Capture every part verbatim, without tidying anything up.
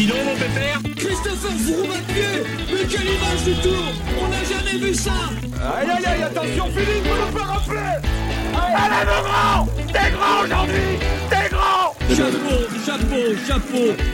Dis donc, mon pépère. Christopher Froome à pied. Mais quelle image du tour. On n'a jamais vu ça. Aïe aïe aïe, attention Philippe, on ne peut rappeler. Allez mon grand. T'es grand aujourd'hui. T'es grand. Chapeau, chapeau, chapeau.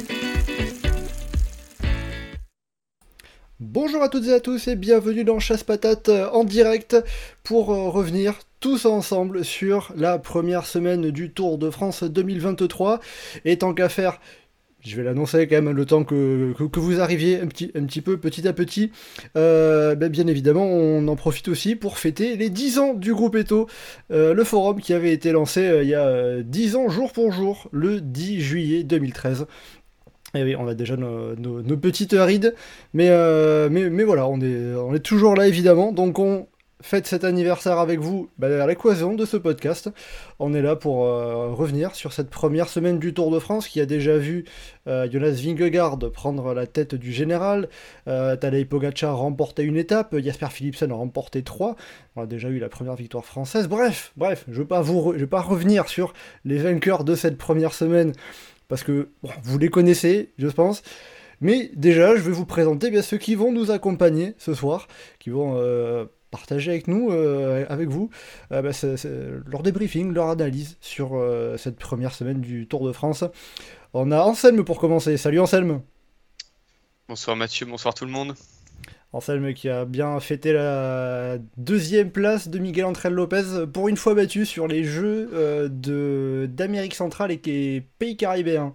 Bonjour à toutes et à tous et bienvenue dans Chasse Patate en direct pour revenir tous ensemble sur la première semaine du Tour de France deux mille vingt-trois. Et tant qu'à faire, je vais l'annoncer quand même le temps que, que, que vous arriviez un petit, un petit peu petit à petit, euh, ben bien évidemment on en profite aussi pour fêter les dix ans du groupe Eto, euh, le forum qui avait été lancé euh, il y a euh, dix ans jour pour jour, le dix juillet deux mille treize. Et oui, on a déjà nos, nos, nos petites rides, mais, euh, mais, mais voilà, on est, on est toujours là évidemment, donc on fête cet anniversaire avec vous bah, à l'équation de ce podcast. On est là pour euh, revenir sur cette première semaine du Tour de France qui a déjà vu euh, Jonas Vingegaard prendre la tête du général, euh, Tadej Pogačar remporter une étape, Jasper Philipsen a remporté trois, on a déjà eu la première victoire française, bref, bref, je ne vais pas vous re- je vais pas revenir sur les vainqueurs de cette première semaine, parce que bon, vous les connaissez, je pense. Mais déjà, je vais vous présenter bien ceux qui vont nous accompagner ce soir, qui vont euh, partager avec nous, euh, avec vous, euh, bah, c'est, c'est leur débriefing, leur analyse sur euh, cette première semaine du Tour de France. On a Anselme pour commencer. Salut Anselme. Bonsoir Mathieu, bonsoir tout le monde. Anselme qui a bien fêté la deuxième place de Miguel Ángel Lopez, pour une fois battu sur les Jeux euh, de, d'Amérique centrale et qui est pays caribéens.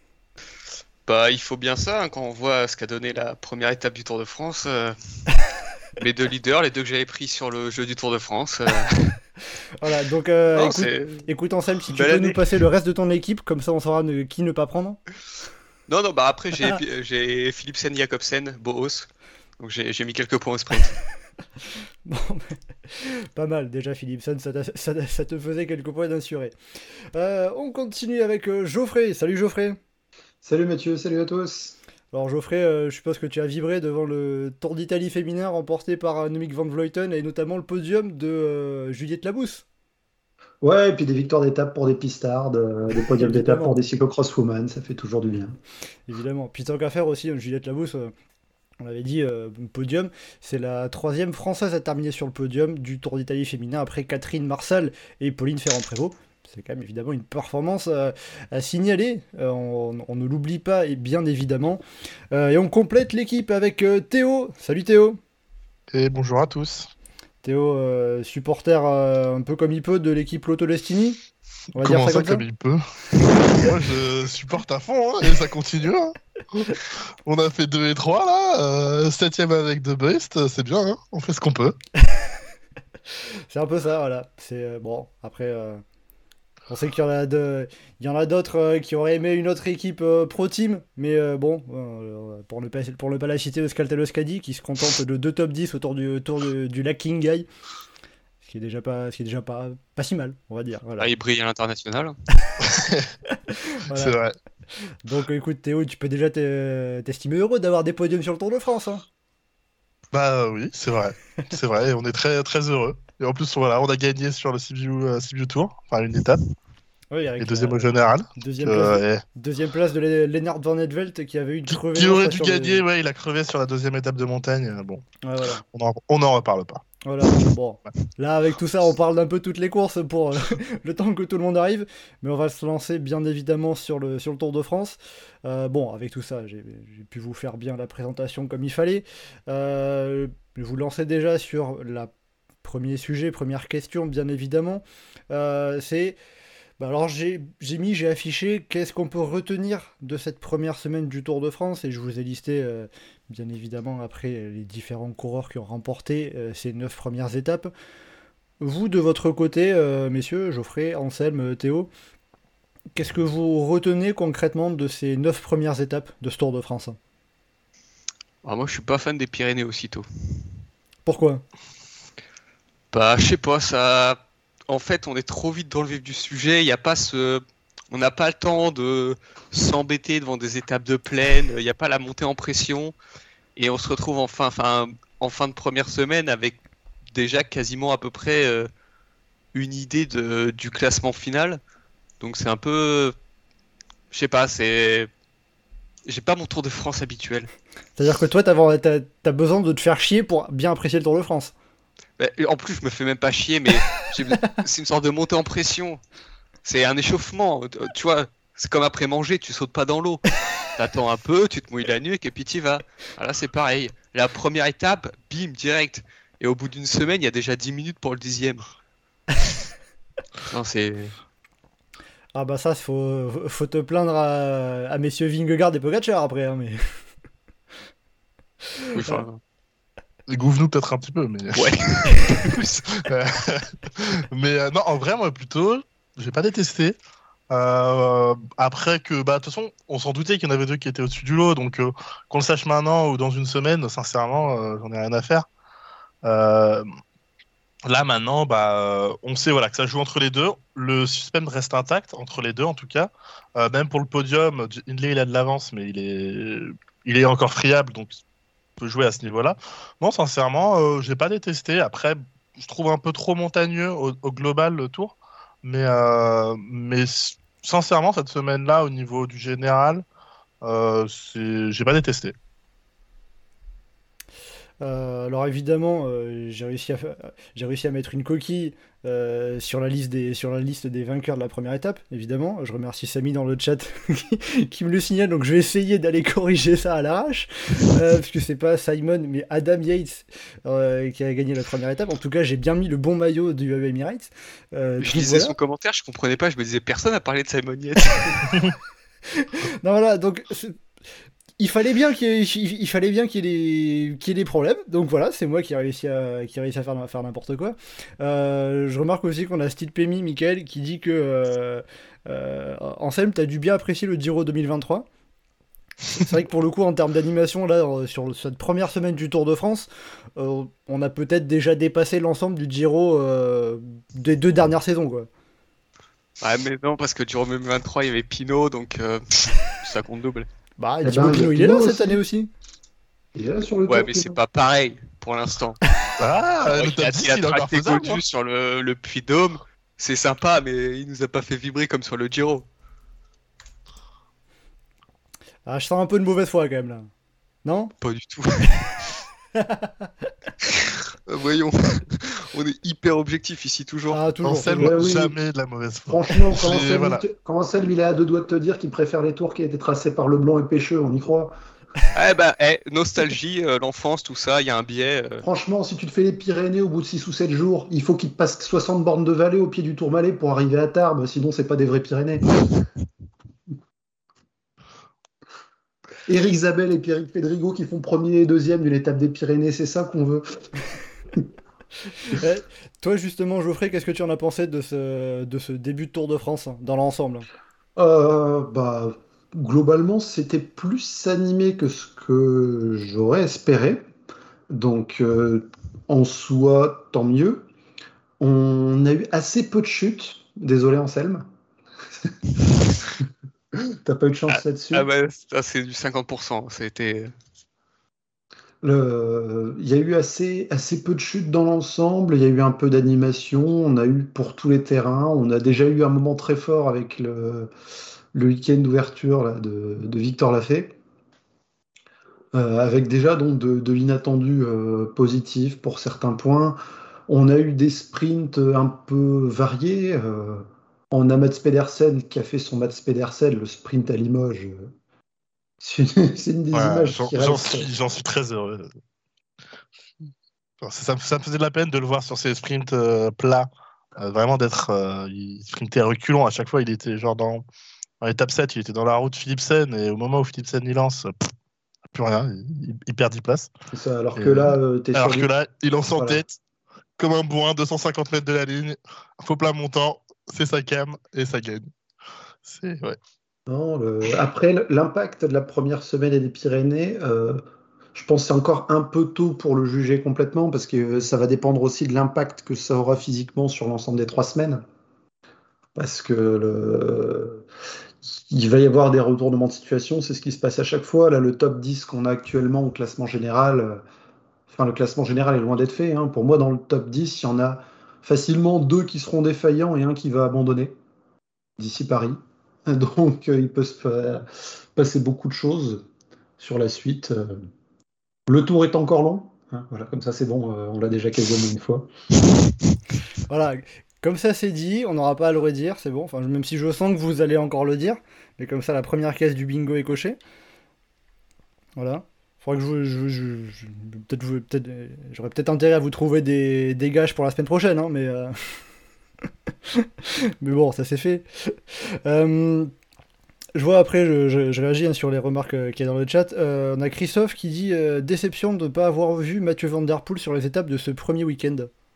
Bah, il faut bien ça, hein, quand on voit ce qu'a donné la première étape du Tour de France. Euh, mes deux leaders, les deux que j'avais pris sur le jeu du Tour de France. Euh... Voilà, donc euh, non, écoute, c'est... écoute Anselme, si tu Belle peux année. nous passer le reste de ton équipe, comme ça on saura ne, qui ne pas prendre. Non, non, bah après j'ai, j'ai Philipsen, Jacobsen, Boos. Donc j'ai, j'ai mis quelques points au sprint. Bon, mais, pas mal, déjà Philipsen, ça, t'a- ça, ça te faisait quelques points d'assuré. Euh, on continue avec euh, Geoffrey. Salut Geoffrey. Salut Mathieu, salut à tous. Alors Geoffrey, euh, je suppose que tu as vibré devant le Tour d'Italie féminin remporté par euh, Annemiek van Vleuten et notamment le podium de euh, Juliette Labousse. Ouais, et puis des victoires d'étape pour des pistards, de- des podiums d'étape Évidemment. pour des cyclocross-women, ça fait toujours du bien. Évidemment. Puis tant qu'à faire aussi, hein, Juliette Labousse, euh, on avait dit euh, podium, c'est la troisième française à terminer sur le podium du Tour d'Italie féminin après Catherine Marsal et Pauline Ferrand-Prévot. C'est quand même évidemment une performance euh, à signaler, Euh, on, on ne l'oublie pas et bien évidemment. Euh, et on complète l'équipe avec euh, Théo. Salut Théo. Et bonjour à tous. Théo, euh, supporter euh, un peu comme il peut de l'équipe Lotto Destiny. On va Comment dire ça, ça, comme ça. comme il peut? Moi, je supporte à fond, hein, et ça continue. Hein. On a fait deux et trois là, euh, septième avec De Brest, c'est bien, hein, on fait ce qu'on peut. C'est un peu ça, voilà. C'est euh, bon. Après, euh, on sait qu'il y en a de, il y en a d'autres euh, qui auraient aimé une autre équipe euh, pro team, mais euh, bon, euh, pour ne pas pour ne pas la citer, Euskaltel Euskadi qui se contente de deux top dix autour du tour du, du lac Kingay, ce qui est déjà pas, ce qui est déjà pas, pas si mal, on va dire. Voilà. Ah, il brille à l'international. Voilà. C'est vrai. Donc écoute Théo, tu peux déjà t'e- t'estimer heureux d'avoir des podiums sur le Tour de France. Hein. Bah oui, c'est vrai. C'est vrai, et on est très, très heureux. Et en plus, voilà, on a gagné sur le Sibiu, euh, Sibiu Tour, enfin une étape, Oui, avec et deuxième la au général. deuxième Euh, place, et- deuxième place de Le- Lennart Van Edvelt qui avait eu une Qui, crevaison. qui aurait je dû crois, sur gagner, le- ouais, il a crevé sur la deuxième étape de montagne. euh, Bon, Ouais, voilà. on en, on en reparle pas. Voilà, bon, là avec tout ça on parle d'un peu toutes les courses pour euh, le temps que tout le monde arrive, mais on va se lancer bien évidemment sur le, sur le Tour de France. Euh, bon, avec tout ça, j'ai, j'ai pu vous faire bien la présentation comme il fallait. Euh, je vous lancer déjà sur le premier sujet, première question bien évidemment. Euh, c'est, bah alors j'ai, j'ai mis, j'ai affiché qu'est-ce qu'on peut retenir de cette première semaine du Tour de France, et je vous ai listé... euh, bien évidemment après les différents coureurs qui ont remporté euh, ces neuf premières étapes. Vous, de votre côté, euh, messieurs, Geoffrey, Anselme, Théo, qu'est-ce que vous retenez concrètement de ces neuf premières étapes de ce Tour de France? Ah, moi, je suis pas fan des Pyrénées aussitôt. Pourquoi? Bah, je sais pas, ça. En fait, on est trop vite dans le vif du sujet. Il y a pas ce. On n'a pas le temps de s'embêter devant des étapes de plaine. Il n'y a pas la montée en pression. Et on se retrouve en fin, enfin, en fin de première semaine avec déjà quasiment à peu près euh, une idée de, du classement final. Donc c'est un peu. Je sais pas, c'est. j'ai pas mon Tour de France habituel. C'est-à-dire que toi, t'as, t'as, t'as besoin de te faire chier pour bien apprécier le Tour de France. Bah, en plus, je me fais même pas chier, mais j'ai- c'est une sorte de montée en pression. C'est un échauffement. Tu vois, c'est comme après manger, tu sautes pas dans l'eau. T'attends un peu, tu te mouilles la nuque et puis t'y vas. Ah, là, c'est pareil. La première étape, bim, direct. Et au bout d'une semaine, il y a déjà dix minutes pour le dixième. Non, c'est. Ah bah ça, faut, faut te plaindre à, à messieurs Vingegaard et Pogacar après, hein, mais... Oui, enfin, Gouve-nous peut-être un petit peu, mais. ouais. Euh, mais euh, non, en vrai, moi plutôt, j'ai pas détesté. Euh, après que, bah, de toute façon, on s'en doutait qu'il y en avait deux qui étaient au-dessus du lot, donc euh, qu'on le sache maintenant ou dans une semaine, sincèrement, euh, j'en ai rien à faire. Euh, Là maintenant, bah, euh, on sait voilà que ça joue entre les deux. Le suspense reste intact entre les deux en tout cas. Euh, même pour le podium, Hindley il a de l'avance, mais il est, il est encore friable, donc il peut jouer à ce niveau-là. Non, sincèrement, euh, j'ai pas détesté. Après, je trouve un peu trop montagneux au, au global le tour, mais euh, mais s- sincèrement cette semaine-là au niveau du général, euh, c'est, j'ai pas détesté. Euh, alors évidemment, euh, j'ai réussi à, fa- j'ai réussi à mettre une coquille euh, sur la liste des, sur la liste des vainqueurs de la première étape, évidemment. Je remercie Samy dans le chat qui, qui me le signale, donc je vais essayer d'aller corriger ça à l'arrache, euh, parce que c'est pas Simon, mais Adam Yates euh, qui a gagné la première étape. En tout cas, j'ai bien mis le bon maillot du Emirates. Euh, Je donc lisais voilà. son commentaire, je comprenais pas, je me disais personne a parlé de Simon Yates. Non, voilà, donc c'est- il fallait bien qu'il y ait, il, il fallait bien qu'il y ait des, qu'il y ait des problèmes. Donc voilà, c'est moi qui ai réussi à, qui ai réussi à faire, faire n'importe quoi. Euh, je remarque aussi qu'on a Steve Pemi, Michael, qui dit que euh, euh, Anselme, t'as dû bien apprécier le Giro deux mille vingt-trois. C'est vrai que pour le coup, en termes d'animation, là, euh, sur cette première semaine du Tour de France, euh, on a peut-être déjà dépassé l'ensemble du Giro euh, des deux dernières saisons, quoi. Ouais, mais non, parce que du Giro deux mille vingt-trois, il y avait Pinot, donc euh, ça compte double. Bah, Eh Thibaut ben, il y a Pinot, il est là Pinot cette aussi. année aussi. Il est là sur le Ouais, tour, mais Pinot. c'est pas pareil pour l'instant. Ah, Ouais, le il top a, dix, il a il est encore tracté faisable. Gaudu sur le, le Puy-de-Dôme, c'est sympa, mais il nous a pas fait vibrer comme sur le Giro. Ah, je sens un peu de mauvaise foi quand même là. Non? Pas du tout. Euh, Voyons, on est hyper objectif ici toujours. Ah, toujours. Anselme, toujours. Ouais, oui. jamais de la mauvaise foi. Franchement, quand Et Anselme, voilà. il te- quand Anselme, il est à deux doigts de te dire qu'il préfère les tours qui ont été tracés par Leblanc et Pêcheux, on y croit. Eh bah, eh, nostalgie, euh, l'enfance, tout ça, il y a un biais. euh. Franchement, si tu te fais les Pyrénées au bout de six ou sept jours, il faut qu'il te passe soixante bornes de vallée au pied du Tourmalet pour arriver à Tarbes, sinon c'est pas des vraies Pyrénées. Éric Zabel et Pierrick Pedrigo qui font premier et deuxième d'une étape des Pyrénées, c'est ça qu'on veut. Eh, toi justement, Geoffrey, qu'est-ce que tu en as pensé de ce, de ce début de Tour de France hein, dans l'ensemble? Euh, bah, globalement, c'était plus animé que ce que j'aurais espéré. Donc, euh, en soi, tant mieux. On a eu assez peu de chutes. Désolé, Anselme. T'as pas eu de chance là-dessus. Ah bah, ça, c'est du cinquante pour cent. Ça a été. Le- Il y a eu assez, assez peu de chutes dans l'ensemble. Il y a eu un peu d'animation. On a eu pour tous les terrains. On a déjà eu un moment très fort avec le, le week-end d'ouverture là, de, de Victor Lafay. Euh, avec déjà donc de, de l'inattendu euh, positif pour certains points. On a eu des sprints un peu variés. Euh, on a Mats Pedersen qui a fait son Mats Pedersen, le sprint à Limoges. C'est une, c'est une des Ouais, images j'en qui j'en restent. suis, j'en suis très heureux. Enfin, Ça, ça me faisait de la peine de le voir sur ces sprints euh, plats. Euh, vraiment d'être. Euh, il sprintait à reculons. À chaque fois, il était genre dans, dans l'étape sept, il était dans la route Philipsen. Et au moment où Philipsen il lance, pff, plus rien. Il, il perd dix places. C'est ça, alors Et, que là, euh, t'es alors sur que des- là, il lance en Voilà. tête, comme un bourrin, deux cent cinquante mètres de la ligne. Faux plat montant, c'est sa cam et ça gagne. C'est. Ouais. Non, le- Après, l'impact de la première semaine des Pyrénées, euh, je pense que c'est encore un peu tôt pour le juger complètement parce que ça va dépendre aussi de l'impact que ça aura physiquement sur l'ensemble des trois semaines. Parce que le... il va y avoir des retournements de situation, c'est ce qui se passe à chaque fois. Là, le top dix qu'on a actuellement au classement général, euh, enfin, le classement général est loin d'être fait, hein. Pour moi, dans le top dix, il y en a facilement deux qui seront défaillants et un qui va abandonner d'ici Paris. donc euh, il peut se faire passer beaucoup de choses sur la suite. Euh, Le tour est encore long. Hein, voilà, comme ça c'est bon, euh, on l'a déjà quasiment une fois. Voilà, comme ça c'est dit, on n'aura pas à le redire, c'est bon. Enfin, même si je sens que vous allez encore le dire, mais comme ça la première case du bingo est cochée. Voilà. Faudrait que je, je, je- je- peut-être, vous- peut-être, euh, j'aurais peut-être intérêt à vous trouver des, des gages pour la semaine prochaine, hein, mais euh, mais bon, ça c'est fait. Euh, je vois après, je, je- je réagis hein, sur les remarques euh, qu'il y a dans le chat. Euh, on a Christophe qui dit euh, déception de ne pas avoir vu Mathieu Van Der Poel sur les étapes de ce premier week-end.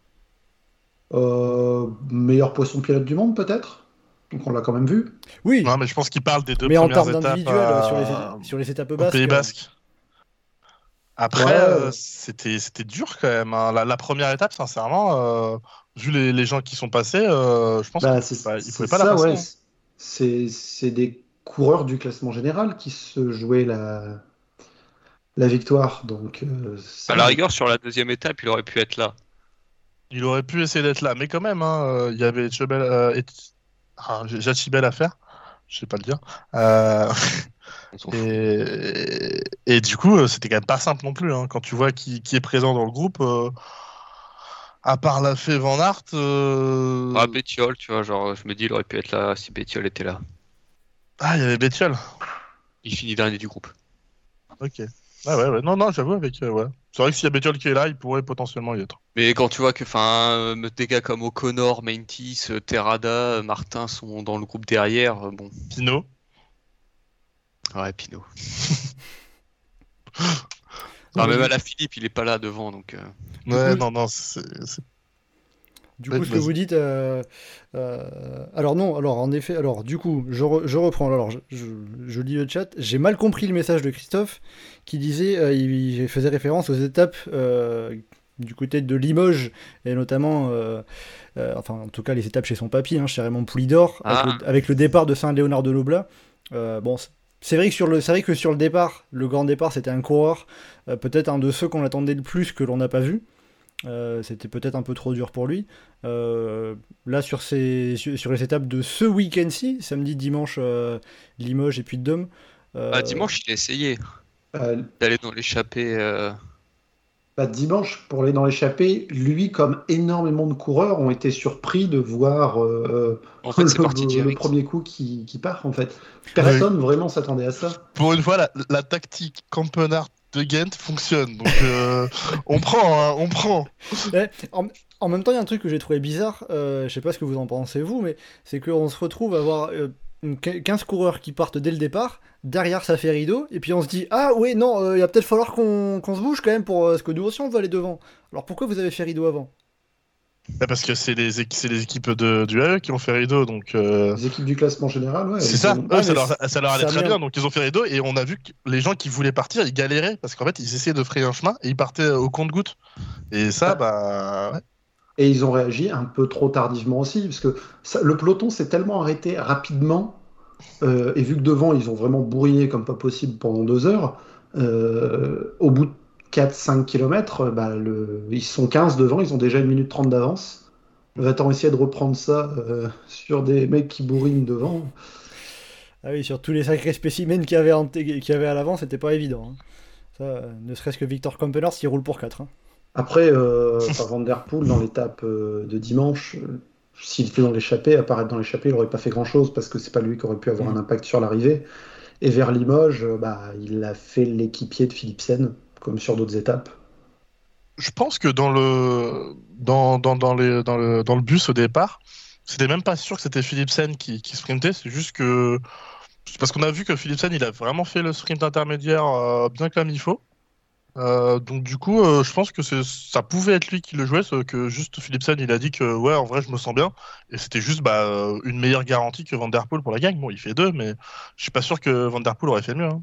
Euh, meilleur poisson pilote du monde, peut-être? Donc on l'a quand même vu. Oui, Non, mais je pense qu'il parle des deux mais en premières termes étapes d'individuel euh, sur, les, à- sur les étapes au basques. Pays euh, Basque. Après, Ouais. euh, c'était c'était dur quand même, hein. La, la première étape, sincèrement, euh, vu les, les gens qui sont passés, euh, je pense Bah, qu'ils c'est bah, ils c'est pouvaient pas la ça, passer, ouais. hein. C'est c'est des coureurs du classement général qui se jouaient la, la victoire. Donc, euh, À ça, la rigueur, sur la deuxième étape, il aurait pu être là. Il aurait pu essayer d'être là, mais quand même, hein, euh, il y avait Chebel, euh, et... ah, j'ai Jachibel à faire, je sais pas le dire. Euh, On s'en fout. et... et du coup, euh, c'était quand même pas simple non plus, hein. Quand tu vois qui, qui est présent dans le groupe, euh, à part la fée Van Aert, euh, Ah, Bettiol, tu vois, genre, je me dis, il aurait pu être là si Bettiol était là. ah, il y avait Bettiol. Il finit dernier du groupe. Ok. Ah ouais, ouais. Non, non, j'avoue, avec. euh, ouais. C'est vrai que s'il y a Bettiol qui est là, il pourrait potentiellement y être. Mais quand tu vois que, enfin, euh, des gars comme O'Connor, Meintys, euh, Terrada, euh, Martin sont dans le groupe derrière, euh, bon, Pinot. ouais, Pinot. Non, Ah, mais même du- à la Philippe, il est pas là devant, donc. euh, Ouais, coup, non, non, c'est. c'est- Du Ouais, coup, ce que vas-y. vous dites, euh, euh, alors non, alors en effet, alors du coup, je, re- je reprends. Alors, je, je- je lis le chat. J'ai mal compris le message de Christophe qui disait, euh, il, il faisait référence aux étapes euh, du côté de Limoges et notamment, euh, euh, enfin, en tout cas, les étapes chez son papy, hein, chez Raymond Poulidor, avec, Ah. le, avec le départ de Saint-Léonard de Noblat. Euh, bon, c'est- c'est vrai que sur le, c'est vrai que sur le départ, le grand départ, c'était un coureur, euh, peut-être un de ceux qu'on attendait le plus que l'on n'a pas vu. Euh, c'était peut-être un peu trop dur pour lui. Euh, là, sur, ces, sur, sur les étapes de ce week-end-ci, samedi, dimanche, euh, Limoges et puis de Dôme. euh, Ah, dimanche, il a essayé euh, d'aller dans l'échappée. euh, bah, dimanche, pour aller dans l'échappée, lui, comme énormément de coureurs, ont été surpris de voir euh, En fait, c'est le, parti le direct. premier coup qui, qui part, en fait. Personne vraiment s'attendait à ça. Pour une fois, la, la tactique Campenard de Ghent fonctionne. Donc, euh, on prend, hein, on prend. ouais, en, en même temps, il y a un truc que j'ai trouvé bizarre. Euh, je sais pas ce que vous en pensez, vous, mais c'est qu'on se retrouve à avoir euh, une quin- quinze coureurs qui partent dès le départ. Derrière, ça fait rideau. Et puis on se dit, ah oui, non, euh, il va peut-être falloir qu'on qu'on se bouge quand même pour euh, ce que nous aussi on veut aller devant. Alors pourquoi vous avez fait rideau avant? Bah, parce que c'est les, équ- c'est les équipes de, du A E qui ont fait rideau. Donc, euh, Les équipes du classement général, ouais. c'est elles ça. ont- Eux, Ouais, ça, mais leur, ça leur allait ça très vient- bien. Donc, ils ont fait rideau. Et on a vu que les gens qui voulaient partir, ils galéraient. Parce qu'en fait, ils essayaient de frayer un chemin et ils partaient au compte-gouttes. Et ça, Ouais. bah. Ouais. Et ils ont réagi un peu trop tardivement aussi, parce que ça- le peloton s'est tellement arrêté rapidement, euh, et vu que devant, ils ont vraiment bourriné comme pas possible pendant deux heures, euh, au bout de quatre cinq kilomètres, bah, le, ils sont quinze devant, ils ont déjà une minute trente d'avance. Va-t-on essayer de reprendre ça euh, sur des mecs qui bourrinent devant? Ah oui, sur tous les sacrés spécimens qu'il y avait, en- qu'il y avait à l'avant, c'était pas évident. hein. Ça, euh, ne serait-ce que Victor Campenaerts, s'il roule pour quatre. Après, euh, enfin, Van Der Poel, dans l'étape euh, de dimanche, euh, s'il était dans l'échappée, apparaître dans l'échappée, il n'aurait pas fait grand-chose parce que c'est pas lui qui aurait pu avoir Mhm. un impact sur l'arrivée. Et vers Limoges, euh, bah, il a fait l'équipier de Philipsen, comme sur d'autres étapes. Je pense que dans le, dans, dans, dans, les, dans, le, dans le bus au départ, c'était même pas sûr que c'était Philipsen qui, qui sprintait. C'est juste que. C'est parce qu'on a vu que Philipsen, il a vraiment fait le sprint intermédiaire euh, bien comme il faut. Euh, donc du coup, euh, je pense que c'est- ça pouvait être lui qui le jouait, sauf que juste Philipsen, il a dit que ouais, en vrai, je me sens bien, et c'était juste bah, euh, une meilleure garantie que Van Der Poel pour la gagne. Bon, il fait deux, mais je suis pas sûr que Van Der Poel aurait fait mieux, hein.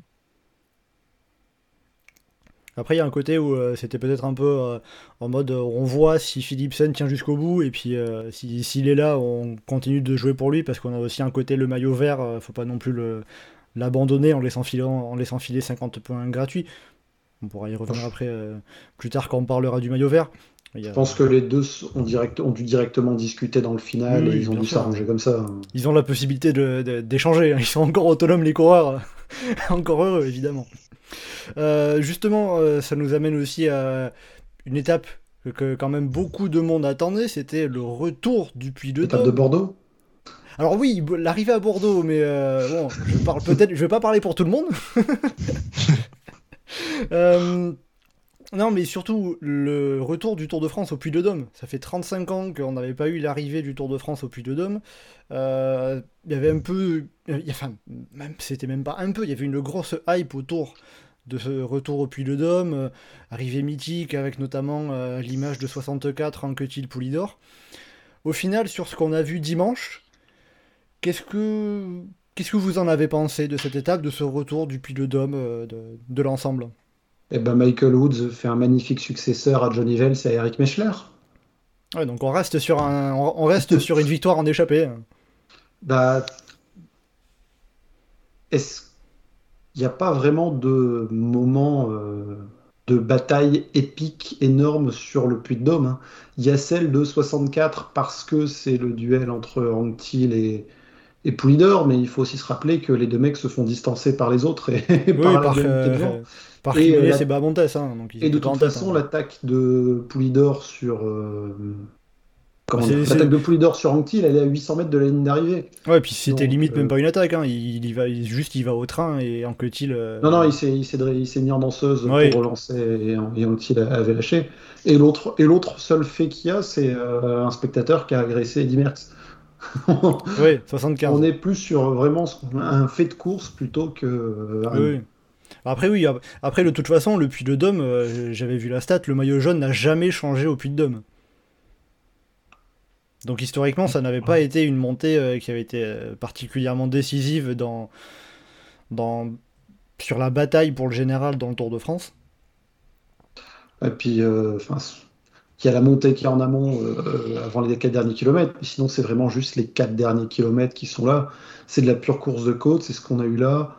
Après, il y a un côté où euh, c'était peut-être un peu euh, en mode euh, on voit si Philipsen tient jusqu'au bout, et puis euh, si- s'il est là, on continue de jouer pour lui, parce qu'on a aussi un côté le maillot vert, euh, faut pas non plus le- l'abandonner en laissant filer, en laissant filer cinquante points gratuits. On pourra y revenir après, euh, plus tard quand on parlera du maillot vert. Il y a- Je pense que les deux ont, direct, ont dû directement discuter dans le final Oui, et ils ont bien dû sûr. s'arranger comme ça. Ils ont la possibilité de- de- d'échanger, hein. Ils sont encore autonomes, les coureurs. Encore heureux, évidemment. Euh, justement, euh, ça nous amène aussi à une étape que, que quand même beaucoup de monde attendait, c'était le retour du Puy de Étape de Dôme. Bordeaux. Alors oui, b- l'arrivée à Bordeaux, mais euh, bon, je parle peut-être, je vais pas parler pour tout le monde. Euh, non, mais surtout le retour du Tour de France au Puy de Dôme. Ça fait trente-cinq ans qu'on n'avait pas eu l'arrivée du Tour de France au Puy de Dôme. Euh, Il y avait un peu, il y a- enfin, même c'était même pas un peu, il y avait une grosse hype autour de ce retour au Puy de Dôme, euh, arrivée mythique avec notamment euh, l'image de soixante-quatre en Quetil Poulidor. Au final, sur ce qu'on a vu dimanche, qu'est-ce que qu'est-ce que vous en avez pensé de cette étape, de ce retour du Puy de Dôme, euh, de, de l'ensemble? Et ben Michael Woods fait un magnifique successeur à Johnny Vels et à Eric Mechler. Ouais, donc on reste sur un, on on reste sur une victoire en échappée. Bah, est-ce qu'il n'y a pas vraiment de moment euh, de bataille épique énorme sur le Puy-de-Dôme, hein. Il y a celle de soixante-quatre parce que c'est le duel entre Anquetil et, et Poulidor, mais il faut aussi se rappeler que les deux mecs se font distancer par les autres et, et Oui, par la par, dynamique euh, devant. par Et, Jiménez euh, la- et Bahamontes, hein, donc ils Et de étaient pas en toute tête. façon, hein. l'attaque de Poulidor sur euh, comment Bah, dire, c'est- c'est- l'attaque de Poulidor sur Anquetil, elle est à huit cents mètres de la ligne d'arrivée. Ouais, puis c'était Donc, limite même euh, pas une attaque, hein. Il, il y va, il- juste il va au train et Anquetil. euh, Non, non, il s'est, il s'est, il s'est mis en danseuse Oui. pour relancer et, et Anquetil avait lâché. Et l'autre, et l'autre seul fait qu'il y a, c'est euh, un spectateur qui a agressé Eddy Merckx. Oui, soixante-quinze. On est plus sur vraiment ce qu'on- un fait de course plutôt que euh, un- Oui, oui. Après, oui, ap- après, de toute façon, le Puy de Dôme, euh, j'avais vu la stat, le maillot jaune n'a jamais changé au Puy de Dôme. Donc historiquement, ça n'avait pas été une montée euh, qui avait été euh, particulièrement décisive dans, dans, sur la bataille pour le général dans le Tour de France. Et puis, euh, enfin, il y a la montée qui est en amont euh, avant les quatre derniers kilomètres. Mais sinon, c'est vraiment juste les quatre derniers kilomètres qui sont là. C'est de la pure course de côte, c'est ce qu'on a eu là.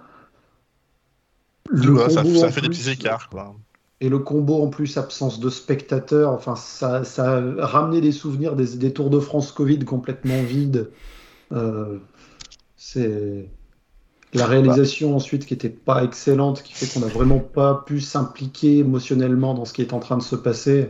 Le Ouais, ça, combo ça en fait des plus, petits écarts, quoi. Et le combo en plus, absence de spectateurs, enfin, ça, ça a ramené des souvenirs des, des Tours de France Covid complètement vides. Euh, c'est la réalisation ensuite qui était pas excellente, qui fait qu'on n'a vraiment pas pu s'impliquer émotionnellement dans ce qui est en train de se passer.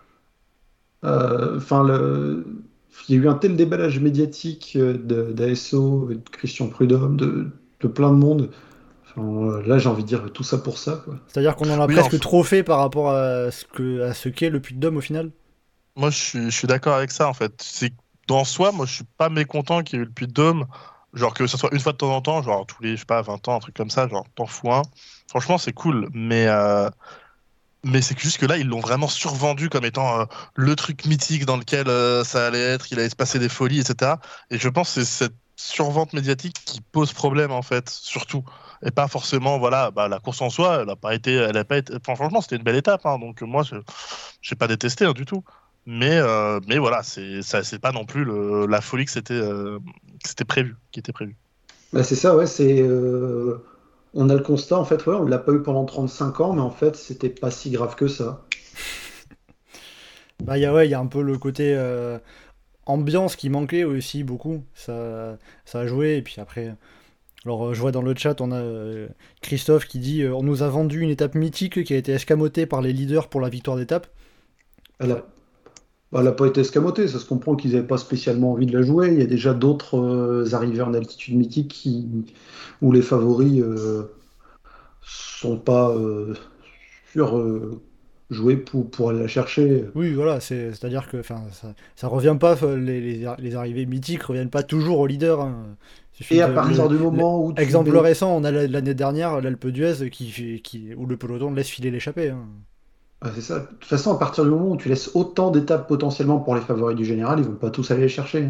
Euh, Enfin, le... il y a eu un tel déballage médiatique euh, de- d'A S O, de Christian Prudhomme, de, de plein de monde. Enfin, euh, là, j'ai envie de dire tout ça pour ça, quoi. C'est-à-dire qu'on en a Oui, presque enfin- trop fait par rapport à ce que, à ce qu'est le Puy de Dôme au final. Moi, je suis, je suis d'accord avec ça, en fait. C'est dans soi, moi, je suis pas mécontent qu'il y ait eu le Puy-de-Dôme. Genre que ce soit une fois de temps en temps, genre tous les, je sais pas, vingt ans, un truc comme ça, genre t'en fous un. Franchement, c'est cool, mais, euh, mais c'est que juste que là, ils l'ont vraiment survendu comme étant euh, le truc mythique dans lequel euh, ça allait être, il allait se passer des folies, et cetera. Et je pense que c'est cette survente médiatique qui pose problème, en fait, surtout. Et pas forcément, voilà, bah, la course en soi, elle a pas été, elle a pas été. Enfin, franchement, c'était une belle étape, hein, donc euh, moi, je j'ai pas détesté hein, du tout. Mais, euh, mais voilà, c'est ça, c'est pas non plus le, la folie que c'était euh, que c'était prévu, qui était prévu. Bah, c'est ça, ouais, c'est. euh, On a le constat, en fait, ouais, on l'a pas eu pendant trente-cinq ans, mais en fait, c'était pas si grave que ça. Bah, il y a, ouais, il y a un peu le côté euh, ambiance qui manquait aussi beaucoup. Ça, ça a joué. Et puis après, alors euh, je vois dans le chat, on a euh, Christophe qui dit euh, on nous a vendu une étape mythique qui a été escamotée par les leaders pour la victoire d'étape. Elle a, bah, elle a pas été escamotée, ça se comprend qu'ils avaient pas spécialement envie de la jouer. Il y a déjà d'autres euh, arrivées en altitude mythique qui... où les favoris euh, sont pas euh, sur euh, jouer pour, pour aller la chercher. Oui, voilà, c'est, c'est-à-dire que enfin, ça, ça revient pas, euh, les, les, les arrivées mythiques reviennent pas toujours au leader. Hein. Il suffit Et à de- partir le- du moment où tu Exemple mets- récent, on a la- l'année dernière l'Alpe d'Huez qui, fait- qui, où le peloton laisse filer l'échappée. Hein. Ah, c'est ça. De toute façon, à partir du moment où tu laisses autant d'étapes potentiellement pour les favoris du général, ils vont pas tous aller les chercher.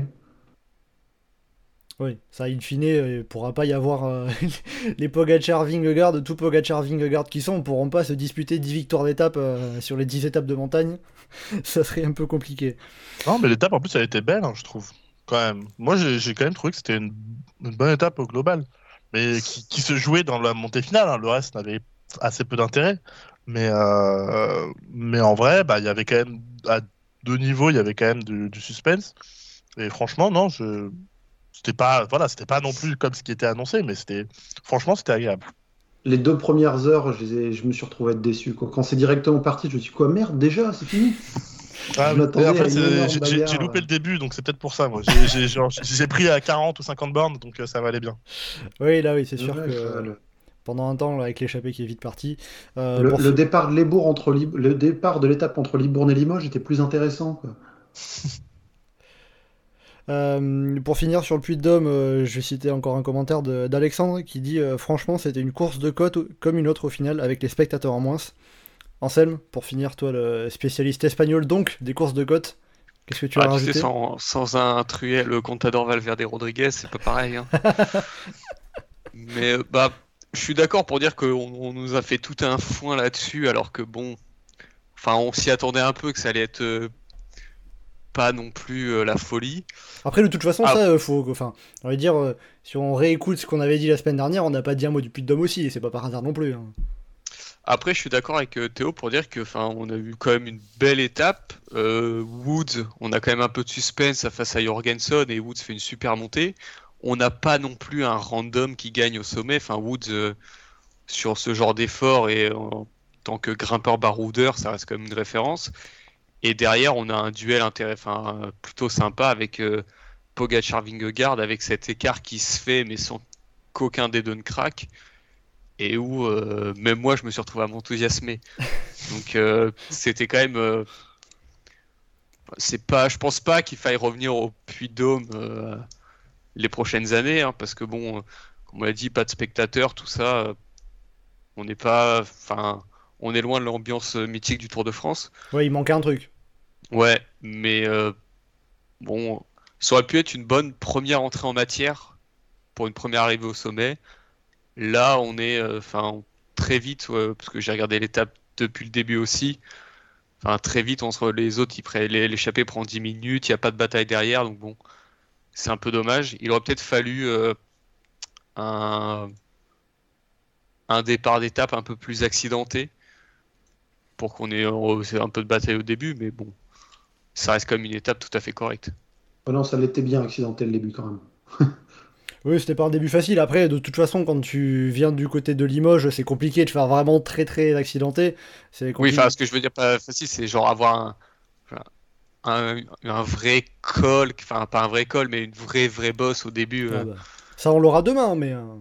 Oui, ça, in fine, euh, il pourra pas y avoir euh, les Pogacar, Vingegaard, tout Pogacar, Vingegaard qui sont, pourront pas se disputer dix victoires d'étape euh, sur les dix étapes de montagne. Ça serait un peu compliqué. Non, mais l'étape en plus, elle était belle, hein, je trouve. Quand même. Moi, j'ai j'ai quand même trouvé que c'était une, une bonne étape au global, mais qui, qui se jouait dans la montée finale. Hein. Le reste n'avait assez peu d'intérêt. Mais, euh, mais en vrai, bah, il y avait quand même à de niveau, il y avait quand même du, du suspense. Et franchement, non, je... c'était pas, voilà, c'était pas non plus comme ce qui était annoncé, mais c'était, franchement, c'était agréable. Les deux premières heures, je, les ai- je me suis retrouvé être déçu, quoi. Quand c'est directement parti, je me suis dit, quoi, merde, déjà, c'est fini. Ah, Je oui. m'attendais Et en fait, à une c'est- énorme j'ai- j'ai bagarre. j'ai loupé le début, donc c'est peut-être pour ça. Moi, j'ai j'ai- genre, j'ai pris à quarante ou cinquante bornes, donc euh, ça m'allait bien. Oui, là, oui, c'est sûr Ouais, que ça, le, pendant un temps, là, avec l'échappée qui est vite partie. euh, le- pour le fi- départ de Libourne entre Lib- le départ de l'étape entre Libourne et Limoges était plus intéressant, quoi. euh, pour finir sur le Puy-de-Dôme, euh, je vais citer encore un commentaire de- d'Alexandre qui dit euh, franchement, c'était une course de côte comme une autre au final, avec les spectateurs en moins. Anselme, pour finir, toi, le spécialiste espagnol donc des courses de côte, qu'est-ce que tu as Ah, tu rajouté? sais, sans, sans un truel, le Contador Valverde Rodriguez, c'est pas pareil. Hein. Mais euh, bah, je suis d'accord pour dire qu'on on nous a fait tout un foin là-dessus, alors que bon, enfin, on s'y attendait un peu que ça allait être euh, pas non plus euh, la folie. Après, de toute façon, Ah. ça, euh, faut. Enfin, on va dire, euh, si on réécoute ce qu'on avait dit la semaine dernière, on n'a pas dit un mot du Puy-de-Dôme aussi, et c'est pas par hasard non plus. hein. Après, je suis d'accord avec euh, Théo pour dire que, enfin, on a eu quand même une belle étape. Euh, Woods, on a quand même un peu de suspense face à Jorgensen et Woods fait une super montée. On n'a pas non plus un random qui gagne au sommet. Enfin, Woods euh, sur ce genre d'effort et en tant que grimpeur baroudeur, ça reste quand même une référence. Et derrière, on a un duel intéressant, enfin, euh, plutôt sympa avec euh, Pogacar-Vingegaard avec cet écart qui se fait mais sans qu'aucun des deux ne craque. Et où euh, même moi je me suis retrouvé à m'enthousiasmer. Donc euh, c'était quand même. euh, c'est pas, je pense pas qu'il faille revenir au Puy-de-Dôme euh, les prochaines années, hein, parce que bon, euh, comme on l'a dit, pas de spectateurs, tout ça. euh, on n'est pas, enfin, on est loin de l'ambiance euh, mythique du Tour de France. Ouais, il manquait un truc. Ouais, mais euh, bon, ça aurait pu être une bonne première entrée en matière pour une première arrivée au sommet. Là, on est, enfin, très vite, ouais, parce que j'ai regardé l'étape depuis le début aussi. Enfin, très vite, entre les autres, ils prennent- l'é- l'échappée prend dix minutes, il n'y a pas de bataille derrière, donc bon, c'est un peu dommage. Il aurait peut-être fallu euh, un, un départ d'étape un peu plus accidenté pour qu'on ait euh, c'est un peu de bataille au début, mais bon, ça reste quand même une étape tout à fait correcte. Oh non, ça l'était bien accidenté le début quand même. Oui, c'était pas un début facile. Après, de toute façon, quand tu viens du côté de Limoges, c'est compliqué de faire vraiment très très accidenté. C'est Oui, compliqué. enfin, ce que je veux dire pas facile, c'est genre avoir un, un, un vrai col, enfin pas un vrai col, mais une vraie vraie bosse au début. euh, Ah bah, ça, on l'aura demain, mais euh,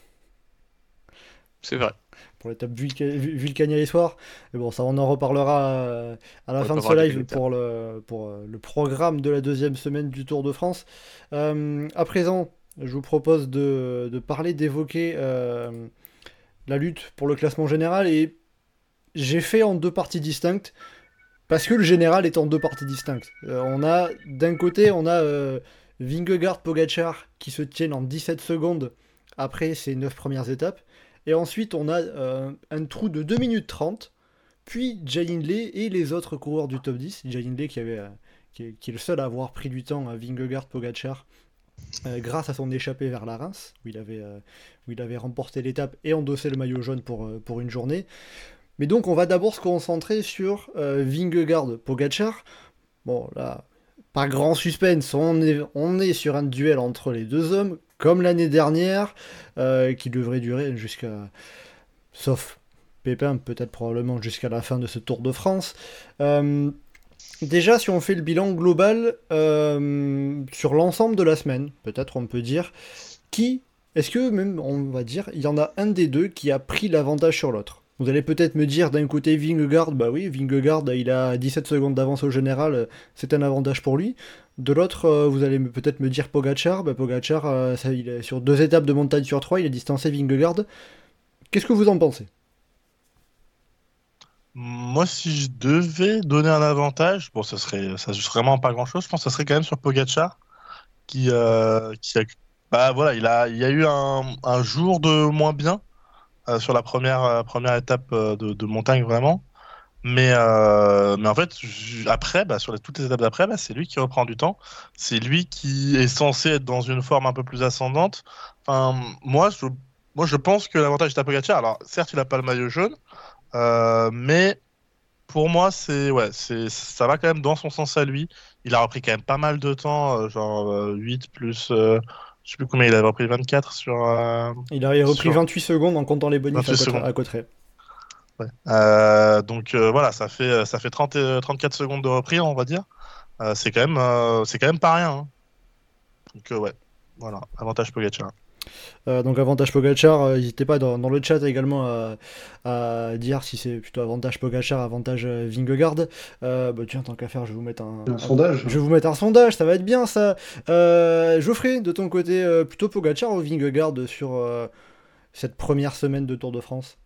C'est vrai. pour l'étape Vulca- Vul- Vulcania les soirs. Mais bon, ça, on en reparlera euh, à la On fin de ce reparlera live de l'étape. pour le, pour euh, le programme de la deuxième semaine du Tour de France. Euh, à présent, je vous propose de, de parler, d'évoquer euh, la lutte pour le classement général. Et j'ai fait en deux parties distinctes. Parce que le général est en deux parties distinctes. Euh, on a, d'un côté, on a euh, Vingegaard, Pogacar qui se tiennent en dix-sept secondes après ces neuf premières étapes. Et ensuite, on a euh, un trou de deux minutes trente, puis Jay Hindley et les autres coureurs du top dix. Jay Hindley qui, avait, euh, qui, est, qui est le seul à avoir pris du temps à Vingegaard, Pogacar, euh, grâce à son échappée vers la Reims, où il avait, euh, où il avait remporté l'étape et endossé le maillot jaune pour, euh, pour une journée. Mais donc on va d'abord se concentrer sur euh, Vingegaard Pogacar. Bon là, pas grand suspense, on est, on est sur un duel entre les deux hommes, comme l'année dernière, euh, qui devrait durer jusqu'à... Sauf Pépin, peut-être probablement jusqu'à la fin de ce Tour de France. Euh, déjà, si on fait le bilan global euh, sur l'ensemble de la semaine, peut-être on peut dire, qui, est-ce que même, on va dire, il y en a un des deux qui a pris l'avantage sur l'autre? Vous allez peut-être me dire d'un côté Vingegaard, bah oui, Vingegaard il a dix-sept secondes d'avance au général, c'est un avantage pour lui. De l'autre, euh, vous allez me- peut-être me dire Pogacar, bah Pogacar, euh, ça, il est sur deux étapes de montagne sur trois, il a distancé Vingegaard. Qu'est-ce que vous en pensez? Moi, si je devais donner un avantage, bon, ça serait, ça serait vraiment pas grand-chose. Je pense que ça serait quand même sur Pogacar, qui, euh, qui a, bah voilà, il a, il y a eu un, un jour de moins bien euh, sur la première, euh, première étape euh, de, de montagne vraiment. Mais, euh, mais en fait, ju- après, bah, sur les- toutes les étapes d'après, bah, c'est lui qui reprend du temps. C'est lui qui est censé être dans une forme un peu plus ascendante. Enfin, moi, je, moi, je pense que l'avantage est à Pogacar. Alors, certes, il n'a pas le maillot jaune, euh, mais Pour moi, c'est ouais, c'est ça va quand même dans son sens à lui. Il a repris quand même pas mal de temps, euh, genre euh, huit plus, euh, je sais plus combien il avait repris, vingt-quatre sur. Euh, Il a repris sur vingt-huit secondes en comptant les bonifs à, vingt-huit Cotteret- secondes. à Cotteret. Ouais. Euh, donc euh, voilà, ça fait ça fait trente, euh, trente-quatre secondes de reprise, on va dire. Euh, c'est quand même euh, c'est quand même pas rien. Hein. Donc euh, ouais, voilà, avantage Pogacar. Euh, donc avantage Pogacar, euh, n'hésitez pas dans, dans le chat également à, à dire si c'est plutôt avantage Pogacar, avantage euh, Vingegaard. Euh, bah tiens, tant qu'à faire, je vais vous mettre un, Un sondage. Je vais vous mettre un sondage, ça va être bien ça. Euh, Geoffrey, de ton côté, euh, plutôt Pogacar ou Vingegaard sur euh, cette première semaine de Tour de France?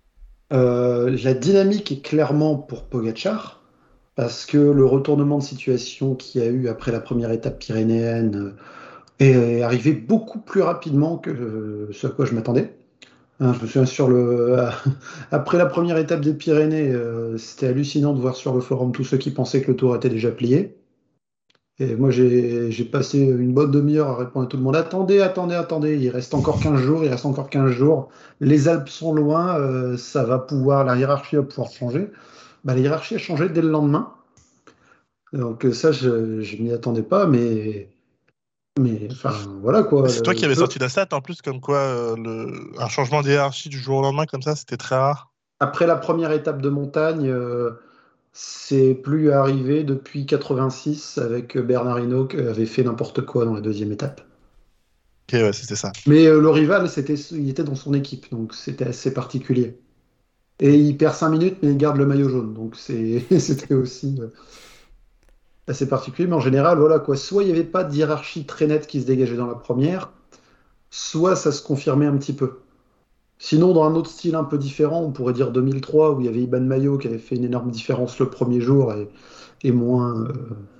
Euh, la dynamique est clairement pour Pogacar, parce que le retournement de situation qu'il y a eu après la première étape pyrénéenne euh, est arrivé beaucoup plus rapidement que euh, ce à quoi je m'attendais. Hein, je me souviens sur le après la première étape des Pyrénées, euh, c'était hallucinant de voir sur le forum tous ceux qui pensaient que le tour était déjà plié. Et moi, j'ai j'ai passé une bonne demi-heure à répondre à tout le monde. Attendez, attendez, attendez, il reste encore quinze jours, il reste encore quinze jours. Les Alpes sont loin, euh, ça va pouvoir, la hiérarchie va pouvoir changer. Bah, la hiérarchie a changé dès le lendemain. Donc euh, ça, je ne m'y attendais pas, mais, mais enfin, voilà quoi. C'est toi qui Le- avais peu- sorti la stat en plus, comme quoi euh, le... un changement de hiérarchie du jour au lendemain comme ça, c'était très rare. Après la première étape de montagne, euh, c'est plus arrivé depuis quatre-vingt-six avec Bernard Hinault qui avait fait n'importe quoi dans la deuxième étape. Ok, ouais, c'était ça. Mais euh, le rival, c'était, il était dans son équipe, donc c'était assez particulier. Et il perd cinq minutes, mais il garde le maillot jaune, donc c'est, c'était aussi euh, assez particulier. Mais en général, voilà quoi. Soit il n'y avait pas de hiérarchie très nette qui se dégageait dans la première, soit ça se confirmait un petit peu. Sinon, dans un autre style un peu différent, on pourrait dire deux mille trois, où il y avait Iban Mayo qui avait fait une énorme différence le premier jour et, et moins, euh,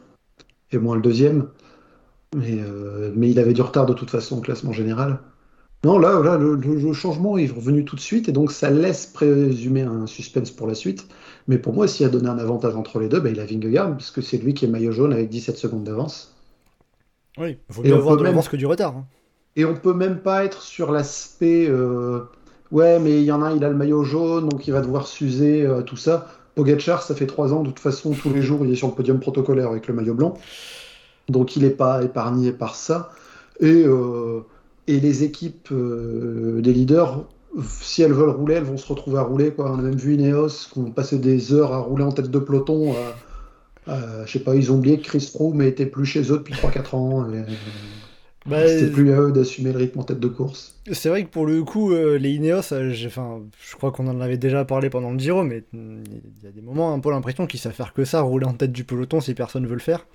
et moins le deuxième. Mais, euh, mais il avait du retard de toute façon au classement général. Non, là, là le, le- le changement est revenu tout de suite et donc ça laisse présumer un suspense pour la suite. Mais pour moi, s'il a donné un avantage entre les deux, ben, il a Vingegaard, puisque c'est lui qui est maillot jaune avec dix-sept secondes d'avance. Oui, il vaut Et mieux on avoir peut de même, l'avance que du retard. Hein. et on peut même pas être sur l'aspect euh, ouais, mais il y en a un, il a le maillot jaune, donc il va devoir s'user, euh, tout ça. Pogacar, ça fait trois ans, de toute façon, tous les jours, il est sur le podium protocolaire avec le maillot blanc. Donc il n'est pas épargné par ça. Et, euh, et les équipes euh, des leaders, si elles veulent rouler, elles vont se retrouver à rouler, quoi. On a même vu Ineos qui ont passé des heures à rouler en tête de peloton. À, à- je sais pas, ils ont oublié que Chris Froome était plus chez eux depuis trois quatre ans. Et, euh, Bah, c'était plus à eux d'assumer le rythme en tête de course. c'est vrai que pour le coup, euh, les Ineos, euh, j'ai- enfin, je crois qu'on en avait déjà parlé pendant le Giro, mais mm, il y a des moments un peu l'impression qu'ils savent faire que ça, rouler en tête du peloton si personne veut le faire.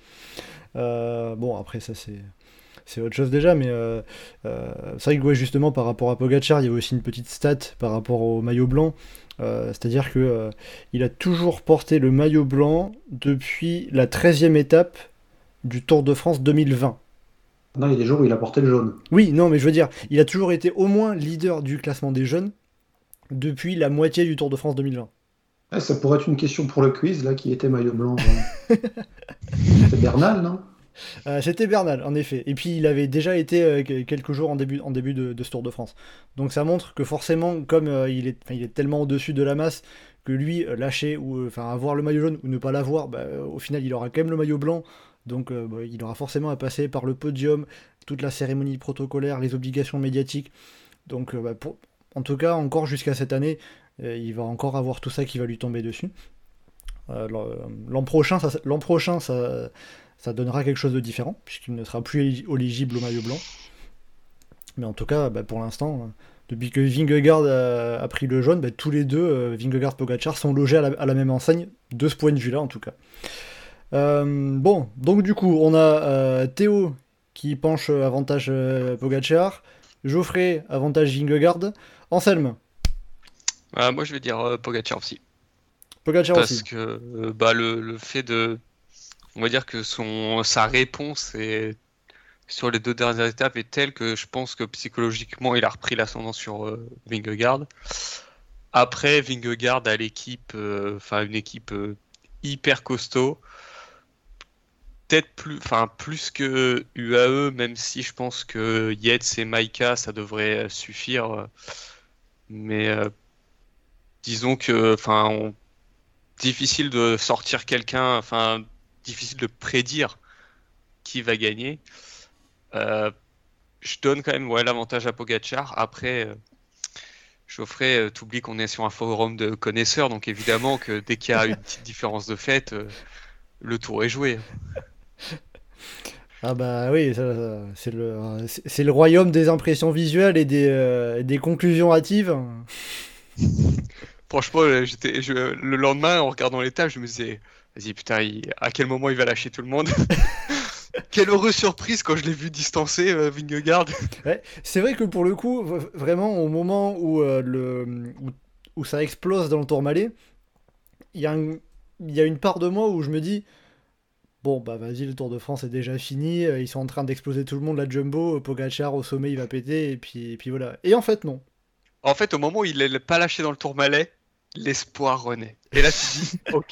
Euh, bon, après, ça c'est. C'est autre chose déjà, mais euh, euh, c'est vrai que ouais, justement par rapport à Pogacar, il y avait aussi une petite stat par rapport au maillot blanc. Euh, c'est-à-dire que euh, il a toujours porté le maillot blanc depuis la treizième étape du Tour de France deux mille vingt. Non, il y a des jours où il a porté le jaune. Oui, non, mais je veux dire, il a toujours été au moins leader du classement des jeunes depuis la moitié du Tour de France deux mille vingt. Ouais, ça pourrait être une question pour le quiz, là, qui était maillot blanc. hein. C'était Bernal, non? Euh, c'était Bernal, en effet. Et puis il avait déjà été euh, que- quelques jours en début, en début de, de ce Tour de France. Donc ça montre que forcément, comme euh, il, est, enfin, il est tellement au-dessus de la masse, que lui, euh, lâcher, ou euh, enfin avoir le maillot jaune ou ne pas l'avoir, bah, euh, au final il aura quand même le maillot blanc. Donc euh, bah, il aura forcément à passer par le podium, toute la cérémonie protocolaire, les obligations médiatiques. Donc euh, bah, pour- en tout cas, encore jusqu'à cette année, euh, il va encore avoir tout ça qui va lui tomber dessus. Euh, l'an l'an prochain, ça, l'an prochain ça, ça donnera quelque chose de différent, puisqu'il ne sera plus éli- éligible au maillot blanc. Mais en tout cas, bah, pour l'instant, euh, depuis que Vingegaard a, a pris le jaune, bah, tous les deux, euh, Vingegaard et Pogacar, sont logés à la, à la même enseigne, de ce point de vue-là en tout cas. Euh, bon, donc du coup, on a euh, Théo qui penche euh, avantage euh, Pogacar, Geoffrey avantage Vingegaard, Anselme, Ah, moi, je vais dire euh, Pogacar aussi. Pogacar Parce aussi. que euh, bah, le, le fait de. On va dire que son, sa réponse est, sur les deux dernières étapes est telle que je pense que psychologiquement, il a repris l'ascendant sur euh, Vingegaard. Après, Vingegaard a l'équipe, euh, enfin une équipe euh, hyper costaud. Peut-être plus, enfin plus que U A E, même si je pense que Yates et Maika, ça devrait suffire. Mais euh, disons que, enfin, on- difficile de sortir quelqu'un, enfin difficile de prédire qui va gagner. Euh, je donne quand même ouais, l'avantage à Pogačar. Après, euh, Geoffrey, euh, t'oublies qu'on est sur un forum de connaisseurs, donc évidemment que dès qu'il y a une petite différence de fait, euh, le tour est joué. Ah bah oui, ça, ça, c'est le, c'est, c'est le royaume des impressions visuelles et des, euh, des conclusions hâtives. Franchement, j'étais, je, le lendemain, en regardant les tables, je me disais, vas-y putain, il, à quel moment il va lâcher tout le monde? Quelle heureuse surprise quand je l'ai vu distancer euh, Vingegaard. Ouais, c'est vrai que pour le coup, v- vraiment au moment où, euh, le, où, où ça explose dans le Tourmalet, il y, a un- il y a une part de moi où je me dis, bon bah vas-y, le Tour de France est déjà fini, euh, ils sont en train d'exploser tout le monde, la Jumbo, Pogačar au sommet il va péter, et puis, et puis voilà. Et en fait non. En fait, au moment où il l'a pas lâché dans le Tourmalet, l'espoir renaît. Et là, tu dis, ok.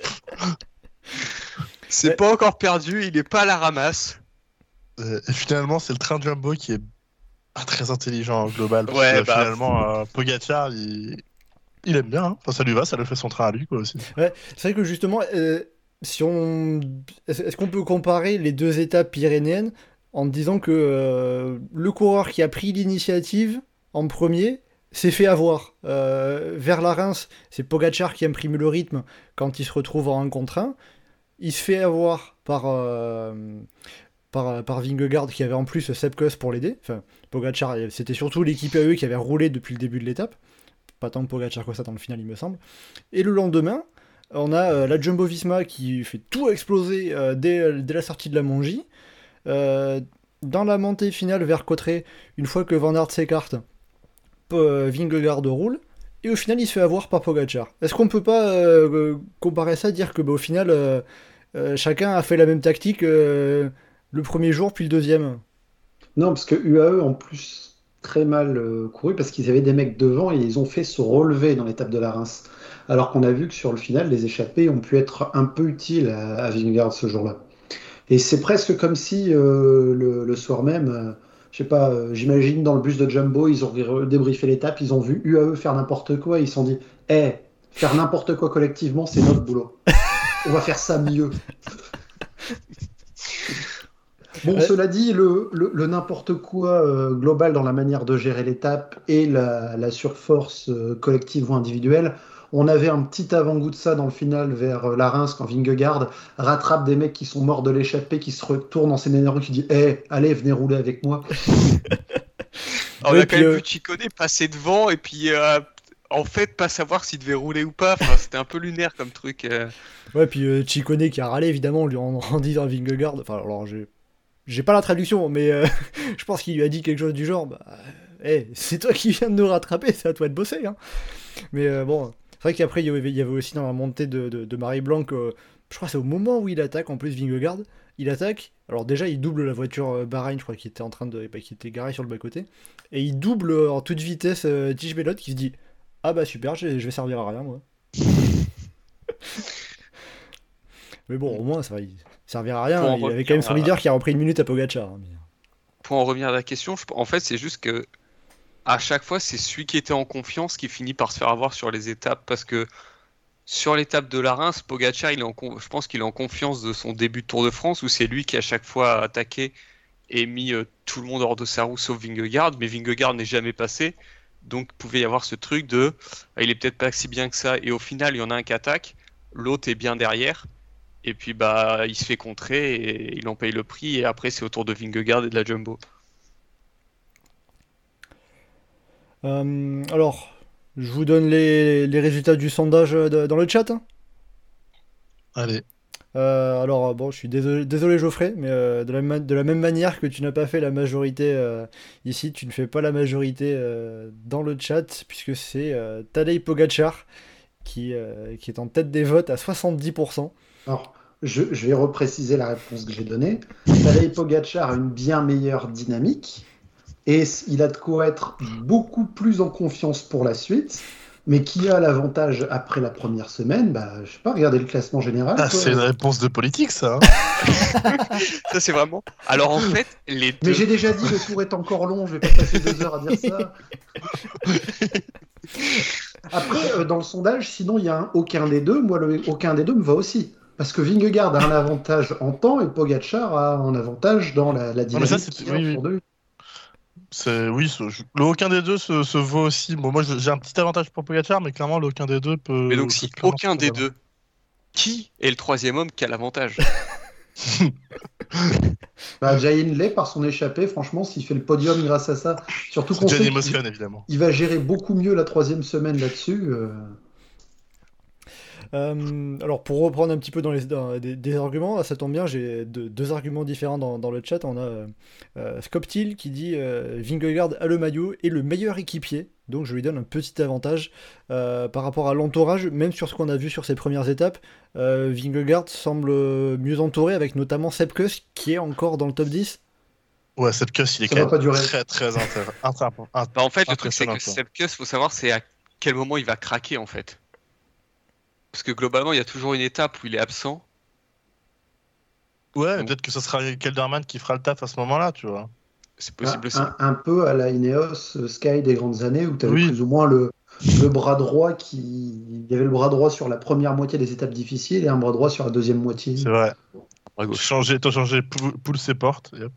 C'est Ouais. pas encore perdu, il est pas à la ramasse. Euh, et finalement, c'est le train Jumbo qui est pas très intelligent en global. Parce Ouais, que bah, finalement, euh, Pogačar, il... il aime bien. Hein. Enfin, ça lui va, ça lui fait son train à lui, quoi, aussi. Ouais, c'est vrai que justement, euh, si on, est-ce est-ce qu'on peut comparer les deux étapes pyrénéennes en disant que euh, le coureur qui a pris l'initiative en premier s'est fait avoir. Euh, vers la Reims, c'est Pogačar qui imprime le rythme quand il se retrouve en un contre un. Il se fait avoir par, euh, par, par Vingegaard qui avait en plus Sepp Kuss pour l'aider. Enfin, Pogačar, c'était surtout l'équipe A E qui avait roulé depuis le début de l'étape. Pas tant que Pogačar que ça dans le final, il me semble. Et le lendemain, on a euh, la Jumbo-Visma qui fait tout exploser euh, dès, dès la sortie de la Mongie. Euh, dans la montée finale vers Cauterets, une fois que Van Aert s'écarte, euh, Vingegaard roule. Et au final, il se fait avoir par Pogačar. Est-ce qu'on peut pas euh, comparer ça, dire que bah, au final, euh, euh, chacun a fait la même tactique euh, le premier jour puis le deuxième? Non, parce que U A E, en plus, très mal euh, couru, parce qu'ils avaient des mecs devant et ils ont fait se relever dans l'étape de la Reims. Alors qu'on a vu que sur le final, les échappés ont pu être un peu utiles à, à Vingegaard ce jour-là. Et c'est presque comme si euh, le, le soir même, euh, je sais pas, euh, j'imagine dans le bus de Jumbo, ils ont re- débriefé l'étape, ils ont vu U A E faire n'importe quoi, et ils se sont dit, eh, faire n'importe quoi collectivement, c'est notre boulot. On va faire ça mieux. Bon, Ouais. cela dit, le, le- le n'importe quoi euh, global dans la manière de gérer l'étape et la, la surforce euh, collective ou individuelle, on avait un petit avant-goût de ça dans le final vers euh, la Reims quand Vingegaard rattrape des mecs qui sont morts de l'échappée, qui se retournent en scénario, qui dit Eh, allez, venez rouler avec moi. On Ouais, a quand puis, même euh, vu Ciccone passer devant et puis euh, en fait pas savoir s'il devait rouler ou pas. Enfin, c'était un peu lunaire comme truc. euh. Ouais, puis euh, Ciccone qui a râlé évidemment, lui en, en disant à Vingegaard. Enfin, alors j'ai, j'ai pas la traduction, mais euh, je pense qu'il lui a dit quelque chose du genre bah, hey, c'est toi qui viens de nous rattraper, c'est à toi de bosser. Hein. Mais euh, bon, c'est vrai qu'après il y avait, il y avait aussi dans la montée de, de, de Marie Blanc, euh, je crois que c'est au moment où il attaque en plus Vingegaard. Il attaque, alors déjà il double la voiture euh, Bahreïn, je crois qu'il était en train de. Bah, qui était garé sur le bas-côté. Et il double euh, en toute vitesse euh, Tige Bellot qui se dit ah bah super, je, je vais servir à rien moi. Mais bon, au moins ça va, il servira à rien. Pour en Il avait revenir quand même son à- leader qui a repris une minute à Pogačar. hein, mais- Pour en revenir à la question, je- en fait c'est juste que à chaque fois c'est celui qui était en confiance qui finit par se faire avoir sur les étapes parce que sur l'étape de la Reims, Pogačar, il est en con- je pense qu'il est en confiance de son début de Tour de France où c'est lui qui à chaque fois a attaqué et mis euh, tout le monde hors de sa roue sauf Vingegaard, mais Vingegaard n'est jamais passé, donc il pouvait y avoir ce truc de ah, il est peut-être pas si bien que ça, et au final il y en a un qui attaque, l'autre est bien derrière, et puis bah il se fait contrer et il en paye le prix, et après c'est au tour de Vingegaard et de la Jumbo. Euh, alors, je vous donne les, les résultats du sondage euh, de- dans le chat. hein. Allez. Euh, alors, bon, je suis désolé, désolé Geoffrey, mais euh, de, la ma- de la même manière que tu n'as pas fait la majorité euh, ici, tu ne fais pas la majorité euh, dans le chat, puisque c'est euh, Tadej Pogačar qui, euh, qui est en tête des votes à soixante-dix pour cent. Alors, je, je vais repréciser la réponse que j'ai donnée. Tadej Pogačar a une bien meilleure dynamique et s- il a de quoi être beaucoup plus en confiance pour la suite. Mais qui a l'avantage après la première semaine? Bah, je sais pas, regardez le classement général. Ah, quoi. c'est une réponse de politique, ça. hein. Ça c'est vraiment. Alors en fait, les deux. Mais j'ai déjà dit, le tour est encore long, je vais pas passer deux heures à dire ça. Après, euh, dans le sondage, sinon il y a un aucun des deux. Moi, le aucun des deux me va aussi. Parce que Vingegaard a un avantage en temps et Pogacar a un avantage dans la, la Non, mais ça, dynamique c'est- qu'il y a oui, autour d'eux. C'est oui, ce- je- le aucun des deux se, se vaut aussi. Bon, moi, je- j'ai un petit avantage pour Pogacar, mais clairement, le aucun des deux peut. Mais donc, peut si clairement aucun se des prévaloir. deux, qui est le troisième homme qui a l'avantage? Bah, Jay Hindley, par son échappée, franchement, s'il fait le podium grâce à ça, surtout qu'on C'est sait Gianni qu'il Moscon, évidemment. il va gérer beaucoup mieux la troisième semaine là-dessus. euh, Euh, alors pour reprendre un petit peu dans les dans des, des arguments, là, ça tombe bien, j'ai deux, deux arguments différents dans, dans le chat. On a euh, euh, Scoptil qui dit euh, Vingegaard a le maillot et le meilleur équipier, donc je lui donne un petit avantage euh, par rapport à l'entourage, même sur ce qu'on a vu sur ses premières étapes. Euh, Vingegaard semble mieux entouré avec notamment Sepp Kuss qui est encore dans le top dix. Ouais, cette Kuss, il est Ça quand va même pas durer. très, très intéressant. Intra- int- Bah, en fait, le truc, c'est impressionnant, que quoi. Sepp Kuss, faut savoir, c'est à quel moment il va craquer, en fait. Parce que globalement, il y a toujours une étape où il est absent. Ouais, Donc- peut-être que ce sera Kelderman qui fera le taf à ce moment-là, tu vois. C'est possible aussi. un, un peu à la Ineos euh, Sky des grandes années où tu avais Oui. plus ou moins le, le bras droit qui. Il y avait le bras droit sur la première moitié des étapes difficiles et un bras droit sur la deuxième moitié. C'est vrai. À gauche. Changer, t'as changé pou- Pouls et portes. et hop.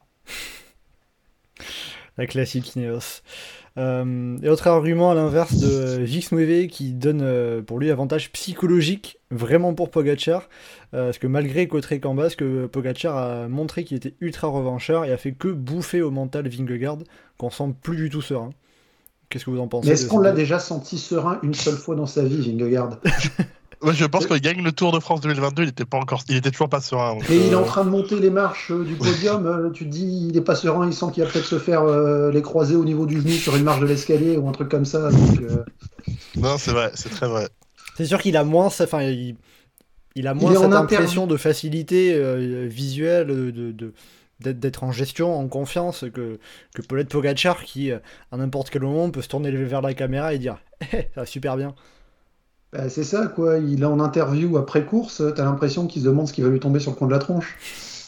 La classique Ineos. Euh, et autre argument à l'inverse de euh, Gix Mouvet qui donne euh, pour lui avantage psychologique vraiment pour Pogacar, euh, parce que malgré Cauterec en bas, que Pogacar a montré qu'il était ultra revanchard et a fait que bouffer au mental Vingegaard, qu'on sent plus du tout serein. Qu'est-ce que vous en pensez? Mais est-ce de qu'on cette- l'a déjà senti serein une seule fois dans sa vie, Vingegaard? Ouais, je pense qu'il gagne le Tour de France deux mille vingt-deux, il était pas encore, il était toujours pas serein. donc, Mais il est euh, en train de monter les marches euh, du podium, euh, tu te dis, il est pas serein, il sent qu'il va peut-être se faire euh, les croisés au niveau du genou sur une marche de l'escalier ou un truc comme ça. Donc, euh, Non, c'est vrai, c'est très vrai. C'est sûr qu'il a moins, sa- enfin, il, il a moins est en cette interview. impression de facilité euh, visuelle, de, de- d'être, d'être en gestion, en confiance, que, que peut l'être Pogacar qui, euh, à n'importe quel moment, peut se tourner vers la caméra et dire Eh, ça va super bien. bah, c'est ça, quoi. Il est en interview après course, t'as l'impression qu'il se demande ce qui va lui tomber sur le coin de la tronche.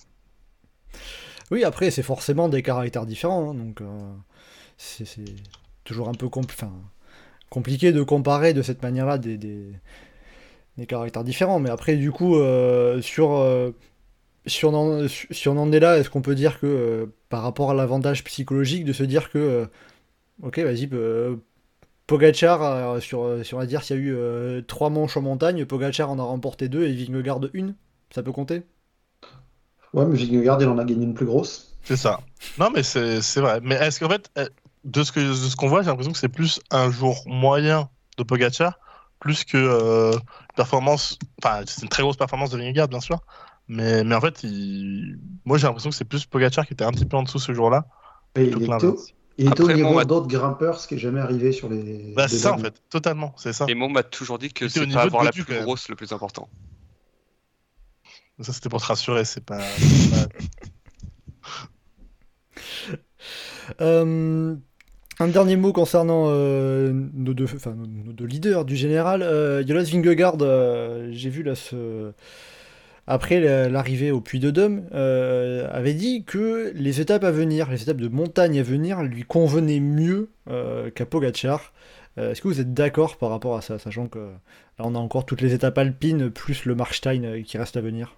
Oui, après, c'est forcément des caractères différents, hein, donc euh, c'est, c'est toujours un peu compl- enfin, compliqué de comparer de cette manière-là des, des, des caractères différents. Mais après, du coup, euh, sur, euh, si, on en, si on en est là, est-ce qu'on peut dire que euh, par rapport à l'avantage psychologique, de se dire que, euh, ok, vas-y, euh, Pogacar, euh, sur, sur, on va dire, s'il y a eu euh, trois manches en montagne, Pogacar en a remporté deux et Vingegaard une, ça peut compter? Ouais, mais Vingegaard, il en a gagné une plus grosse. C'est ça. Non, mais c'est c'est vrai. Mais est-ce qu'en fait, euh, de ce que de ce qu'on voit, j'ai l'impression que c'est plus un jour moyen de Pogacar, plus que euh, performance. Enfin, c'est une très grosse performance de Vingegaard, bien sûr. Mais, mais en fait, il... moi, j'ai l'impression que c'est plus Pogacar qui était un petit peu en dessous ce jour-là. Et il plutôt que était, au, l'inverse. il était Après, au niveau moi, d'autres grimpeurs, ce qui est jamais arrivé sur les. Bah, les c'est ça, en derniers. fait. Totalement. C'est ça. Et moi, on m'a toujours dit que Il était au c'est niveau pas de avoir la Godu, plus quand même. grosse le plus important. Ça, c'était pour te rassurer. C'est pas. c'est pas- Euh, un dernier mot concernant euh, nos, deux, enfin, nos, nos deux leaders du général. Euh, Jonas Vingegaard, euh, j'ai vu là ce... après la- l'arrivée au Puy de Dôme, euh, avait dit que les étapes à venir, les étapes de montagne à venir, lui convenaient mieux euh, qu'à Pogacar. Euh, Est-ce que vous êtes d'accord par rapport à ça, sachant que là on a encore toutes les étapes alpines plus le Markstein euh, qui reste à venir?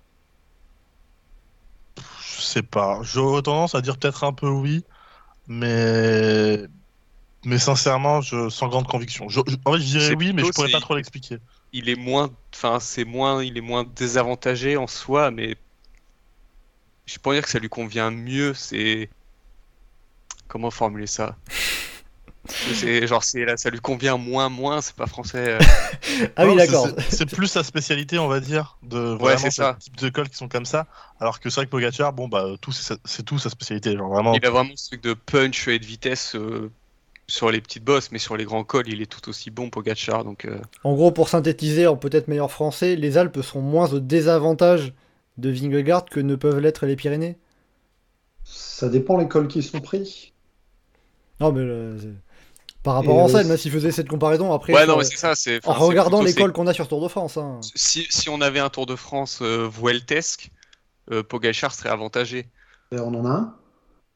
Je sais pas. J'aurais tendance à dire peut-être un peu oui, mais mais sincèrement, je sans grande conviction. Je- je- En fait, je dirais C'est oui, mais je plutôt, pourrais c'est- pas trop l'expliquer. Il est moins, enfin, c'est moins, il est moins désavantagé en soi, mais je peux dire que ça lui convient mieux. C'est comment formuler ça? C'est genre, c'est là, ça lui convient moins, moins. C'est pas français. euh. Ah oui, Non, d'accord. c'est- C'est c'est plus sa spécialité, on va dire, de Ouais, vraiment c'est ce ça. type de cols qui sont comme ça. Alors que c'est vrai que Pogacar, bon bah tout c'est sa- c'est tout sa spécialité, genre vraiment. Il a vraiment ce truc de punch et de vitesse euh, sur les petites bosses, mais sur les grands cols, il est tout aussi bon, Pogacar. Donc, euh, En gros, pour synthétiser en peut-être meilleur français, les Alpes sont moins au désavantage de Vingegaard que ne peuvent l'être les Pyrénées. Ça dépend les cols qui sont pris. Non, mais euh, c'est- par rapport Et, à euh, Anselme, hein, s'il faisait cette comparaison, après, ouais, sur- non, mais c'est ça. C'est en enfin, c'est regardant plutôt- les c'est- cols qu'on a sur Tour de France. Hein. Si, si on avait un Tour de France euh, Vueltesque, euh, Pogacar serait avantagé. Et on en a un.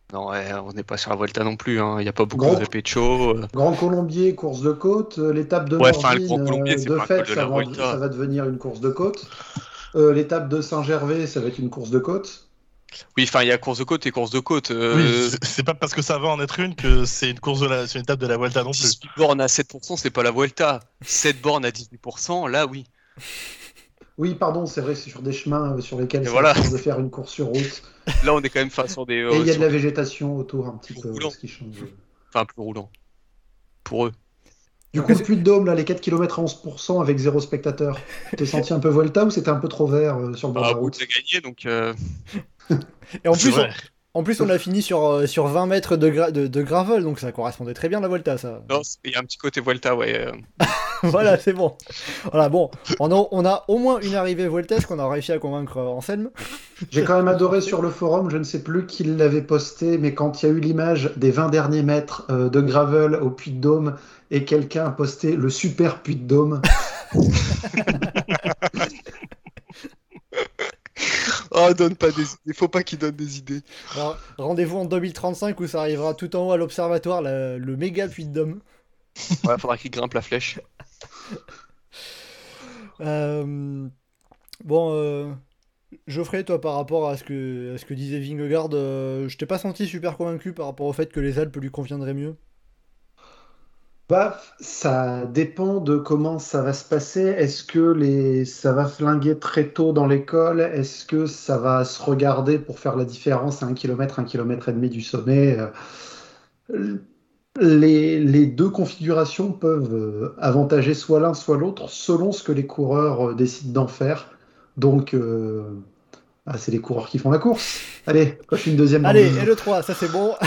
Non, ouais, on n'est pas sur la Vuelta non plus. hein. Il n'y a pas beaucoup Grand- de répétitions. euh. Grand Colombier, course de côte. Euh, L'étape de Ouais, enfin, le Morzine, Grand Colombier, euh, c'est de pas un fait, col de ça la va, Vuelta. ça va devenir une course de côte. Euh, L'étape de Saint-Gervais, ça va être une course de côte. Oui, enfin, il y a course de côte et course de côte. Oui, Euh... c'est- c'est pas parce que ça va en être une que c'est une course de la, c'est une étape de la Vuelta non plus. dix-huit bornes à sept pour cent, c'est pas la Vuelta. sept bornes à dix-huit pour cent, là, oui. Oui, pardon, c'est vrai, c'est sur des chemins euh, sur lesquels Et c'est voilà. important de faire une course sur route. Là, on est quand même enfin, sur des. euh, Et il y a de sur- la végétation autour un petit Sur peu, roulant. ce qui change. Enfin, plus roulant. Pour eux. Du Donc, coup, est-ce- le Puy-de-Dôme, là, les quatre kilomètres à onze pour cent avec zéro spectateur. T'es senti un peu Volta ou c'était un peu trop vert euh, sur le bord Bah, de la Wout route? a gagné, donc. euh, Et en C'est plus, on, vrai. en plus, on a fini sur, euh, sur vingt mètres de, gra- de, de gravel, donc ça correspondait très bien à la Volta, ça. Non, c'est- il y a un petit côté Vuelta, ouais. euh. Voilà, c'est bon. Voilà, bon, on a, on a au moins une arrivée Volta, ce qu'on a réussi à convaincre euh, Anselme. J'ai quand même adoré sur le forum, je ne sais plus qui l'avait posté, mais quand il y a eu l'image des vingt derniers mètres euh, de gravel au Puy-de-Dôme et quelqu'un a posté le super Puy-de-Dôme. Oh, donne pas des idées. Faut pas qu'il donne des idées. Alors, rendez-vous en deux mille trente-cinq où ça arrivera tout en haut à l'observatoire, la- le méga Puy-de-Dôme. Ouais, faudra qu'il grimpe la flèche. Euh, Bon, euh, Geoffrey, toi, par rapport à ce que, à ce que disait Vingegaard, euh, je t'ai pas senti super convaincu par rapport au fait que les Alpes lui conviendraient mieux. Bah, ça dépend de comment ça va se passer. Est-ce que les... ça va flinguer très tôt dans l'école? Est-ce que ça va se regarder pour faire la différence à un kilomètre, un kilomètre et demi du sommet? Euh, Les, les deux configurations peuvent euh, avantager soit l'un, soit l'autre, selon ce que les coureurs euh, décident d'en faire. Donc, euh, ah, c'est les coureurs qui font la course. Allez, coche une deuxième dans Allez, le- et le trois, ça c'est bon.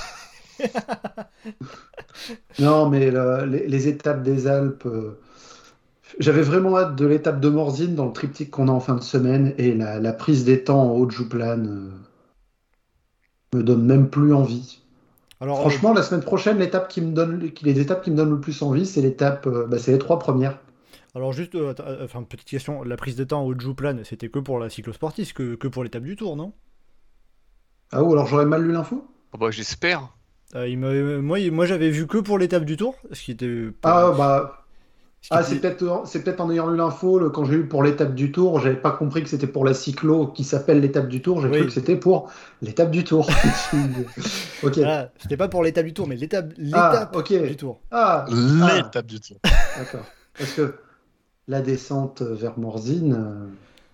Non, mais le- les, les étapes des Alpes, euh, j'avais vraiment hâte de l'étape de Morzine dans le triptyque qu'on a en fin de semaine, et la, la prise des temps en Haute-Jouplane euh, me donne même plus envie. Alors, euh, Franchement, la semaine prochaine, l'étape qui me donne, les étapes qui me donnent le plus envie, c'est l'étape, euh, bah, c'est les trois premières. alors juste, euh, attends, euh, enfin, petite question, la prise de temps au Jouplane, c'était que pour la cyclosportive, que, que pour l'étape du Tour, non? Ah, ou alors j'aurais mal lu l'info? Oh, bah, j'espère. Euh, il m'a- moi, il- moi j'avais vu que pour l'étape du Tour, ce qui était... pas- Ah, bah, ce qui ah, était- c'est peut-être, c'est peut-être en ayant lu l'info, le- quand j'ai lu pour l'étape du Tour, j'avais pas compris que c'était pour la cyclo qui s'appelle l'étape du Tour, j'ai Oui. cru que c'était pour l'étape du Tour. Ok. Voilà, c'était pas pour l'étape du Tour, mais l'étape Ah, l'étape ok. du Tour. Ah, L'étape du tour. d'accord. Parce que la descente vers Morzine euh,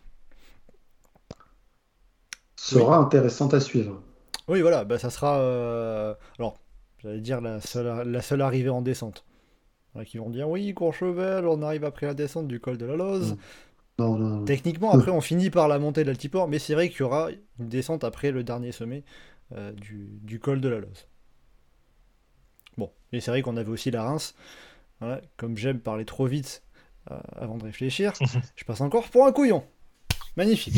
sera intéressante à suivre. Oui, voilà, bah, ça sera... euh, Alors, j'allais dire la seule, la seule arrivée en descente. Il y en a qui vont dire, oui, Courchevel, on arrive après la descente du col de la Loze. Mm. Non, non, non. Techniquement, après, on finit par la montée de l'Altiport, mais c'est vrai qu'il y aura une descente après le dernier sommet euh, du, du col de la Loze. Bon, et c'est vrai qu'on avait aussi la Reims. Voilà, comme j'aime parler trop vite euh, avant de réfléchir, je passe encore pour un couillon. Magnifique.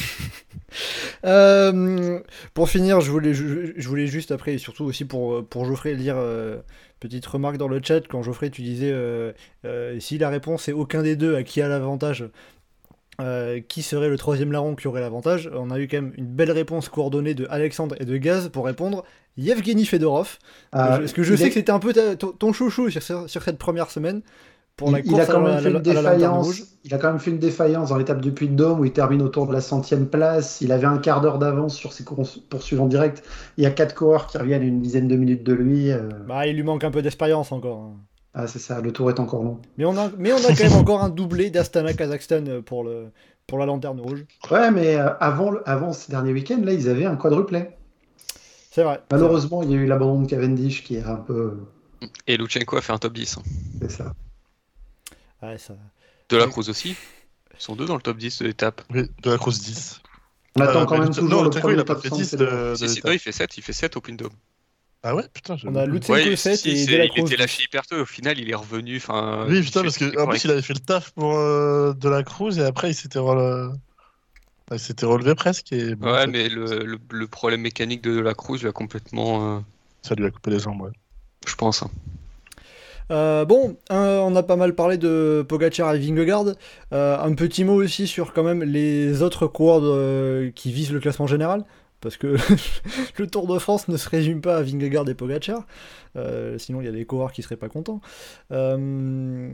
Euh, pour finir, je voulais, je, je voulais juste après, et surtout aussi pour, pour Geoffrey, lire euh, petite remarque dans le chat. Quand Geoffrey, tu disais euh, euh, si la réponse est aucun des deux, à qui a l'avantage, euh, qui serait le troisième larron qui aurait l'avantage? On a eu quand même une belle réponse coordonnée de Alexandre et de Gaz pour répondre Yevgeny Fedorov. Ah, Parce que je il sais est- que c'était un peu ta- ton, ton chouchou sur, ce- sur cette première semaine. Pour la il, il course a quand à même la- fait une à la lanterne défaillance. rouge. Il a quand même fait une défaillance dans l'étape du Puy-de-Dôme où il termine autour de la centième place. Il avait un quart d'heure d'avance sur ses courses poursuivants directs. Il y a quatre coureurs qui reviennent à une dizaine de minutes de lui. euh, Bah, il lui manque un peu d'expérience encore. hein. Ah, c'est ça, le tour est encore long. Mais on a, mais on a quand même encore un doublé d'Astana Kazakhstan euh, pour, le, pour la lanterne rouge. Ouais, mais euh, avant, le- avant ces derniers week-ends, là, ils avaient un quadruplé. C'est vrai. Malheureusement, il y a eu l'abandon de Cavendish qui est un peu. Et Lutsenko a fait un top dix. hein. C'est ça. Ouais, ça... De la Oui. Cruz aussi. Ils sont deux dans le top dix de l'étape. Oui, de la cross dix. On attend Euh, quand mais même le- toujours non, le Lutsenko, premier il a pas top fait cent dix de de, Fedorov. de Si, si, l'étape. non, il fait sept, il fait sept au Puy-de-Dôme. Ah ouais, putain. je- On a Lutsenko Ouais, sept si, et c'est- De La il Cruz était dix. lâché hyper tôt. Au final, il est revenu. Enfin, Oui, il putain, fait- parce que c'est en correct. plus, il avait fait le taf pour euh, de la Cruz et après, il s'était rele- il s'était relevé presque. Et bon, Ouais, ça, mais le, le, le problème mécanique de la Cruz lui a complètement. euh, ça lui a coupé les jambes. Ouais. je pense. hein. Euh, bon, euh, on a pas mal parlé de Pogacar et Vingegaard. Euh, un petit mot aussi sur quand même les autres coureurs de- qui visent le classement général. parce que le Tour de France ne se résume pas à Vingegaard et Pogacar, euh, sinon il y a des coureurs qui seraient pas contents. Euh,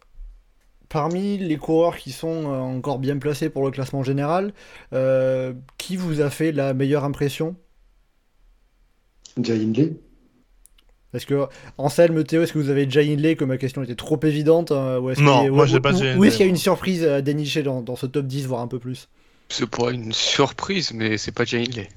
parmi les coureurs qui sont encore bien placés pour le classement général, euh, qui vous a fait la meilleure impression? Jay Hindley. Est-ce que, Anselme, Théo, est-ce que vous avez déjà Hindley, que ma question était trop évidente, euh, ou est-ce Non, qu'il- moi, ou- j'ai pas ou- Jay ou est-ce qu'il y a Hindley, une surprise à dénicher dans, dans ce top dix, voire un peu plus? C'est pas une surprise, mais c'est pas Jay Hindley.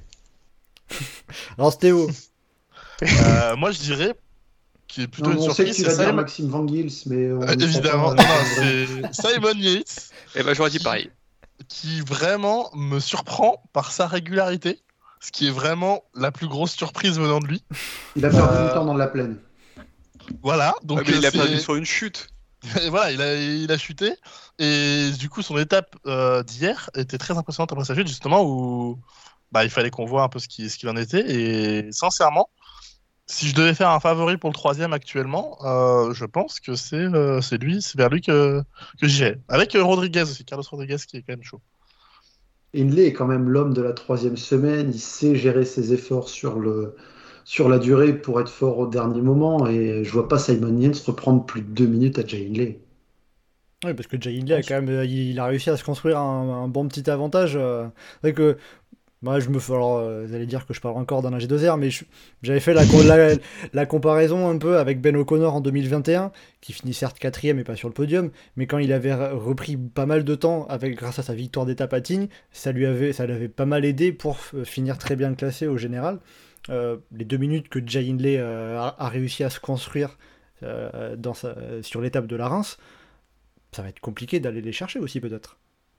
Alors, Théo, Euh, moi, je dirais qu'il est plutôt Non, une on sait que surprise. tu c'est vas dire Simon... Maxime Van Gils, mais on Euh, ne évidemment, croit non, pas. non, c'est Simon Yates Eh ben j'aurais dit pareil. qui vraiment me surprend par sa régularité, ce qui est vraiment la plus grosse surprise venant de lui. Il a perdu Euh, du temps dans la plaine. Voilà, donc Ouais, mais il euh, a c'est- perdu sur une chute. Et voilà, il a, il a chuté. Et du coup, son étape euh, d'hier était très impressionnante après sa chute, justement, où bah, il fallait qu'on voit un peu ce qu'il ce qu'il en était. Et sincèrement, si je devais faire un favori pour le troisième actuellement, euh, je pense que c'est euh, c'est lui, c'est vers lui que, que j'irais. Avec euh, Rodriguez aussi, Carlos Rodriguez qui est quand même chaud. Hindley est quand même l'homme de la troisième semaine. Il sait gérer ses efforts sur, le, sur la durée pour être fort au dernier moment. Et je vois pas Simon Yates reprendre plus de deux minutes à Jay Hindley. oui, parce que Jay Hindley a quand même, euh, il a réussi à se construire un, un bon petit avantage. euh, C'est vrai que moi, je me fais, alors, euh, vous allez dire que je parle encore d'un G deux R, mais je- j'avais fait la, co- la, la comparaison un peu avec Ben O'Connor en deux mille vingt et un, qui finit certes quatrième et pas sur le podium, mais quand il avait re- repris pas mal de temps avec, grâce à sa victoire d'étape à Tignes, ça lui avait, ça l'avait pas mal aidé pour f- finir très bien classé au général. Euh, les deux minutes que Jay Hindley euh, a, a réussi à se construire euh, dans sa- sur l'étape de la Reims, ça va être compliqué d'aller les chercher aussi peut-être.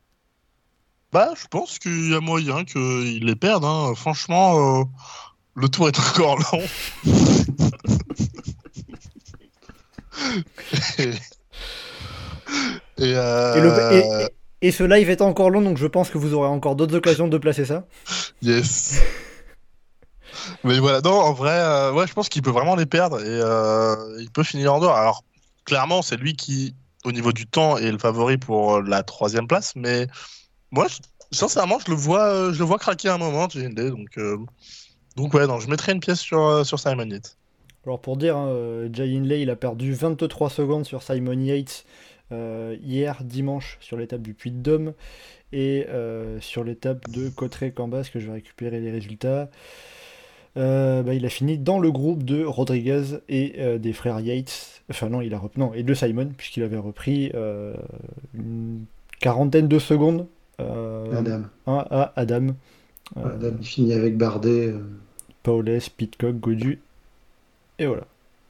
Bah, je pense qu'il y a moyen qu'il les perde. Hein. Franchement, euh, le tour est encore long. et, et, euh, Et, le- et- et- et ce live est encore long, donc je pense que vous aurez encore d'autres occasions de placer ça. Yes. Mais voilà, non, en vrai, euh, ouais, je pense qu'il peut vraiment les perdre et euh, il peut finir en dehors. Alors, clairement, c'est lui qui, au niveau du temps, est le favori pour la troisième place. Mais moi, je- sincèrement, je le vois, euh, je le vois craquer à un moment, J N D. Donc, euh, donc ouais, non, je mettrai une pièce sur, euh, sur Simon Yates. Alors pour dire, hein, euh, Jay Hindley, il a perdu vingt-trois secondes sur Simon Yates euh, hier dimanche sur l'étape du Puy-de-Dôme et euh, sur l'étape de Cauterets-Cambas, que je vais récupérer les résultats. Euh, bah, il a fini dans le groupe de Rodriguez et euh, des frères Yates. Enfin non, il a repris, non, et de Simon, puisqu'il avait repris euh, une quarantaine de secondes euh, Adam. à, à Adam. Euh, Adam, il finit avec Bardet. euh. Paules, Pitcock, Godu, et voilà.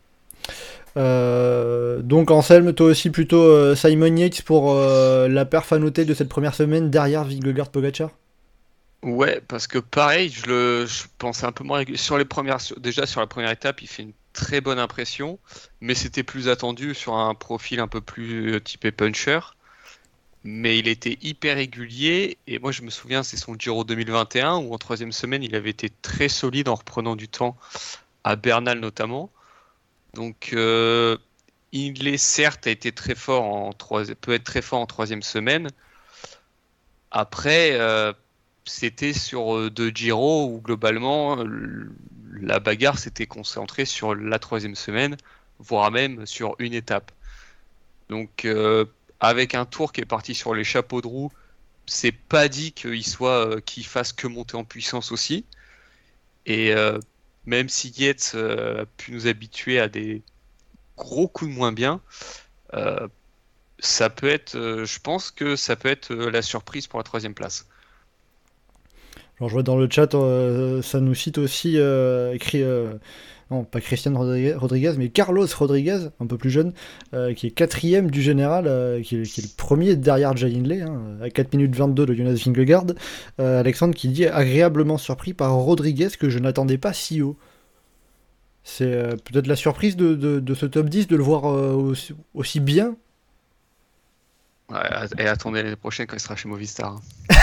Euh, donc Anselme, toi aussi plutôt euh, Simon Yates pour euh, la perf à noter de cette première semaine derrière Vingegaard Pogacar. Ouais, parce que pareil, je le, je pensais un peu moins régu- sur les premières, sur- déjà sur la première étape, il fait une très bonne impression, mais c'était plus attendu sur un profil un peu plus euh, typé puncher. Mais il était hyper régulier et moi je me souviens, c'est son Giro deux mille vingt et un où en troisième semaine il avait été très solide en reprenant du temps à Bernal notamment. Donc euh, il est certes a été très fort en troisi- peut être très fort en troisième semaine. Après, euh, c'était sur euh, deux Giro où globalement l- la bagarre s'était concentrée sur la troisième semaine, voire même sur une étape. Donc euh, avec un tour qui est parti sur les chapeaux de roue, c'est pas dit qu'il soit euh, qu'il fasse que monter en puissance aussi. Et euh, même si Yates euh, a pu nous habituer à des gros coups de moins bien, euh, ça peut être, euh, je pense que ça peut être euh, la surprise pour la troisième place. Alors je vois dans le chat, euh, ça nous cite aussi euh, écrit, euh, non pas Christian Rodriguez, Rodriguez, mais Carlos Rodriguez, un peu plus jeune, euh, qui est quatrième du général, euh, qui, est, qui est le premier derrière Jay Hindley, hein, à quatre minutes vingt-deux de Jonas Vingegaard. Euh, Alexandre qui dit agréablement surpris par Rodriguez que je n'attendais pas si haut. C'est euh, peut-être la surprise de, de, de ce top dix de le voir euh, aussi, aussi bien. Ouais, et attendez l'année prochaine quand il sera chez Movistar.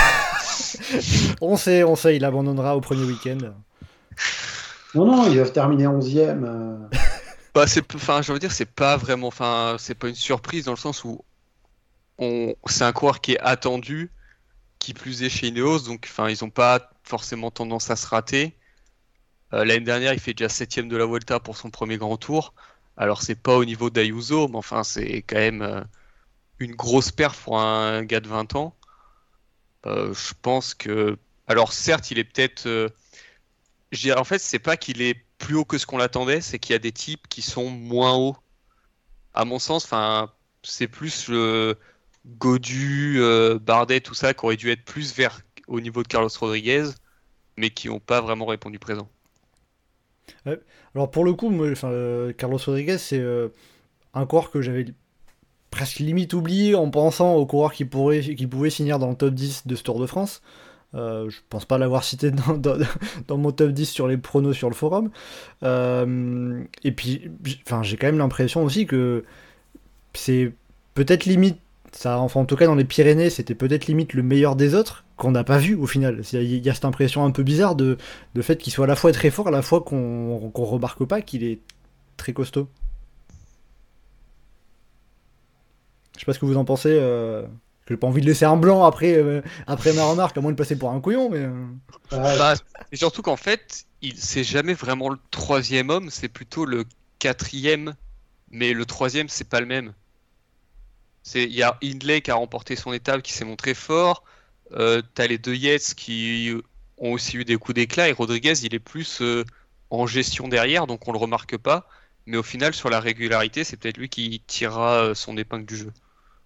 On sait, on sait, il abandonnera au premier week-end. Non, non, ils doivent terminer onzième. euh. Bah, c'est, enfin, je veux dire, c'est pas vraiment, enfin, c'est pas une surprise dans le sens où on, c'est un coureur qui est attendu, qui plus est chez Ineos, donc, enfin, ils ont pas forcément tendance à se rater. Euh, l'année dernière, il fait déjà septième de la Vuelta pour son premier grand tour. Alors, c'est pas au niveau d'Ayuso, mais enfin, c'est quand même euh, une grosse perf pour un gars de vingt ans. Euh, je pense que... Alors, certes, il est peut-être... Euh... je dirais- En fait, c'est pas qu'il est plus haut que ce qu'on l'attendait, c'est qu'il y a des types qui sont moins hauts. À mon sens, enfin, c'est plus le Godu, euh, Bardet, tout ça, qui aurait dû être plus vers au niveau de Carlos Rodriguez, mais qui n'ont pas vraiment répondu présent. Alors pour le coup, moi, enfin, euh, Carlos Rodriguez, c'est euh, un coureur que j'avais presque limite oublié en pensant au coureur qui, pourrait, qui pouvait finir dans le top dix de ce Tour de France. Euh, je pense pas l'avoir cité dans, dans, dans mon top dix sur les pronos sur le forum. Euh, et puis, j'- enfin, j'ai quand même l'impression aussi que c'est peut-être limite, ça, enfin en tout cas dans les Pyrénées, c'était peut-être limite le meilleur des autres qu'on n'a pas vu au final. Il y, a- il y a cette impression un peu bizarre de, de fait qu'il soit à la fois très fort, à la fois qu'on qu'on remarque pas qu'il est très costaud. Je sais pas ce que vous en pensez. Euh... J'ai pas envie de laisser un blanc après, euh, après ma remarque, à moins de passer pour un couillon, mais... euh, Ah, Bah, et surtout qu'en fait, il c'est jamais vraiment le troisième homme, c'est plutôt le quatrième, mais le troisième, c'est pas le même. C'est, il y a Hindley qui a remporté son étape, qui s'est montré fort. Euh, t'as les deux Yates qui ont aussi eu des coups d'éclat, et Rodriguez, il est plus euh, en gestion derrière, donc on le remarque pas. Mais au final, sur la régularité, c'est peut-être lui qui tirera euh, son épingle du jeu.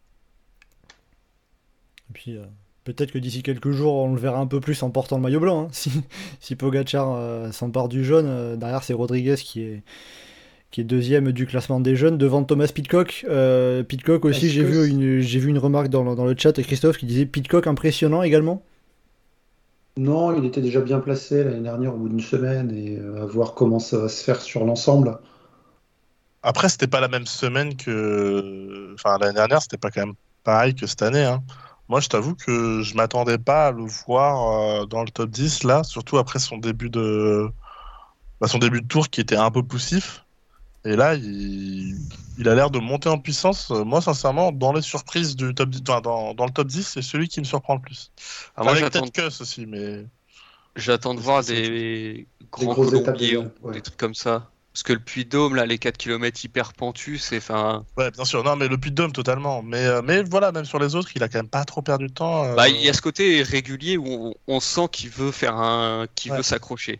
Et puis, euh, peut-être que d'ici quelques jours, on le verra un peu plus en portant le maillot blanc. Hein. Si, si Pogacar euh, s'empare du jaune, euh, derrière c'est Rodriguez qui est, qui est deuxième du classement des jeunes, devant Thomas Pidcock. Euh, Pidcock aussi, Est-ce j'ai que vu, c'est- une, j'ai vu une remarque dans, le- dans le chat, Christophe, qui disait Pidcock impressionnant également. Non, il était déjà bien placé l'année dernière au bout d'une semaine et euh, à voir comment ça va se faire sur l'ensemble. Après, c'était pas la même semaine que. Enfin, l'année dernière, c'était pas quand même pareil que cette année. Hein. Moi, je t'avoue que je m'attendais pas à le voir euh, dans le top dix, là, surtout après son début de. Bah, son début de tour qui était un peu poussif. Et là, il, il a l'air de monter en puissance. Euh, Moi, sincèrement, dans les surprises du top dix, enfin, dans, dans le top dix, c'est celui qui me surprend le plus. Ah, moi, Avec j'attends, peut-être Kuss aussi, mais. j'attends de Parce voir que c'est autre chose. des grands grosses étapes colombiers de- ou ouais. des trucs comme ça. Parce que le Puy-de-Dôme, là, les quatre kilomètres hyper pentus, c'est, enfin, Ouais, bien sûr. Non, mais le Puy-de-Dôme, totalement. Mais, euh, mais voilà, même sur les autres, il a quand même pas trop perdu de temps. euh. bah, il y a ce côté régulier où on, on sent qu'il veut faire un, qu'il Ouais. veut s'accrocher.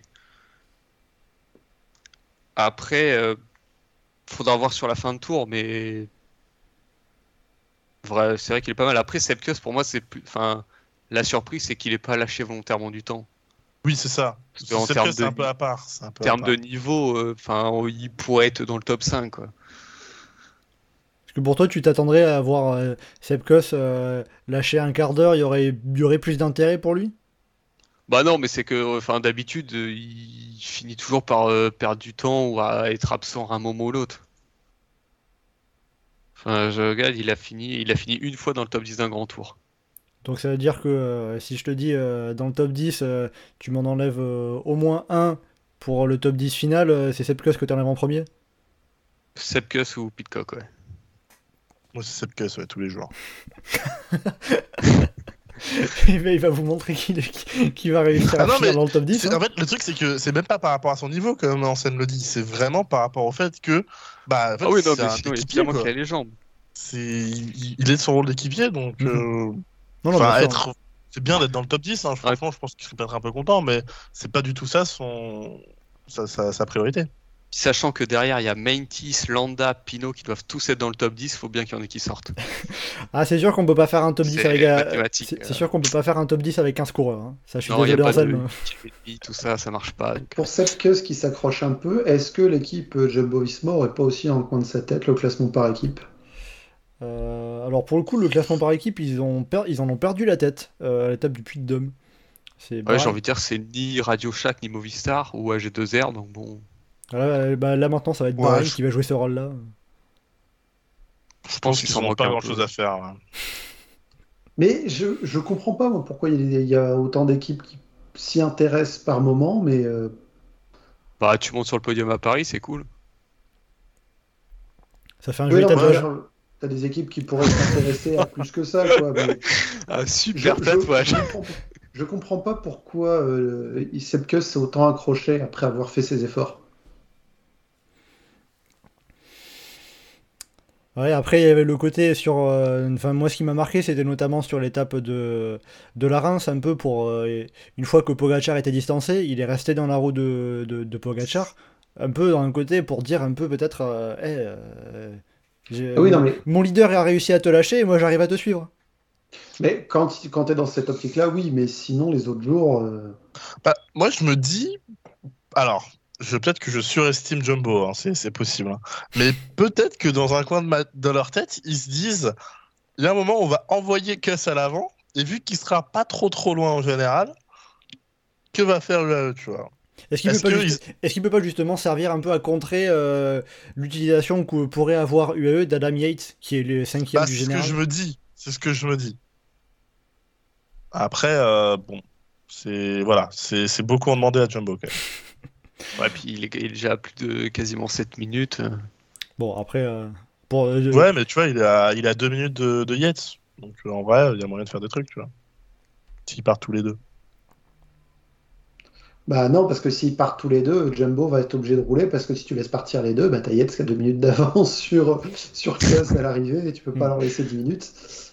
Après, euh, faudra voir sur la fin de tour, mais vrai, c'est vrai qu'il est pas mal. Après, Sepkus, pour moi, c'est plus, enfin, la surprise, c'est qu'il est pas lâché volontairement du temps. Oui, c'est ça. Parce qu'en C'est termes c'est de un peu à part. C'est un peu En à termes part. de niveau, euh, enfin, il pourrait être dans le top cinq, quoi. Parce que pour toi, tu t'attendrais à voir euh, Sepkus euh, lâcher un quart d'heure, il y aurait, il y aurait plus d'intérêt pour lui? Bah non, mais c'est que, enfin, d'habitude, euh, il finit toujours par euh, perdre du temps ou à être absent à un moment ou l'autre. Enfin, je regarde, il a fini, il a fini une fois dans le top dix d'un grand tour. Donc ça veut dire que euh, si je te dis euh, dans le top dix, euh, tu m'en enlèves euh, au moins un pour le top dix final, euh, c'est Sepkus que tu enlèves en premier? Sepkus ou Pidcock, ouais. Moi, c'est Sepkus, ouais, tous les jours. il, va, il va vous montrer qu'il est- qu'il va réussir Ah à non, finir mais dans le top dix. C'est- hein. En fait, le truc, c'est que c'est même pas par rapport à son niveau, comme Ansen le dit. C'est vraiment par rapport au fait que. Bah, en fait, Ah oui, non, c'est mais un sinon, il est équipier, bien quoi. qu'il a les jambes. C'est... Il il est de son rôle d'équipier, donc. Mhm. euh, Non, non, Enfin, bien sûr. être. C'est bien d'être dans le top dix, hein. Franchement, je pense qu'il serait peut-être un peu content, mais c'est pas du tout ça son. Sa, sa- sa priorité. Sachant que derrière, il y a Maintis, Landa, Pinot qui doivent tous être dans le top dix, faut bien qu'il y en ait qui sortent. Ah, c'est sûr qu'on peut pas faire un top dix C'est avec. euh, mathématique, c'est c'est euh. sûr qu'on peut pas faire un top dix avec quinze coureurs. hein. Ça, je suis Non, il n'y a désolé, pas de Anselme. Kipembe, tout ça, ça marche pas. donc. Pour Sepkus qui s'accroche un peu, est-ce que l'équipe Jumbo-Visma aurait pas aussi en coin de sa tête le classement par équipe? Euh, alors pour le coup, le classement par équipe, ils, ont per- ils en ont perdu la tête euh, à l'étape du Puy-de-Dôme. C'est Ouais, Bahreïn. j'ai envie de dire, c'est ni Radio Shack ni Movistar ou A G deux R, donc bon. Là, euh, bah, là, maintenant, ça va être Ouais, Bahreïn je- qui va jouer ce rôle-là. Je Je pense pense qu'il qu'ils s'en n'ont manque pas un grand-chose peu. à faire. hein. Mais je, je comprends pas moi, pourquoi il y a, il y a autant d'équipes qui s'y intéressent par moment, mais euh, Bah, tu montes sur le podium à Paris, c'est cool. Ça fait un oui, joli non, mais tatouage. genre, t'as des équipes qui pourraient s'intéresser à plus que ça, quoi. Mais Ah, je, super je- tatouage. je comprends, Je comprends pas pourquoi euh, Sepp Kuss s'est autant accroché après avoir fait ses efforts. Ouais, après, il y avait le côté sur. euh, Enfin, moi, ce qui m'a marqué, c'était notamment sur l'étape de, de la Reims, un peu pour. euh, Une fois que Pogacar était distancé, il est resté dans la roue de, de, de Pogacar, un peu dans un côté pour dire un peu peut-être. euh, Eh, euh, j'ai- Ah oui, non, mon, mais, mon leader a réussi à te lâcher et moi, j'arrive à te suivre. mais quand, quand tu es dans cette optique-là, oui, mais sinon, les autres jours. euh, Bah, moi, je me dis, alors, je, peut-être que je surestime Jumbo, hein, c'est, c'est possible, hein. Mais peut-être que dans un coin de, ma- de leur tête, ils se disent, il y a un moment, on va envoyer Kuss à l'avant, et vu qu'il sera pas trop trop loin en général, que va faire l'U A E, tu vois? Est-ce qu'il peut Est-ce pas que juste- ils- est-ce qu'il peut pas justement servir un peu à contrer euh, l'utilisation que pourrait avoir U A E d'Adam Yates, qui est le cinquième Bah, du c'est ce que général? je me dis, c'est ce que je me dis. Après, euh, bon, c'est voilà, c'est c'est beaucoup en demander à Jumbo, quand même. Ouais, puis il est, il est déjà à plus de quasiment sept minutes. Bon, après, euh, pour, euh, Ouais, mais tu vois, il a, il a deux minutes de, de Yates. Donc euh, en vrai, il y a moyen de faire des trucs, tu vois. S'ils partent tous les deux. Bah non, parce que s'ils partent tous les deux, Jumbo va être obligé de rouler, parce que si tu laisses partir les deux, bah t'as Yates qui a deux minutes d'avance sur, sur Kuss à l'arrivée, et tu peux pas Hmm. leur laisser dix minutes.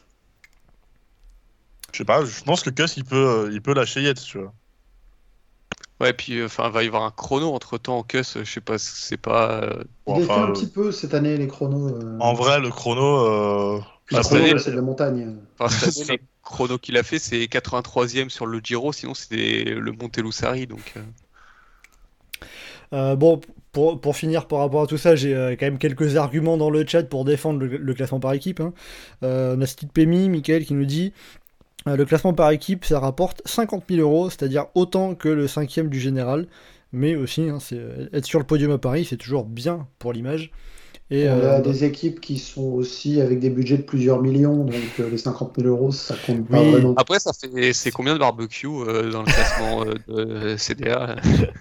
Je sais pas, je pense que Kuss, il peut, euh, il peut lâcher Yates, tu vois. Ouais, puis enfin, va y avoir un chrono entre temps en Cuss, je sais pas, c'est pas. euh, Bon, Il a fait enfin, un euh, petit peu cette année, les chronos. euh, en vrai, le chrono. Euh... Puis bah, le cette chrono, année- là, c'est de la montagne. Enfin, cette année, Ça- les chronos qu'il a fait, c'est quatre-vingt-troisième sur le Giro, sinon c'était le Montelussari, donc. euh, Euh, bon, pour, pour finir par rapport à tout ça, j'ai euh, quand même quelques arguments dans le chat pour défendre le, le classement par équipe, hein. Euh, on a Steve Pemi, Michael, qui nous dit euh, le classement par équipe, ça rapporte cinquante mille euros, c'est-à-dire autant que le cinquième du général. Mais aussi, hein, c'est, être sur le podium à Paris, c'est toujours bien pour l'image. Et On euh, a des équipes qui sont aussi avec des budgets de plusieurs millions, donc euh, les cinquante mille euros, ça compte pas Oui. vraiment. Après, ça fait c'est combien de barbecues euh, dans le classement euh, de C D A?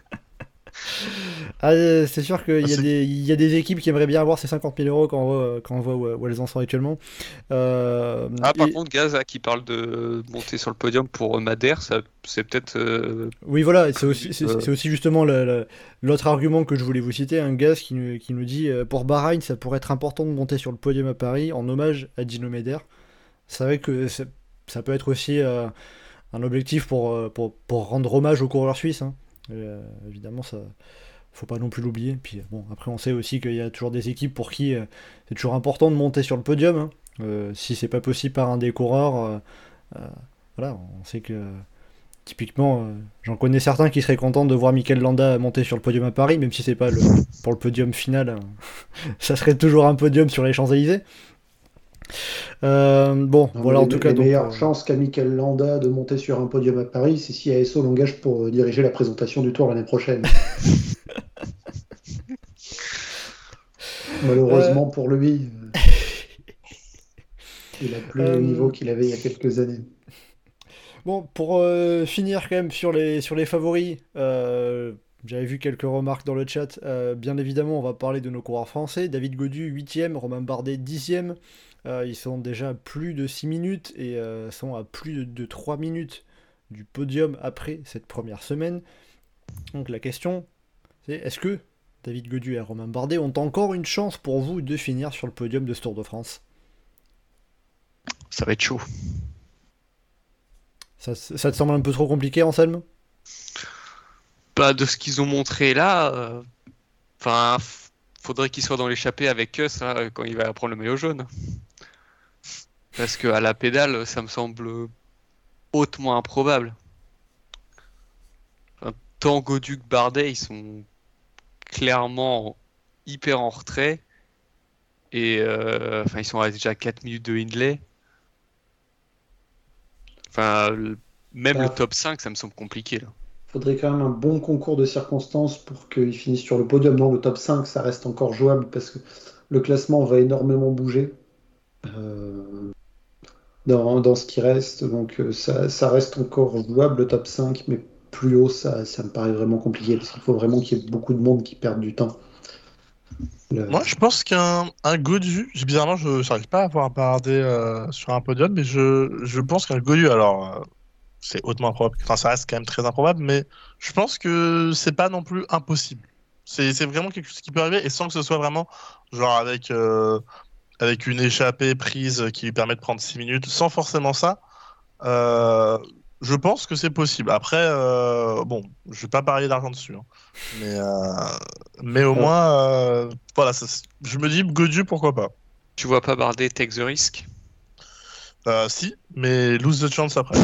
ah, euh, c'est sûr qu'il y, Ah, a c'est- des- il y a des équipes qui aimeraient bien avoir ces cinquante mille euros quand on voit, quand on voit où, où elles en sont actuellement. Euh, Ah, par et- contre, Gaz là, qui parle de monter sur le podium pour Madère, ça c'est peut-être. euh, Oui, voilà, c'est aussi, Euh, c'est, c'est aussi justement le- le- l'autre argument que je voulais vous citer, un gaz qui nous, qui nous dit euh, pour Bahreïn, ça pourrait être important de monter sur le podium à Paris en hommage à Dino Meder. C'est vrai que c'est- ça peut être aussi euh, un objectif pour, euh, pour, pour rendre hommage aux coureurs suisses, hein. Euh, évidemment, ça faut pas non plus l'oublier. Puis bon, après, on sait aussi qu'il y a toujours des équipes pour qui euh, c'est toujours important de monter sur le podium, hein. Euh, si c'est pas possible par un des coureurs, euh, euh, voilà, on sait que. Typiquement, euh, j'en connais certains qui seraient contents de voir Mikel Landa monter sur le podium à Paris, même si c'est pas le, pour le podium final, hein. Ça serait toujours un podium sur les Champs-Élysées. Euh, bon, Non, voilà mais en les, tout cas. les Donc, meilleures euh, chances qu'a Mikel Landa de monter sur un podium à Paris, c'est si A S O l'engage pour euh, diriger la présentation du Tour l'année prochaine. Malheureusement pour lui, euh, il a plus Euh, le niveau qu'il avait il y a quelques années. bon, pour euh, finir quand même sur les, sur les favoris, euh, j'avais vu quelques remarques dans le chat. Euh, bien évidemment, on va parler de nos coureurs français. David Gaudu, huitième, Romain Bardet, dixième. Euh, ils sont déjà à plus de six minutes et euh, sont à plus de, de trois minutes du podium après cette première semaine. Donc la question, c'est est-ce que David Gaudu et Romain Bardet ont encore une chance pour vous de finir sur le podium de ce Tour de France? Ça va être chaud. ça, ça te semble un peu trop compliqué, Anselme? Pas de ce qu'ils ont montré là. euh, Enfin, f- faudrait qu'il soit dans l'échappée avec Kuss là, quand il va prendre le maillot jaune. Parce que à la pédale, ça me semble hautement improbable. Enfin, tant Gaudu que Bardet, ils sont clairement hyper en retrait. Et euh, enfin, ils sont à déjà quatre minutes de Hindley. Enfin, le- même Ah. le top cinq, ça me semble compliqué là. Faudrait quand même un bon concours de circonstances pour qu'il finisse sur le podium. Non, le top cinq, ça reste encore jouable parce que le classement va énormément bouger euh, dans, dans ce qui reste. Donc euh, ça, ça reste encore jouable, le top cinq, mais plus haut, ça, ça me paraît vraiment compliqué parce qu'il faut vraiment qu'il y ait beaucoup de monde qui perde du temps. Le- Moi, je pense qu'un un Gaudu, j'ai- bizarrement, je n'arrive pas à avoir un Bardet euh, sur un podium, mais je, je pense qu'un Gaudu, alors, euh, c'est hautement improbable. Enfin, ça reste quand même très improbable, mais je pense que c'est pas non plus impossible. C'est, c'est vraiment quelque chose qui peut arriver, et sans que ce soit vraiment genre avec, euh, avec une échappée prise qui lui permet de prendre six minutes, sans forcément ça. Euh, je pense que c'est possible. Après, euh, bon, je vais pas parier d'argent dessus, hein. mais, euh, mais au Ouais. moins, euh, voilà, ça, je me dis Godieu, pourquoi pas. Tu vois pas Bardet take the risk? Euh, si, mais lose the chance après.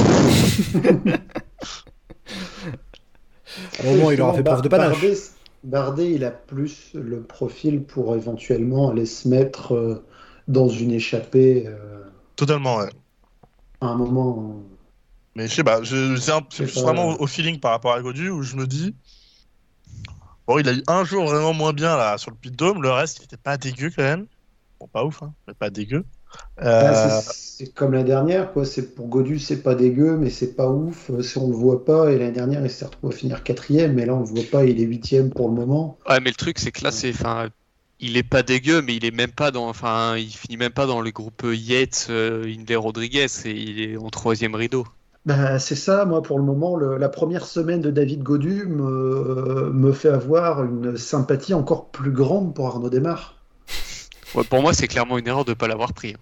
Au moins, il aura fait preuve de panache. Bardet, Bardet, il a plus le profil pour éventuellement aller se mettre euh, dans une échappée euh, Totalement, ouais. à un moment. Mais je sais pas, je, c'est, un, c'est C'est plus pas- vraiment au, au feeling par rapport à Godieu où je me dis. Bon, il a eu un jour vraiment moins bien là sur le Puy de Dôme, le reste il était pas dégueu quand même. Bon, pas ouf, hein, mais pas dégueu. Euh, Bah, c'est, c'est comme la dernière, quoi. C'est pour Godu, c'est pas dégueu, mais c'est pas ouf. euh, Si on le voit pas, et l'année dernière, il s'est retrouvé à finir quatrième, mais là, on le voit pas, il est huitième pour le moment. Ouais, mais le truc, c'est que là, c'est, enfin, il est pas dégueu, mais il est même pas dans, enfin, il finit même pas dans le groupe Yates, euh, Hindley Rodriguez, et il est en troisième rideau. Bah, c'est ça, moi, pour le moment, le- la première semaine de David Godu me, me fait avoir une sympathie encore plus grande pour Arnaud Démarre. Ouais, pour moi, c'est clairement une erreur de pas l'avoir pris.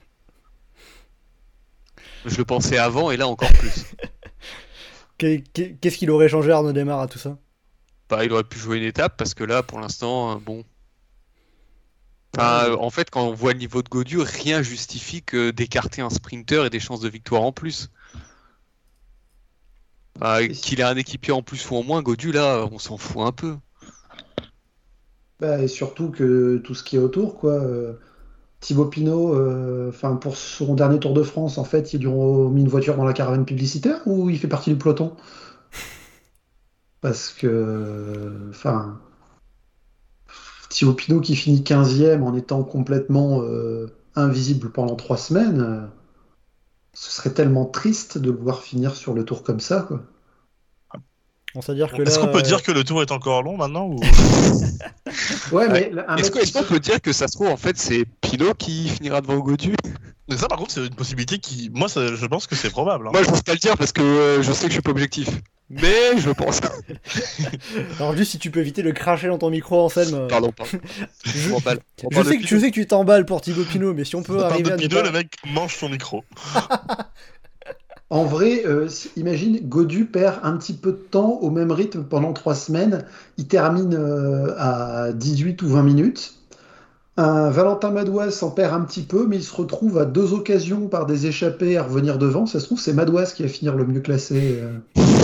Je le pensais avant, et là encore plus. Qu'est- qu'est- Qu'est-ce qu'il aurait changé Arnaud Démarre à tout ça? Bah, il aurait pu jouer une étape, parce que là, pour l'instant, euh, bon. Enfin, euh, en fait, quand on voit le niveau de Godieu, rien justifie que d'écarter un sprinter et des chances de victoire en plus. Bah, qu'il ait un équipier en plus ou en moins, Godieu, là, on s'en fout un peu. Bah, et surtout que tout ce qui est autour, quoi. euh, Thibaut Pinot, euh, enfin, pour son dernier Tour de France, en fait, ils lui ont mis une voiture dans la caravane publicitaire ou il fait partie du peloton? Parce que, enfin, Thibaut Pinot qui finit quinzième en étant complètement euh, invisible pendant trois semaines, euh, ce serait tellement triste de le voir finir sur le tour comme ça, quoi. Bon, c'est-à-dire que Est-ce là, qu'on peut euh, dire que le tour est encore long maintenant ou... Ouais, mais un Est-ce mec que- qui est-ce qu'on se- peut dire que ça se trouve, en fait, c'est Pinot qui finira devant Godieu? Mais ça, par contre, c'est une possibilité qui. Moi, ça, je pense que c'est probable. hein. Moi, je pense pas le dire parce que euh, je sais que je suis pas objectif. Mais je pense. alors juste si tu peux éviter de cracher dans ton micro en scène. euh, Pardon, pardon. je, Je m'emballe. On je parle de sais que, je sais que tu t'emballes pour Thibaut Pinot, mais si on peut Ça parle arriver de à ne Pinot, pas... le mec mange son micro. En vrai, euh, si- imagine, Godu perd un petit peu de temps au même rythme pendant trois semaines. Il termine euh, à dix-huit ou vingt minutes. Un Valentin Madouas s'en perd un petit peu, mais il se retrouve à deux occasions par des échappées à revenir devant. Ça se trouve, c'est Madouas qui va finir le mieux classé. euh.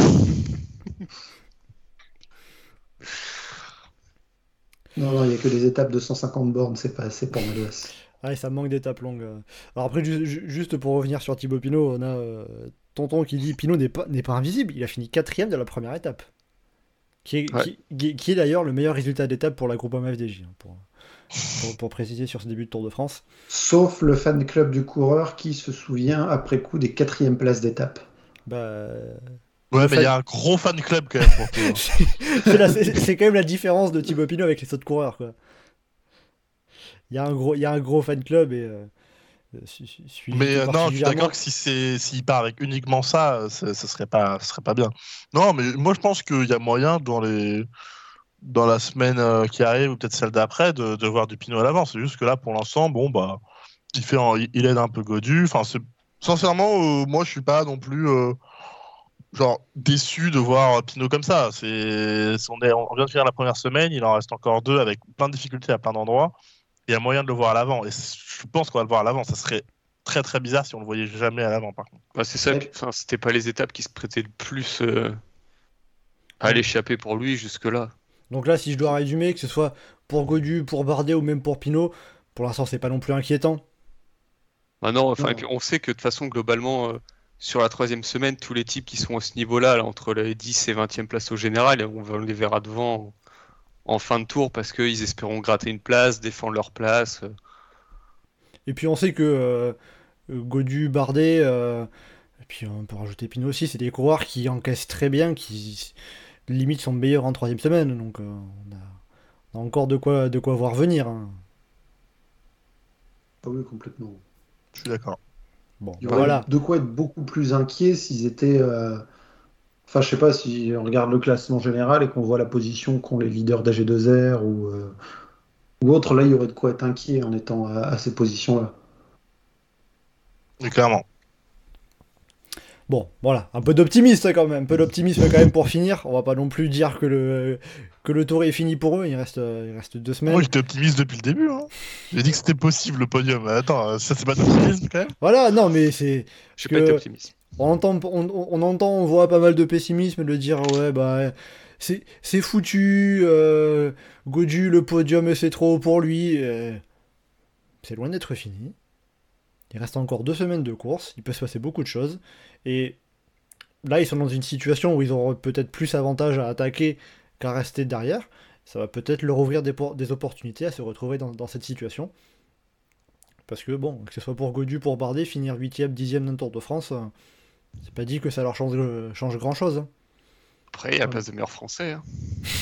Non, non, il n'y a que des étapes de cent cinquante bornes, c'est pas assez pour Madouas. Ouais, ça me manque d'étapes longues. euh. Alors après, ju- ju- juste pour revenir sur Thibaut Pinot, on a euh, Tonton qui dit Pinot n'est pas, n'est pas invisible, il a fini quatrième de la première étape. Qui est, Ouais. qui, qui- qui est d'ailleurs le meilleur résultat d'étape pour la Groupama F D J, hein, pour, pour, pour préciser sur ce début de Tour de France. Sauf le fan club du coureur qui se souvient après coup des quatrièmes places d'étape. Bah, euh, Ouais, Le mais il y fan- a un gros fan club quand même pour toi. c'est, la- c'est- c'est quand même la différence de Thibaut Pinot avec les autres coureurs, quoi. Il y a un gros, il y a un gros fan club et euh, su- su- suivi Mais tout euh, non, je suis particulièrement. d'accord que si c'est s'il part avec uniquement ça, euh, ça, ça serait pas, ça serait pas bien. Non, mais moi je pense qu'il y a moyen dans les dans la semaine euh, qui arrive ou peut-être celle d'après de, de voir du Pinot à l'avant. C'est juste que là pour l'instant, bon bah, il fait, un- il aide un peu Godieu. Enfin, c'est sincèrement, euh, moi je suis pas non plus euh, genre déçu de voir Pinot comme ça. C'est, on est, on vient de finir la première semaine, il en reste encore deux avec plein de difficultés à plein d'endroits. Il y a moyen de le voir à l'avant. Et c- je pense qu'on va le voir à l'avant. Ça serait très très bizarre si on le voyait jamais à l'avant, par contre. Bah, c'est ça. Ouais. que- Enfin, c'était pas les étapes qui se prêtaient le plus euh, à l'échapper pour lui jusque-là. Donc là, si je dois résumer, que ce soit pour Godieu, pour Bardet ou même pour Pinot, pour l'instant, c'est pas non plus inquiétant. Bah non, enfin, Non. et puis on sait que de toute façon, globalement, euh, sur la troisième semaine, tous les types qui sont à ce niveau-là, là, entre les dix et vingtième place au général, on va- on les verra devant en, en fin de tour parce qu'ils espéront gratter une place, défendre leur place. euh. Et puis on sait que euh, Godieu, Bardet, euh, et puis on peut rajouter Pinot aussi, c'est des coureurs qui encaissent très bien, qui limite sont meilleurs en troisième semaine. Donc euh, on, a, on a encore de quoi, de quoi voir venir. hein. Ah oui, complètement. Je suis d'accord. Bon, Il y aurait voilà. de quoi être beaucoup plus inquiet s'ils étaient euh, Enfin, je sais pas si on regarde le classement général et qu'on voit la position qu'ont les leaders d'A G deux R ou, euh, ou autres, là, il y aurait de quoi être inquiet en étant à, à ces positions-là. Mais clairement. Bon, voilà, un peu d'optimisme quand même, un peu d'optimisme quand même pour finir. On va pas non plus dire que le, que le tour est fini pour eux, il reste, il reste deux semaines. Moi, j'étais optimiste depuis le début. Hein. J'ai dit que c'était possible le podium. Attends, ça c'est pas d'optimisme quand même. Voilà, non, mais c'est. Je suis que pas été optimiste. On entend, on, on entend, on voit pas mal de pessimisme de dire ouais, bah, c'est, c'est foutu, euh, Godu, le podium, c'est trop pour lui. euh, C'est loin d'être fini. Il reste encore deux semaines de course, il peut se passer beaucoup de choses. Et là, ils sont dans une situation où ils auront peut-être plus avantage à attaquer qu'à rester derrière. Ça va peut-être leur ouvrir des, por- des opportunités à se retrouver dans, dans cette situation. Parce que bon, que ce soit pour Godu, pour Bardet, finir huitième, dixième d'un Tour de France, euh, c'est pas dit que ça leur change, euh, change grand-chose. Après, il y a la place de meilleur français. Hein.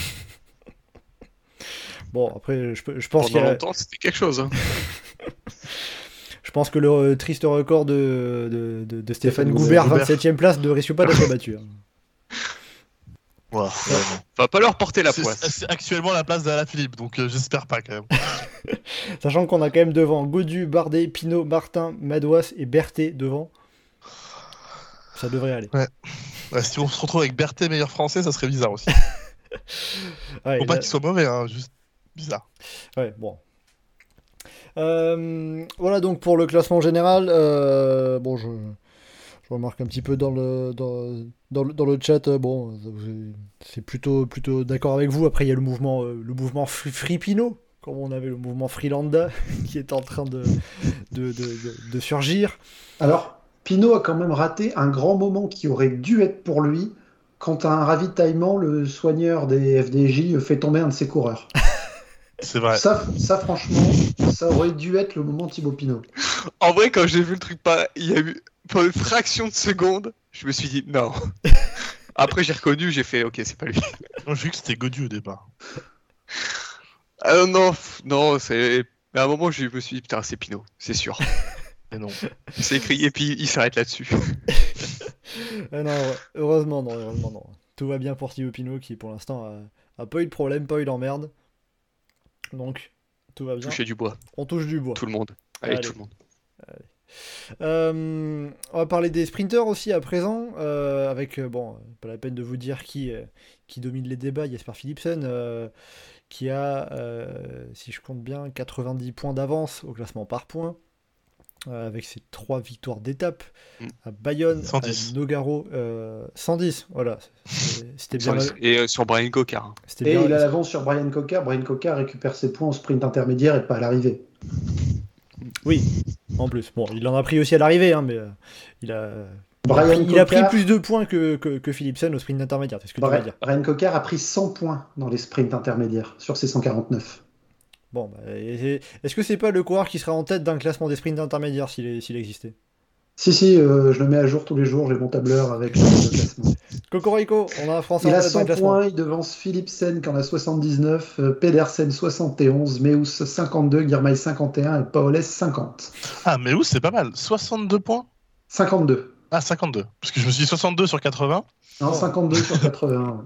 Bon, après, je, peux- je pense qu'il y Pendant a- longtemps, c'était quelque chose. Hein. je pense que le euh, triste record de, de, de- de Stéphane Stéphane Goubert, Goubert. vingt-septième place, ne risque pas d'être battu. hein. Voilà, vraiment. Va pas leur porter la C'est- poisse. C'est actuellement la place d'Alaphilippe, donc euh, j'espère pas quand même. Sachant qu'on a quand même devant Godu, Bardet, Pinot, Martin, Madouas et Berthet devant. Ça devrait aller. Ouais, si on se retrouve avec Berthet meilleur français, ça serait bizarre aussi. Ouais, Faut pas là- qu'il soit mauvais, hein, juste bizarre. Ouais, bon. Euh, voilà donc pour le classement général. euh, bon, je, je remarque un petit peu dans le, dans, dans le, dans le chat. euh, Bon, vous- c'est plutôt, plutôt d'accord avec vous. Après, il y a le mouvement, euh, le mouvement Free Free Pinot, comme on avait le mouvement Freelanda, qui est en train de, de, de, de- de surgir. Alors, Pinot a quand même raté un grand moment qui aurait dû être pour lui quand à un ravitaillement, le soigneur des F D J fait tomber un de ses coureurs. C'est vrai. Ça, ça, franchement, ça aurait dû être le moment Thibaut Pinot. En vrai, quand j'ai vu le truc pas, il y a eu pour une fraction de seconde, je me suis dit non. Après, j'ai reconnu, j'ai fait ok, c'est pas lui. Moi, j'ai vu que c'était Godu au départ. Ah non, pff, non, c'est. Mais à un moment, je me suis dit putain, c'est Pinot, c'est sûr. Mais non. C'est écrit et puis il s'arrête là-dessus. Ah non, heureusement, non, heureusement, non. Tout va bien pour Thibaut Pinot qui, pour l'instant, a, a pas eu de problème, pas eu d'emmerde. Donc, tout va bien. Toucher du bois, On touche du bois. tout le monde. Allez, Allez. tout le monde. Euh, on va parler des sprinters aussi à présent, euh, avec, euh, bon, pas la peine de vous dire qui, euh, qui domine les débats, Jasper Philipsen, euh, qui a, euh, si je compte bien, quatre-vingt-dix points d'avance au classement par points, euh, avec ses trois victoires d'étape Mm. à Bayonne, cent dix. à Nogaro, euh, cent dix, voilà, c'est- c'était bien, Sur les- Et euh, sur Brian Cocard. hein. c'était Et bien- il a l'avance sur Brian Coca. Brian Coca récupère ses points au sprint intermédiaire et pas à l'arrivée. Oui, en plus. Bon, il en a pris aussi à l'arrivée, hein, mais euh, il a, il a Brian pris, il a pris Coca- plus de points que, que, que Philipsen au sprint intermédiaire, c'est ce que tu vas Brian, dire. Brian Coca a pris cent points dans les sprints intermédiaires sur ses cent quarante-neuf. Bon, bah, et- est-ce que c'est pas le coureur qui sera en tête d'un classement des sprints intermédiaires s'il est- s'il existait? Si, si, euh, je le mets à jour tous les jours, j'ai mon tableur avec le, le classement. Cocorico, on a un Français Il en a tête d'un cent classement. points, il devance Philipsen qui en a soixante-dix-neuf, euh, Pedersen soixante et onze, Meus cinquante-deux, Girmay cinquante et un et Paoles cinquante. Ah, mais où c'est pas mal. soixante-deux points. cinquante-deux. Ah, cinquante-deux. Parce que je me suis dit soixante-deux sur quatre-vingts. Non, Oh. cinquante-deux sur quatre-vingts.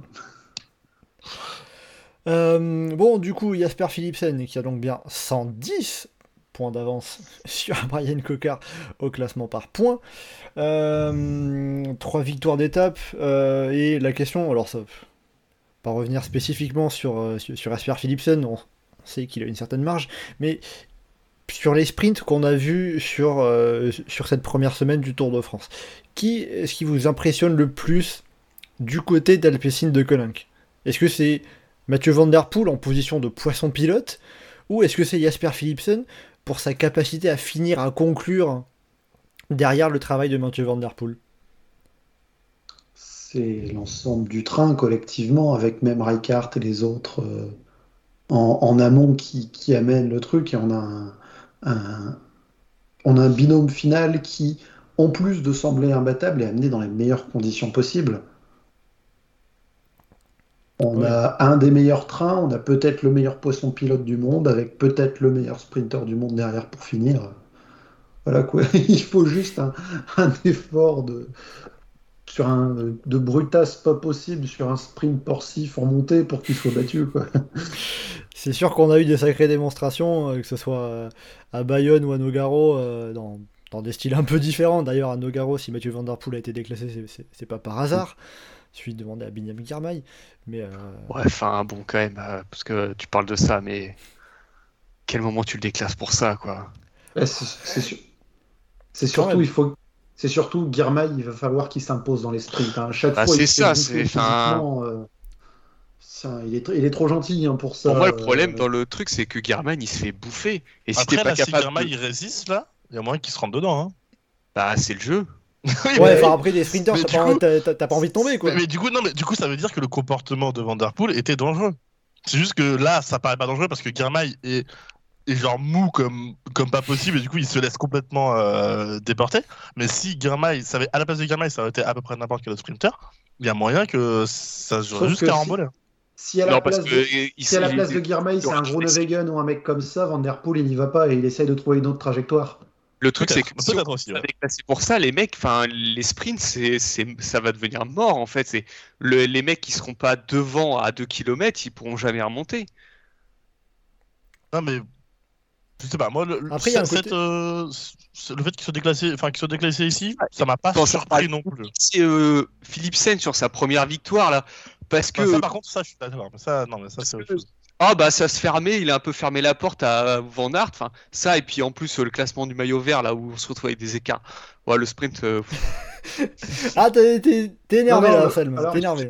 Euh, bon, du coup, Jasper Philipsen, qui a donc bien cent dix points d'avance sur Brian Cocard au classement par points. Euh, trois victoires d'étape. euh, et la question, alors ça, pas revenir spécifiquement sur, euh, sur, sur Jasper Philipsen, on sait qu'il a une certaine marge, mais sur les sprints qu'on a vus sur, euh, sur cette première semaine du Tour de France, qui est-ce qui vous impressionne le plus du côté d'Alpecin de Koninck? Est-ce que c'est Mathieu Van Der Poel en position de poisson pilote, ou est-ce que c'est Jasper Philipsen pour sa capacité à finir, à conclure derrière le travail de Mathieu Van Der Poel? C'est l'ensemble du train collectivement, avec même Rijkaard et les autres euh, en, en amont qui, qui amènent le truc. Et on a un, un- on a un binôme final qui, en plus de sembler imbattable, est amené dans les meilleures conditions possibles. On Ouais. a un des meilleurs trains, on a peut-être le meilleur poisson pilote du monde, avec peut-être le meilleur sprinter du monde derrière pour finir. Voilà quoi, il faut juste un, un effort de... sur un de brutasse pas possible sur un sprint porcif en montée pour qu'il soit battu, quoi. C'est sûr qu'on a eu des sacrées démonstrations, euh, que ce soit euh, à Bayonne ou à Nogaro, euh, dans, dans des styles un peu différents. D'ailleurs, à Nogaro, si Mathieu Van Der Poel a été déclassé, c'est, c'est, c'est pas par hasard. Celui demandé à Benjamin Girmay. Mais, euh... Ouais, enfin, bon, quand même, euh, parce que tu parles de ça, mais quel moment tu le déclasses pour ça, quoi? Ouais, c'est, c'est, sûr. c'est surtout, il faut. C'est surtout Girmay, il va falloir qu'il s'impose dans les sprints. Hein. À chaque bah, fois, c'est il ça, se c'est. Un... euh, ça, il, est, il est trop gentil hein, pour ça. Pour moi, le problème euh... dans le truc, c'est que Girmay, il se fait bouffer. Et si Après, t'es pas là, capable. si Girmay de... il résiste, là, il y a moyen qu'il se rentre dedans. Hein. Bah, c'est le jeu. oui, ouais, mais... enfin après des sprinters, t'as pas, coup... t'as, t'as, t'as pas envie de tomber, quoi. Mais, mais du coup, non, mais du coup, ça veut dire que le comportement de Van Der Poel était dangereux. C'est juste que là, ça paraît pas dangereux parce que Girmay est, est genre mou comme, comme pas possible et du coup, il se laisse complètement euh, déporter. Mais si Girmay, ça avait, à la place de Girmay, ça aurait été à peu près n'importe quel autre sprinter, il y a moyen que ça se jouerait juste carambolé. Si, si à la non, place, parce de, que, si il, à la il, place il, de Girmay, c'est un Groenewegen ou un mec comme ça, Van Der Poel, il n'y va pas et il essaye de trouver une autre trajectoire. Le truc, peut-être, c'est que si on aussi, ouais. C'est pour ça, les mecs, enfin, les sprints, c'est, c'est, ça va devenir mort, en fait. C'est le, les mecs qui seront pas devant à deux kilomètres, ils pourront jamais remonter. Non, mais je sais pas, moi, le, Après, cette, côté... cette, euh, le fait qu'il soit déclassé, enfin, qu'il soit déclassé ici, ça m'a pas Quand surpris ça, non plus. C'est euh, Philipsen sur sa première victoire, là, parce que... Enfin, ça, par contre, ça, je suis d'accord, mais ça, non, mais ça, c'est autre chose. Ah bah ça se fermait, il a un peu fermé la porte à Van Aert, enfin ça et puis en plus le classement du maillot vert là où on se retrouve avec des écarts. Ouais le sprint. Euh... ah t'es, t'es, t'es énervé non, non, là Salma, alors, t'es énervé.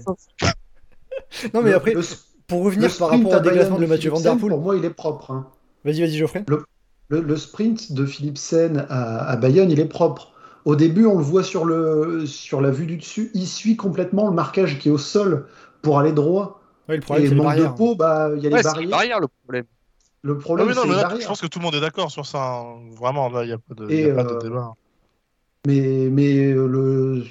non mais le, après, le, pour revenir par rapport au déclassement de, de Mathieu Van Der Poel, pour moi il est propre. Hein. Vas-y vas-y Geoffrey. Le, le, le sprint de Philipsen à, à Bayonne il est propre. Au début on le voit sur, le, sur la vue du dessus, il suit complètement le marquage qui est au sol pour aller droit. Ouais, le problème, et c'est manque les barrières. de peau, bah il y a ouais, les c'est barrières. les barrières le problème. Le problème, non, mais non, c'est mais les là, barrières. je pense que tout le monde est d'accord sur ça. Hein. Vraiment, là, il n'y a pas de, et, y a pas euh, de débat. Mais, mais le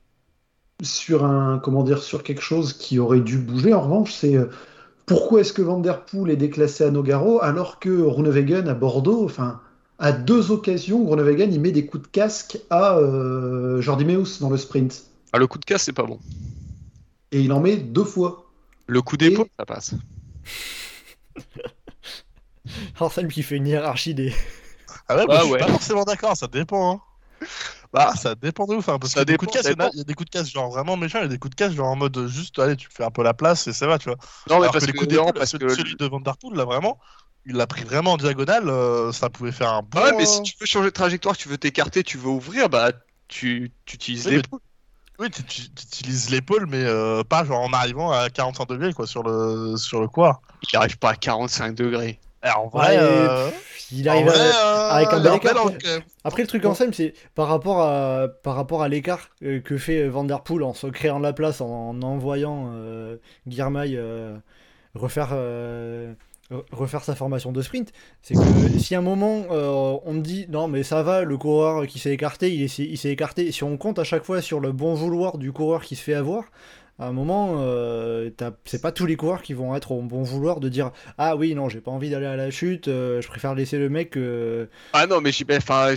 sur un comment dire sur quelque chose qui aurait dû bouger. En revanche, c'est pourquoi est-ce que Van Der Poel est déclassé à Nogaro alors que Groenewegen à Bordeaux, enfin à deux occasions, Groenewegen il met des coups de casque à euh, Jordi Meus dans le sprint. Ah le coup de casse c'est pas bon. Et il en met deux fois. Le coup d'épaule, Et... ça passe. Alors Salm qui fait une hiérarchie des... Ah ouais, bah, bah, je ouais. suis pas forcément d'accord, ça dépend. Hein. Bah, ça dépend de ouf, hein, parce qu'il y a des coups de casse, il y, a, il y a des coups de casse genre vraiment méchants, il y a des coups de casse genre en mode juste, allez, tu fais un peu la place et ça va, tu vois. Non, mais Alors parce que, que, les coups d'épaule, parce celui, que celui de Van Der Poel, là vraiment, il l'a pris vraiment en diagonale, euh, ça pouvait faire un bon... Ouais, mais si tu veux changer de trajectoire, tu veux t'écarter, tu veux ouvrir, bah tu, tu utilises oui, l'épaule. Oui, tu, tu, tu utilises l'épaule, mais euh, pas genre en arrivant à quarante-cinq degrés quoi, sur le, sur le couloir. Il arrive pas à quarante-cinq degrés. Alors, en vrai, ouais, euh... il arrive en vrai, à... euh... avec un bel écart. Bel Après, après le truc en Salm, c'est par rapport à, par rapport à l'écart euh, que fait Van Der Poel en se créant de la place, en, en envoyant euh, Girmay euh, refaire... Euh... refaire sa formation de sprint, c'est que si à un moment euh, on me dit non mais ça va, le coureur qui s'est écarté, il, est, il s'est écarté, si on compte à chaque fois sur le bon vouloir du coureur qui se fait avoir, à un moment euh, c'est pas tous les coureurs qui vont être au bon vouloir de dire ah oui non j'ai pas envie d'aller à la chute, euh, je préfère laisser le mec euh... ah non mais enfin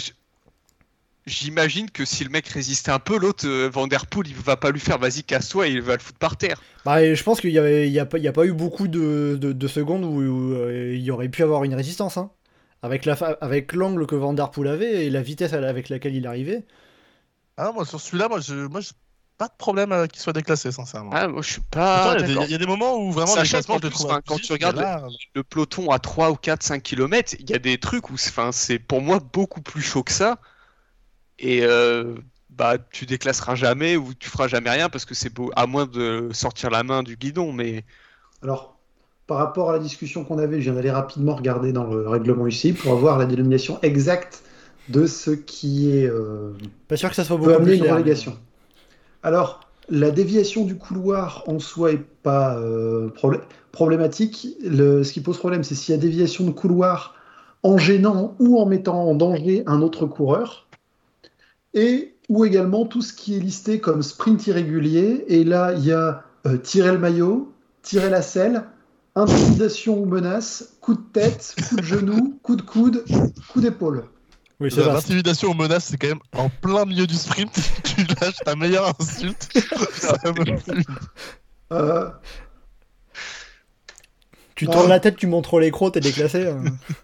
j'imagine que si le mec résistait un peu, l'autre euh, Van Der Poel il va pas lui faire vas-y casse-toi et il va le foutre par terre. Bah, je pense qu'il y avait, il y a pas, il y a pas eu beaucoup de, de, de secondes où, où euh, il y aurait pu avoir une résistance, hein. Avec la, avec l'angle que Van Der Poel avait et la vitesse avec laquelle il arrivait. Ah moi sur celui-là, moi je, moi j'ai pas de problème à qu'il soit déclassé sincèrement. Ah moi je suis pas. Il y, y a des moments où vraiment les classements je les trouve. Quand tu regardes là, le, le peloton à trois ou quatre, cinq kilomètres, il y a des trucs où, enfin c'est pour moi beaucoup plus chaud que ça. Et euh, bah tu déclasseras jamais ou tu feras jamais rien parce que c'est beau, à moins de sortir la main du guidon. Mais alors par rapport à la discussion qu'on avait, je viens d'aller rapidement regarder dans le règlement U C I pour avoir la dénomination exacte de ce qui est euh, pas sûr que ça soit beaucoup peut amener plus une clair, relégation. Mais... Alors la déviation du couloir en soi est pas euh, problé- problématique. Le, ce qui pose problème, c'est s'il y a déviation de couloir en gênant ou en mettant en danger un autre coureur. Et ou également tout ce qui est listé comme sprint irrégulier. Et là, il y a euh, tirer le maillot, tirer la selle, intimidation ou menace, coup de tête, coup de genou, coup de coude, coup d'épaule. Oui, c'est vaste. L'intimidation aux menaces, c'est quand même en plein milieu du sprint. Tu lâches ta meilleure insulte. Ça me fume. Euh, Tu Non. tournes la tête, tu montres trop les crocs, t'es déclassé. hein.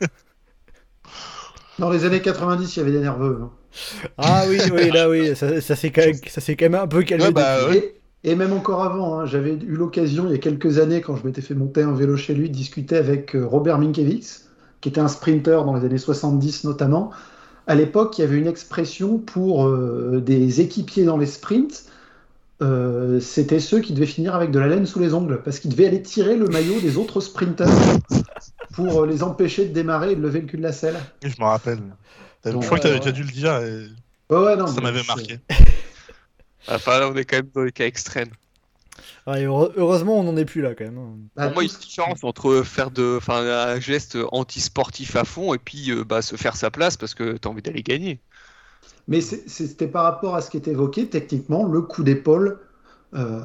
Dans les années quatre-vingt-dix, il y avait des nerveux. hein. Ah oui, oui, là, oui, ça, ça s'est quand même, ça s'est quand même un peu calmé. Ouais, bah, depuis. ouais. Et, et même encore avant, hein, j'avais eu l'occasion, il y a quelques années, quand je m'étais fait monter un vélo chez lui, de discuter avec euh, Robert Minkiewicz, qui était un sprinter dans les années soixante-dix notamment. À l'époque, il y avait une expression pour euh, des équipiers dans les sprints. Euh, c'était ceux qui devaient finir avec de la laine sous les ongles, parce qu'ils devaient aller tirer le maillot des autres sprinters pour euh, les empêcher de démarrer et de lever le cul de la selle. Je me rappelle. Je Donc, crois que t'avais ouais, déjà ouais. dû le dire et Ouais, ouais, non, ça mais m'avait c'est- marqué. Enfin, là, on est quand même dans les cas extrêmes. Ouais, heure- heureusement, on n'en est plus là quand même. hein. Bah, Pour moi, il y a tous- une différence entre faire de, enfin, un geste anti-sportif à fond et puis euh, bah, se faire sa place parce que t'as envie d'aller gagner. Mais c'est- c'était par rapport à ce qui est évoqué, techniquement, le coup d'épaule euh,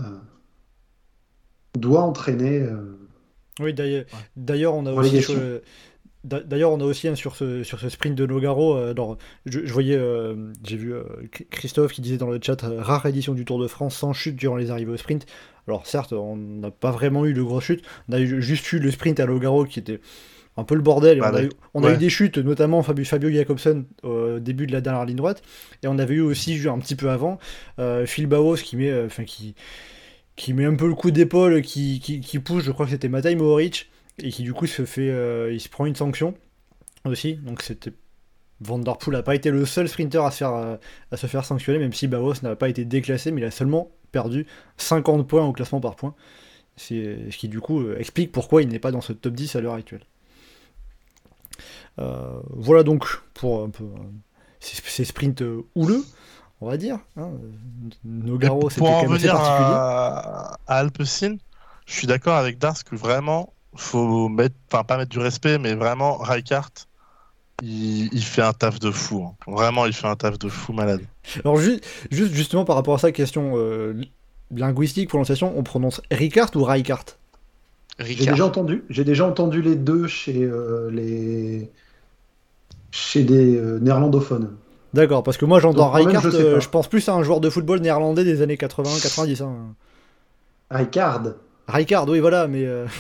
doit entraîner. euh, Oui, d'ailleurs, d'ailleurs, on a aussi Relégation. sur le- d'a- d'ailleurs, on a aussi hein, sur ce sur ce sprint de Nogaro. euh, dans- je, je voyais, euh, j'ai vu euh, Chr- Christophe qui disait dans le chat euh, rare édition du Tour de France sans chute durant les arrivées au sprint. Alors certes, on n'a pas vraiment eu de grosses chutes. On a eu, juste eu le sprint à Nogaro qui était un peu le bordel. Et Bah, on a, ouais. eu, on a Ouais. eu des chutes, notamment Fabio, Fabio Jacobsen au début de la dernière ligne droite. Et on avait eu aussi un petit peu avant euh, Phil Bauhaus qui met, euh, enfin qui qui met un peu le coup d'épaule, qui, qui, qui pousse, je crois que c'était Matej Mohoric, et qui du coup se fait, euh, il se prend une sanction aussi. Donc c'était Van Der Poel n'a pas été le seul sprinter à se faire, euh, à se faire sanctionner, même si Bauhaus n'a pas été déclassé, mais il a seulement perdu cinquante points au classement par points. C'est ce qui du coup euh, explique pourquoi il n'est pas dans ce top dix à l'heure actuelle. Euh, voilà donc pour un peu euh, ces, ces sprints euh, houleux, on va dire. Hein. Nogaro, Mais c'était pour quand en même assez revenir particulier. à, à Alpecin, je suis d'accord avec Dars que vraiment, faut mettre, enfin pas mettre du respect, mais vraiment, Rijkaard, il, il fait un taf de fou. hein. Vraiment, il fait un taf de fou malade. Alors ju- juste justement par rapport à ça, question euh, linguistique, prononciation, on prononce Ricard ou Rijkaard? J'ai Ricard. déjà entendu, j'ai déjà entendu les deux chez euh, les chez des euh, néerlandophones. D'accord, parce que moi j'entends Donc, moi-même, Rijkaard, je sais euh, pas. je pense plus à un joueur de football néerlandais des années quatre-vingts quatre-vingt-dix. Hein. Rijkaard. Rijkaard, oui voilà, mais euh,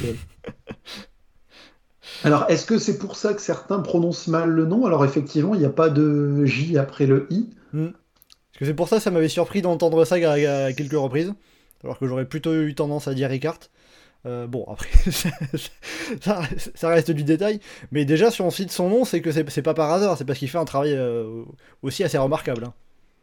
Alors, est-ce que c'est pour ça que certains prononcent mal le nom? Alors, effectivement, il n'y a pas de J après le I. parce que c'est pour ça que ça m'avait surpris d'entendre ça à, à quelques reprises, alors que j'aurais plutôt eu tendance à dire Rijkaard. Euh, bon, après, ça, ça reste du détail, mais déjà, si on cite son nom, c'est que c'est c'est pas par hasard, c'est parce qu'il fait un travail euh, aussi assez remarquable. hein.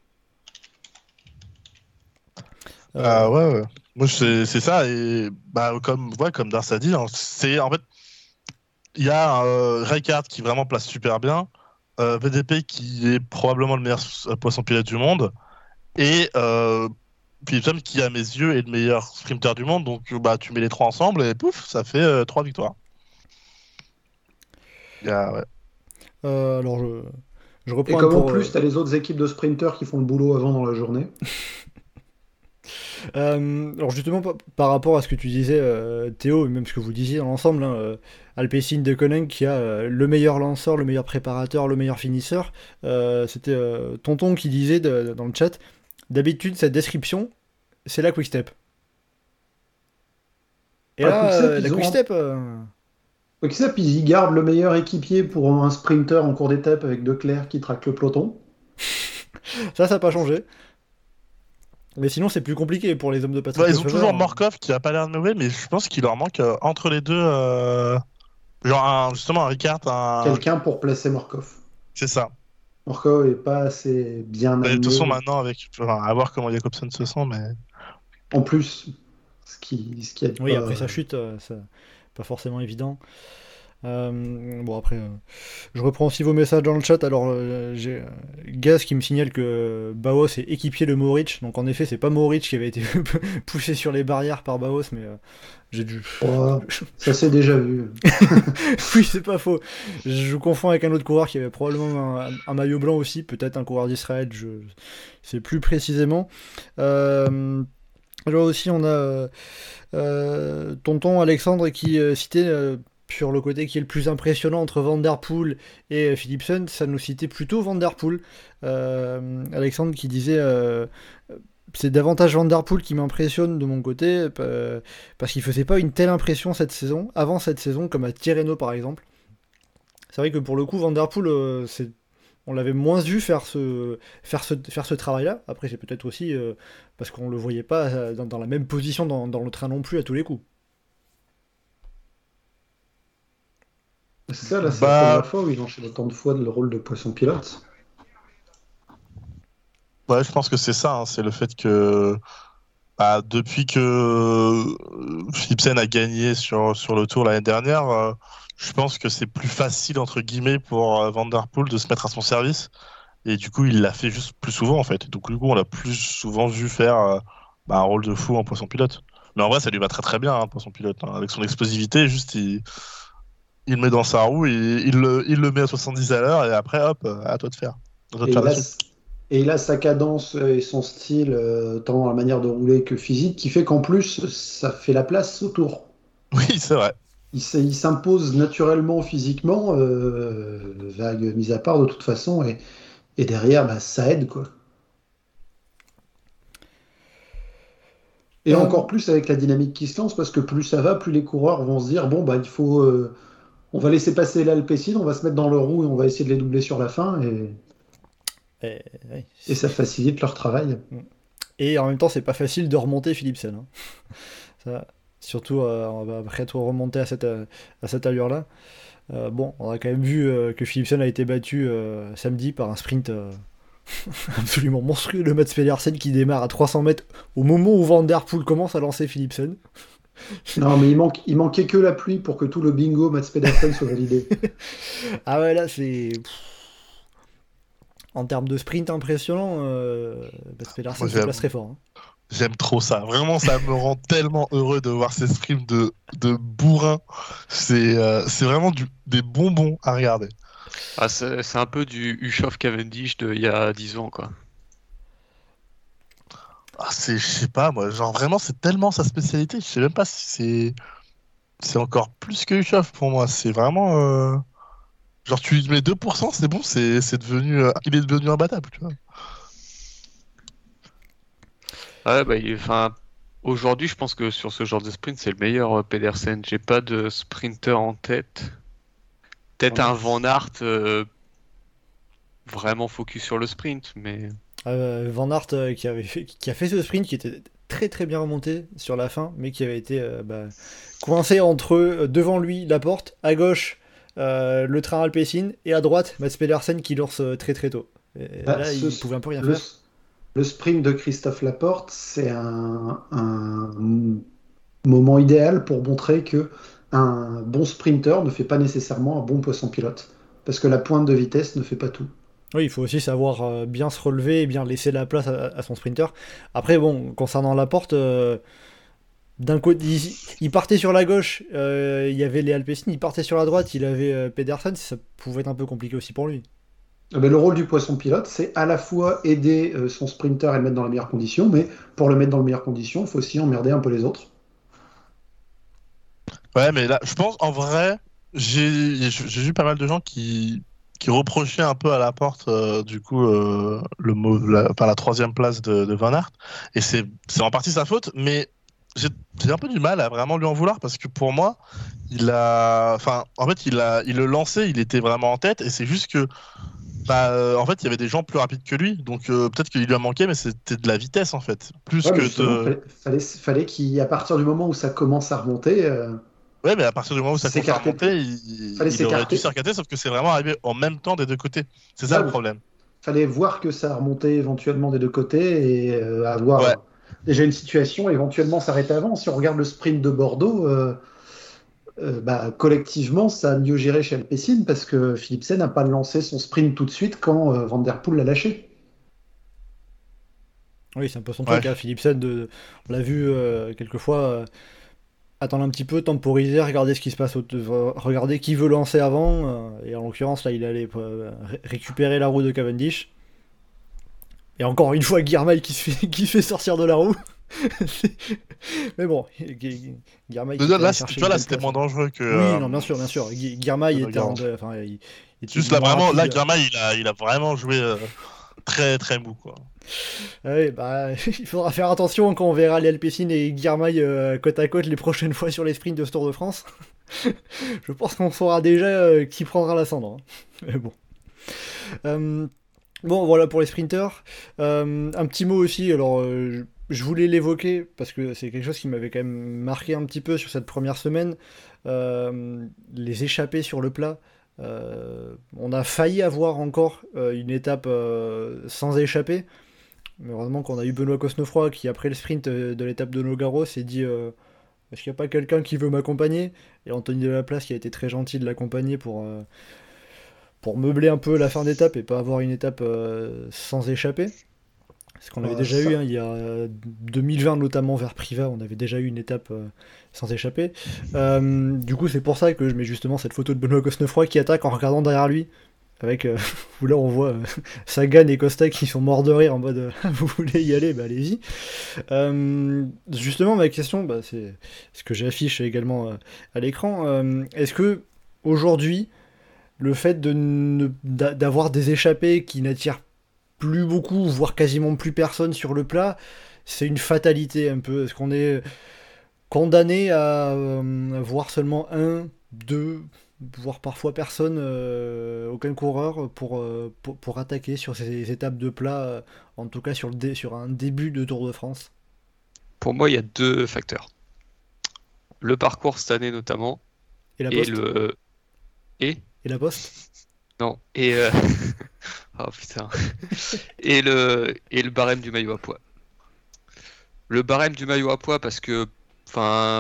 Euh, Ah ouais, ouais. Moi, c'est c'est ça. Et bah, comme, ouais, comme Dars a dit, hein, c'est en fait, il y a euh, Rijkaard qui vraiment place super bien, euh, V D P qui est probablement le meilleur euh, poisson pilote du monde, et euh, Philipsen qui, à mes yeux, est le meilleur sprinter du monde. Donc, bah, tu mets les trois ensemble et pouf, ça fait euh, trois victoires. Il y a- ouais. euh, alors, je, je Et reprends un comme en pour, plus, euh, tu as les autres équipes de sprinters qui font le boulot avant dans la journée. Euh, alors justement par, par rapport à ce que tu disais euh, Théo et même ce que vous disiez dans l'ensemble, hein, euh, Alpecin de Koning qui a euh, le meilleur lanceur, le meilleur préparateur, le meilleur finisseur, euh, c'était euh, Tonton qui disait de- de- dans le chat, d'habitude cette description c'est la Quick-Step. Et Ah, là Quick-Step, euh, la ils ont- Quick-Step euh, Donc, ça, puis ils gardent le meilleur équipier pour un sprinter en cours d'étape avec Leclerc qui traque le peloton. ça ça n'a pas changé. Mais sinon c'est plus compliqué pour les hommes de Patrick Ouais, ils ont Lefevre. toujours Morkov qui a pas l'air de mauvais, mais je pense qu'il leur manque euh, entre les deux, euh, genre un- justement un Rijkaard, un... Quelqu'un pour placer Morkov. c'est ça. Morkov est pas assez bien Mais de amené. toute façon, maintenant, avec, enfin, à voir comment Jacobsen se sent, mais En plus, ce qui, ce qui aide Oui, pas, après euh, sa chute, euh, ça, pas forcément évident. Euh, bon, après, euh, je reprends aussi vos messages dans le chat. Alors, euh, j'ai euh, Gaz qui me signale que Bauhaus est équipier de Mohoric. Donc, en effet, c'est pas Mohoric qui avait été poussé sur les barrières par Bauhaus, mais euh, j'ai dû. Oh, ça s'est déjà vu. Oui, c'est pas faux. Je confonds avec un autre coureur qui avait probablement un, un maillot blanc aussi, peut-être un coureur d'Israël, je sais plus précisément. Euh, je vois aussi, on a euh, euh, Tonton Alexandre qui euh, citait euh, sur le côté qui est le plus impressionnant entre Van Der Poel et euh, Philipsen, ça nous citait plutôt Van Der Poel. Euh, Alexandre qui disait euh, c'est davantage Van Der Poel qui m'impressionne de mon côté euh, parce qu'il faisait pas une telle impression cette saison, avant cette saison, comme à Tirreno par exemple. C'est vrai que pour le coup, Van Der Poel, euh, c'est, on l'avait moins vu faire ce, faire ce, faire ce travail-là. Après, c'est peut-être aussi euh, parce qu'on le voyait pas euh, dans, dans la même position dans, dans le train non plus à tous les coups. C'est ça, là, c'est Bah- la première fois où il enchaîne autant de fois le rôle de poisson pilote. Ouais, je pense que c'est ça, hein, c'est le fait que bah, depuis que euh, Philipsen a gagné sur, sur le Tour l'année dernière, euh, je pense que c'est plus facile, entre guillemets, pour euh, Van Der Poel de se mettre à son service. Et du coup, il l'a fait juste plus souvent, en fait. Donc, du coup, on l'a plus souvent vu faire euh, bah, un rôle de fou en poisson pilote. Mais en vrai, ça lui va très très bien, hein, poisson pilote. Hein. Avec son explosivité, juste, il, il le met dans sa roue, et il, le, il le met à soixante-dix à l'heure, et après, hop, euh, à toi de faire. À toi de Et faire il, la a, suite. et il a sa cadence et son style, euh, tant dans la manière de rouler que physique, qui fait qu'en plus, ça fait la place autour. Oui, c'est vrai. Il, s- il s'impose naturellement physiquement, euh, vague mise à part de toute façon, et, et derrière, bah, ça aide, quoi. Et Euh, encore plus avec la dynamique qui se lance, parce que plus ça va, plus les coureurs vont se dire, bon, bah, il faut, euh, on va laisser passer l'Alpecin, on va se mettre dans leur roue et on va essayer de les doubler sur la fin, et, Et, ouais, et ça facilite leur travail. et en même temps, c'est pas facile de remonter Philipsen. Hein. Ça, surtout euh, on va après être remonté à cette, euh, à cette allure-là. Euh, bon, on a quand même vu euh, que Philipsen a été battu euh, samedi par un sprint euh, absolument monstrueux de Mats Pedersen qui démarre à trois cents mètres au moment où Van Der Poel commence à lancer Philipsen. Non, mais il, manque, il manquait que la pluie pour que tout le bingo Mats Pedersen soit validé. Ah ouais, là, c'est... En termes de sprint impressionnant, euh, Mats Pedersen Moi, se j'aime. place très fort. Hein. J'aime trop ça. Vraiment, ça me rend tellement heureux de voir ces sprints de, de bourrin. C'est euh, c'est vraiment du, des bonbons à regarder. Ah, c'est c'est un peu du Ushoff Cavendish de il y a dix ans, quoi. Ah, c'est, je sais pas, moi, genre vraiment, c'est tellement sa spécialité. Je sais même pas si c'est, c'est encore plus que Ushoff pour moi. C'est vraiment, euh, genre, tu lui mets deux pour cent, c'est bon, c'est, c'est devenu, euh, il est devenu imbattable, tu vois. Ouais, bah, il- enfin, aujourd'hui, je pense que sur ce genre de sprint, c'est le meilleur euh, Pedersen. J'ai pas de sprinter en tête. Peut-être un Van Aert euh, vraiment focus sur le sprint, mais Euh, Van Aert euh, qui, avait fait, qui a fait ce sprint qui était très très bien remonté sur la fin, mais qui avait été euh, bah, coincé entre euh, devant lui la porte, à gauche euh, le train Alpecin et à droite Mats Pedersen qui lance euh, très très tôt. Et Bah, là, ce- il pouvait un peu rien le, faire. le sprint de Christophe Laporte, c'est un, un moment idéal pour montrer que un bon sprinter ne fait pas nécessairement un bon poisson pilote. Parce que la pointe de vitesse ne fait pas tout. Oui, il faut aussi savoir euh, bien se relever et bien laisser la place à, à son sprinter. Après, bon, concernant Laporte, euh, d'un côté, il, il partait sur la gauche, euh, il y avait les Alpecin, il partait sur la droite, il avait euh, Pedersen, ça pouvait être un peu compliqué aussi pour lui. Ah ben, le rôle du poisson pilote, c'est à la fois aider euh, son sprinter et le mettre dans les meilleures conditions, mais pour le mettre dans les meilleures conditions, il faut aussi emmerder un peu les autres. Ouais, mais là, je pense, en vrai, j'ai, j'ai vu pas mal de gens qui, qui reprochaient un peu à la porte, euh, du coup, euh, le mot, la, enfin, la troisième place de, de Van Aert. Et c'est, c'est en partie sa faute, mais j'ai, j'ai un peu du mal à vraiment lui en vouloir parce que pour moi, il a, enfin, en fait, il a, il le lançait, il était vraiment en tête, et c'est juste que, bah, euh, en fait, il y avait des gens plus rapides que lui, donc euh, peut-être qu'il lui a manqué, mais c'était de la vitesse en fait, plus Ouais, mais que justement, de. fallait, fallait, fallait qu'à partir du moment où ça commence à remonter, euh, Ouais, mais à partir du moment où ça commence à s'écarter. remonter, il, Fallait il aurait s'écarter. dû s'arrêter, sauf que c'est vraiment arrivé en même temps des deux côtés. C'est ça Ouais, le problème. fallait voir que ça remontait éventuellement des deux côtés et euh, avoir Ouais. déjà une situation, éventuellement s'arrêter avant. Si on regarde le sprint de Bordeaux, euh, euh, bah, collectivement, ça a mieux géré chez Alpecin parce que Philipsen n'a pas lancé son sprint tout de suite quand euh, Van Der Poel l'a lâché. Oui, c'est un peu son Ouais. truc, hein, Philipsen, de, on l'a vu euh, quelquefois euh, attendre un petit peu, temporiser, regarder ce qui se passe, au, euh, regarder qui veut lancer avant, euh, et en l'occurrence, là, il allait euh, ré- récupérer la roue de Cavendish. Et encore une fois, Guillermal qui se fait, qui se fait sortir de la roue. Mais bon, Girmay. Là, là, tu vois, là, c'était moins dangereux que. Oui, euh, non, bien sûr, bien sûr. Girmay était en. Enfin, il, il Juste là, vraiment, là, Girmay, il a, il a vraiment joué euh, très, très mou, quoi. Oui, bah, il faudra faire attention quand on verra les Alpecin et Girmay euh, côte à côte les prochaines fois sur les sprints de ce Tour de France. Je pense qu'on saura déjà euh, qui prendra l'ascendant. Mais bon. Euh, bon, voilà pour les sprinters. Euh, un petit mot aussi, alors euh, je voulais l'évoquer parce que c'est quelque chose qui m'avait quand même marqué un petit peu sur cette première semaine. Euh, les échappées sur le plat. Euh, on a failli avoir encore euh, une étape euh, sans échappée. Mais heureusement qu'on a eu Benoît Cosnefroy qui, après le sprint de l'étape de Nogaro, s'est dit euh, est-ce qu'il n'y a pas quelqu'un qui veut m'accompagner ? Et Anthony Delaplace qui a été très gentil de l'accompagner pour, euh, pour meubler un peu la fin d'étape et pas avoir une étape euh, sans échapper. Parce qu'on avait ouais, déjà ça. eu, hein, il y a deux mille vingt notamment vers Privas, on avait déjà eu une étape euh, sans échapper. Euh, du coup, c'est pour ça que je mets justement cette photo de Benoît Cosnefroy qui attaque en regardant derrière lui. Avec euh, où là on voit euh, Sagan et Costa qui sont morts de rire en mode euh, vous voulez y aller, bah allez-y. Euh, justement ma question, bah, c'est ce que j'affiche également euh, à l'écran. Euh, est-ce que aujourd'hui le fait de ne, d'avoir des échappées qui n'attirent plus beaucoup, voire quasiment plus personne sur le plat, c'est une fatalité un peu? Est-ce qu'on est condamné à euh, voir seulement un, deux, voire parfois personne, euh, aucun coureur pour, euh, pour, pour attaquer sur ces étapes de plat, euh, en tout cas sur, le dé, sur un début de Tour de France? Pour moi, il y a deux facteurs. Le parcours cette année notamment. Et la poste. Et le... Et Et la poste. Non, et... Euh... oh putain. et, le... et le barème du maillot à pois. Le barème du maillot à pois parce que... Enfin...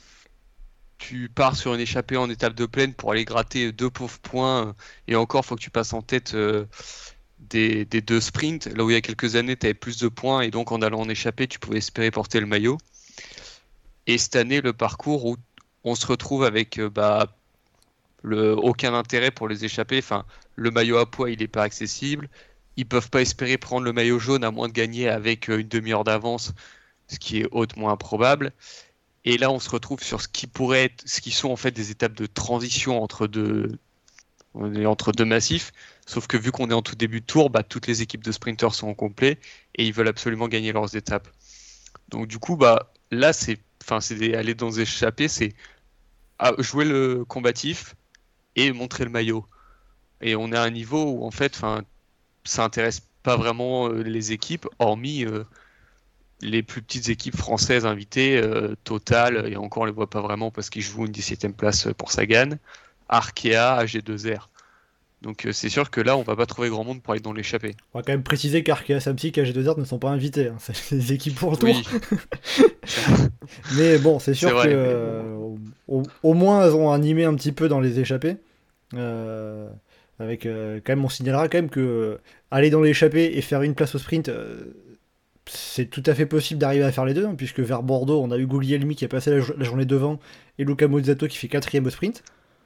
Tu pars sur une échappée en étape de plaine pour aller gratter deux pauvres points, et encore faut que tu passes en tête euh, des, des deux sprints, là où il y a quelques années tu avais plus de points et donc en allant en échappée tu pouvais espérer porter le maillot. Et cette année le parcours où on se retrouve avec euh, bah, le, aucun intérêt pour les échappées, enfin, le maillot à pois il n'est pas accessible, ils peuvent pas espérer prendre le maillot jaune à moins de gagner avec euh, une demi-heure d'avance, ce qui est hautement improbable. Et là, on se retrouve sur ce qui pourrait être, ce qui sont en fait des étapes de transition entre deux, entre deux massifs. Sauf que vu qu'on est en tout début de tour, bah, toutes les équipes de sprinters sont au complet et ils veulent absolument gagner leurs étapes. Donc du coup, bah là, c'est, enfin, c'est des, aller dans des échappées, c'est jouer le combatif et montrer le maillot. Et on est à un niveau où en fait, enfin, ça intéresse pas vraiment les équipes, hormis euh, les plus petites équipes françaises invitées, euh, Total, et encore on les voit pas vraiment parce qu'ils jouent une dix-septième place pour Sagan, Arkea, A G deux R. Donc euh, c'est sûr que là on va pas trouver grand monde pour aller dans l'échappée. On va quand même préciser qu'Arkea Samsic et A G deux R ne sont pas invités, hein. C'est des équipes pour le tour. Oui. Mais bon, c'est sûr c'est vrai, que euh, au, au moins elles ont animé un petit peu dans les échappées. Euh, avec euh, quand même on signalera quand même que euh, aller dans l'échappée et faire une place au sprint, euh, c'est tout à fait possible d'arriver à faire les deux, hein, puisque vers Bordeaux, on a eu Guglielmi qui a passé la, la journée devant et Luca Mozzato qui fait quatrième au sprint.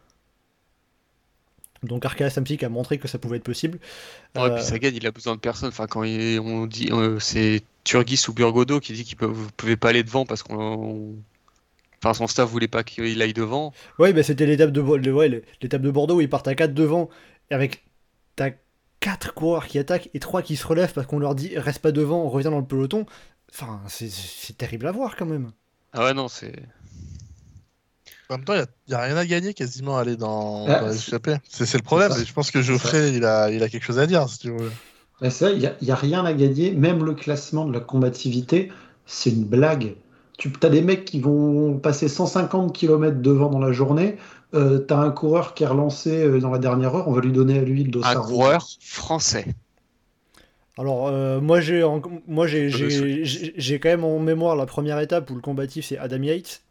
Donc Arkea Samsic a montré que ça pouvait être possible. Ouais, euh... puis Sagan, il a besoin de personne. Enfin, quand il, on dit, euh, c'est Turgis ou Burgodo qui dit qu'il ne pouvait pas aller devant parce qu'on, enfin, son staff voulait pas qu'il aille devant. Ouais, bah, c'était l'étape de, ouais, l'étape de Bordeaux où ils partent à quatre devant avec ta quatre coureurs qui attaquent et trois qui se relèvent parce qu'on leur dit reste pas devant, on revient dans le peloton. Enfin, c'est, c'est terrible à voir quand même. Ah ouais, non, c'est. En même temps, il n'y a, a rien à gagner quasiment à aller dans, ah, dans l'échappée. C'est, c'est le problème. C'est je pense que Geoffrey, il a, il a quelque chose à dire, si tu veux. Ah, c'est vrai, il n'y a, a rien à gagner. Même le classement de la combativité, c'est une blague. Tu as des mecs qui vont passer cent cinquante kilomètres devant dans la journée. Euh, tu as un coureur qui est relancé dans la dernière heure. On va lui donner à lui le dossard. Un coureur français. Alors, euh, moi, j'ai, en, moi j'ai, j'ai, j'ai, j'ai quand même en mémoire la première étape où le combatif, c'est Adam Yates.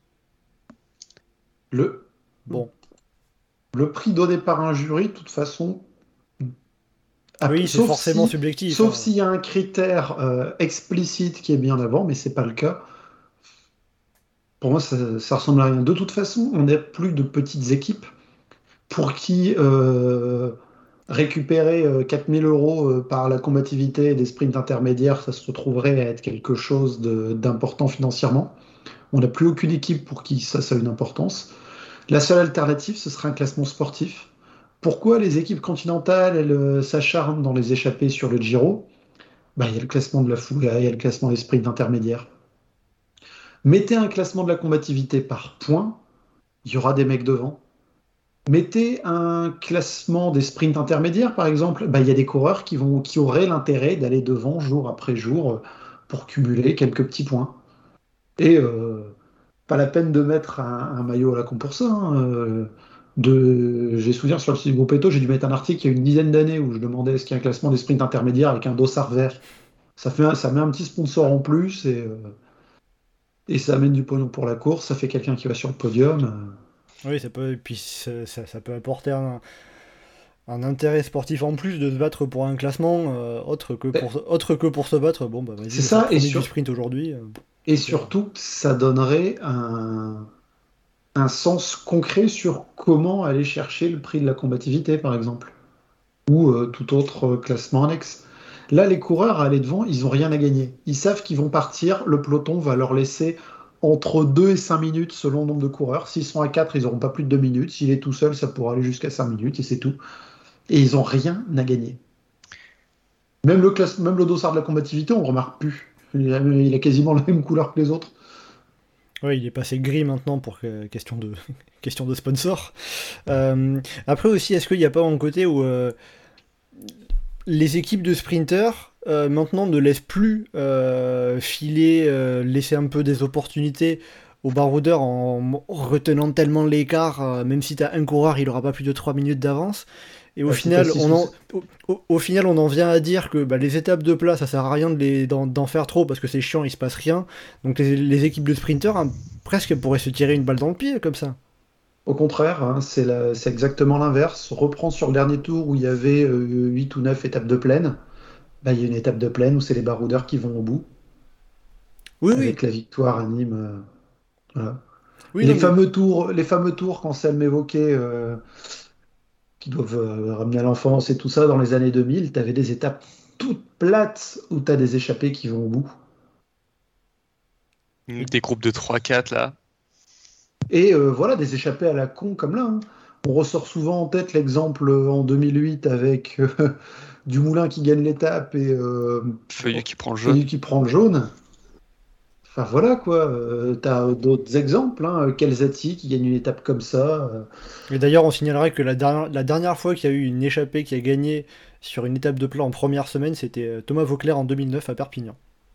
Le, bon. le prix donné par un jury, de toute façon... Oui, c'est forcément si, subjectif. Sauf hein. s'il y a un critère euh, explicite qui est bien avant, mais c'est pas le cas. Pour moi, ça, ça ressemble à rien. De toute façon, on n'est plus de petites équipes pour qui euh, récupérer euh, quatre mille euros euh, par la combativité et des sprints intermédiaires, ça se retrouverait à être quelque chose de- d'important financièrement. On n'a plus aucune équipe pour qui ça, ça a une importance. La seule alternative, ce serait un classement sportif. Pourquoi les équipes continentales, elles euh, s'acharnent dans les échappées sur le Giro? Bah, il y a le classement de la Fuga, il y a le classement des sprints intermédiaires. Mettez un classement de la combativité par points, il y aura des mecs devant. Mettez un classement des sprints intermédiaires, par exemple, bah, il y a des coureurs qui, vont, qui auraient l'intérêt d'aller devant jour après jour euh, pour cumuler quelques petits points. Et euh, pas la peine de mettre un, un maillot à la con pour ça. Hein, euh, de... J'ai souvenir sur le site du groupe Eto, j'ai dû mettre un article il y a une dizaine d'années où je demandais est-ce qu'il y a un classement des sprints intermédiaires avec un dossard vert. Ça, fait un- ça met un petit sponsor en plus et, euh, et ça amène du pognon pour la course. Ça fait quelqu'un qui va sur le podium. euh. Oui, ça peut, et puis ça, ça- ça peut apporter un, un intérêt sportif en plus de se battre pour un classement euh, autre que Mais- pour, autre que pour se battre. Bon, bah vas-y, C'est vous ça, prenez et du sur- sprint aujourd'hui. euh. Et surtout, ça donnerait un, un sens concret sur comment aller chercher le prix de la combativité, par exemple, ou euh, tout autre euh, classement annexe. Là, les coureurs à aller devant, ils n'ont rien à gagner. Ils savent qu'ils vont partir, le peloton va leur laisser entre deux et cinq minutes selon le nombre de coureurs. S'ils sont à quatre, ils n'auront pas plus de deux minutes. S'il est tout seul, ça pourra aller jusqu'à cinq minutes et c'est tout. Et ils n'ont rien à gagner. Même le, classe... Même le dossard de la combativité, on ne remarque plus. Il a, il a quasiment la même couleur que les autres. Oui, il est passé gris maintenant pour que- question de, question de sponsor. Euh, après aussi, est-ce qu'il n'y a pas un côté où euh, les équipes de sprinters euh, maintenant ne laissent plus euh, filer, euh, laisser un peu des opportunités aux baroudeurs en retenant tellement l'écart, euh, même si tu as un coureur, il n'aura pas plus de trois minutes d'avance. Et au Ouais, c'est final, facile, on en, c'est- au, au- au final, on en vient à dire que bah, les étapes de plat, ça sert à rien de les- d'en, d'en faire trop parce que c'est chiant, il se passe rien. Donc les, les équipes de sprinters, hein, presque pourraient se tirer une balle dans le pied comme ça. Au contraire, hein, c'est la- c'est exactement l'inverse. Reprends sur le dernier tour où il y avait euh, huit ou neuf étapes de plaine. Bah, il y a une étape de plaine où c'est les baroudeurs qui vont au bout, Oui, oui. avec la victoire à Nîmes. euh, voilà. oui Et non, les mais- fameux tours, les fameux tours qu'Anselme évoquait, euh, qui doivent euh, ramener à l'enfance et tout ça, dans les années deux mille, tu avais des étapes toutes plates où tu as des échappés qui vont au bout. Des groupes de trois quatre là. Et euh, voilà, des échappés à la con comme là. Hein. On ressort souvent en tête l'exemple euh, en deux mille huit avec euh, Dumoulin qui gagne l'étape et euh, Feuillu qui prend le jaune. Feuillu qui prend le jaune. Enfin voilà quoi, euh, t'as d'autres exemples, hein. Kelzati qui gagne une étape comme ça. euh. Et d'ailleurs, on signalerait que la dernière, la dernière fois qu'il y a eu une échappée qui a gagné sur une étape de plat en première semaine, c'était euh, Thomas Vauclair en deux mille neuf à Perpignan.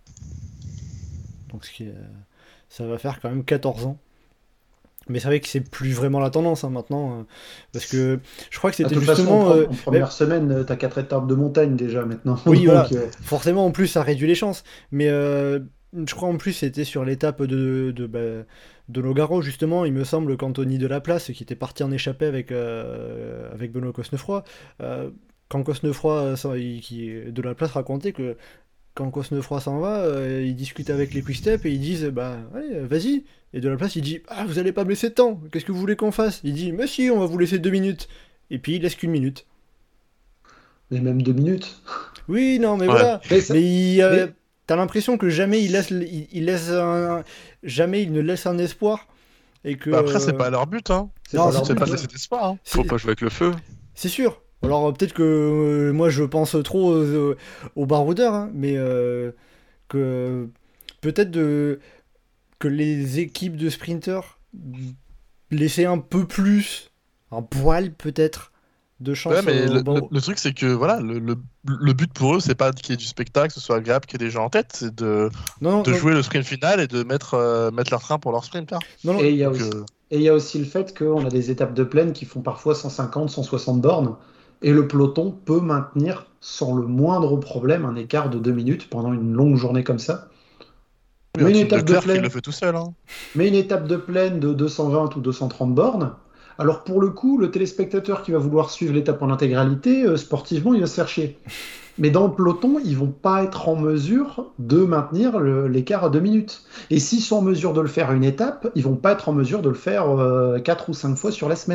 Donc ce qui est, euh, ça va faire quand même quatorze ans. Mais c'est vrai que c'est plus vraiment la tendance hein, maintenant, euh, parce que je crois que De c'était toute façon, justement... en, pre- euh, en première semaine, euh, t'as quatre étapes de montagne déjà maintenant. Oui, Donc, voilà. euh, Forcément, en plus, ça réduit les chances. Mais euh, je crois en plus, c'était sur l'étape de, de, bah, de Nogaro, justement, il me semble qu'Anthony Delaplace, qui était parti en échappée avec, euh, avec Benoît Cosnefroy, euh, quand Cosnefroy, euh, s'en- il- qui, Delaplace racontait que quand Cosnefroy s'en va, euh, il discute avec les quick-step et ils disent bah allez, euh, vas-y. Et Delaplace, il dit ah, vous allez pas me laisser de temps, qu'est-ce que vous voulez qu'on fasse? Il dit mais si, on va vous laisser deux minutes. Et puis il laisse qu'une minute. mais même deux minutes. Oui, non, mais Ouais. voilà. Mais ça- Mais il, euh, mais- t'as l'impression que jamais il laisse, il, il laisse un, jamais il ne laisse un espoir et que. Bah, après, c'est euh, pas leur but, hein. c'est non, pas c'est- leur C'est but, pas de ouais. laisser d'espoir, hein. c'est- Faut pas jouer avec le feu. C'est sûr. Alors euh, peut-être que euh, moi je pense trop aux, aux baroudeurs, hein, mais euh, que peut-être de que les équipes de sprinters laissaient un peu plus, un poil peut-être, de chance. Ouais, mais aux le, bar- le- le truc, c'est que voilà, le, le- le but pour eux, c'est pas qu'il y ait du spectacle, que ce soit agréable, qu'il y ait des gens en tête, c'est de, Non, non, de non, jouer le sprint final et de mettre, euh, mettre leur train pour leur sprint. Hein. non, non. Et il y a Donc, aussi, euh, et il y a aussi le fait qu'on a des étapes de plaine qui font parfois cent cinquante, cent soixante bornes, et le peloton peut maintenir sans le moindre problème un écart de deux minutes pendant une longue journée comme ça. oui, Mais une Antoine étape de Leclerc qui plaine, le fait tout seul. Hein. mais une étape de plaine de deux cent vingt ou deux cent trente bornes, alors pour le coup, le téléspectateur qui va vouloir suivre l'étape en intégralité, euh, sportivement, il va se faire chier. Mais dans le peloton, ils vont pas être en mesure de maintenir le- l'écart à deux minutes. Et s'ils sont en mesure de le faire à une étape, ils vont pas être en mesure de le faire euh, quatre ou cinq fois sur la semaine.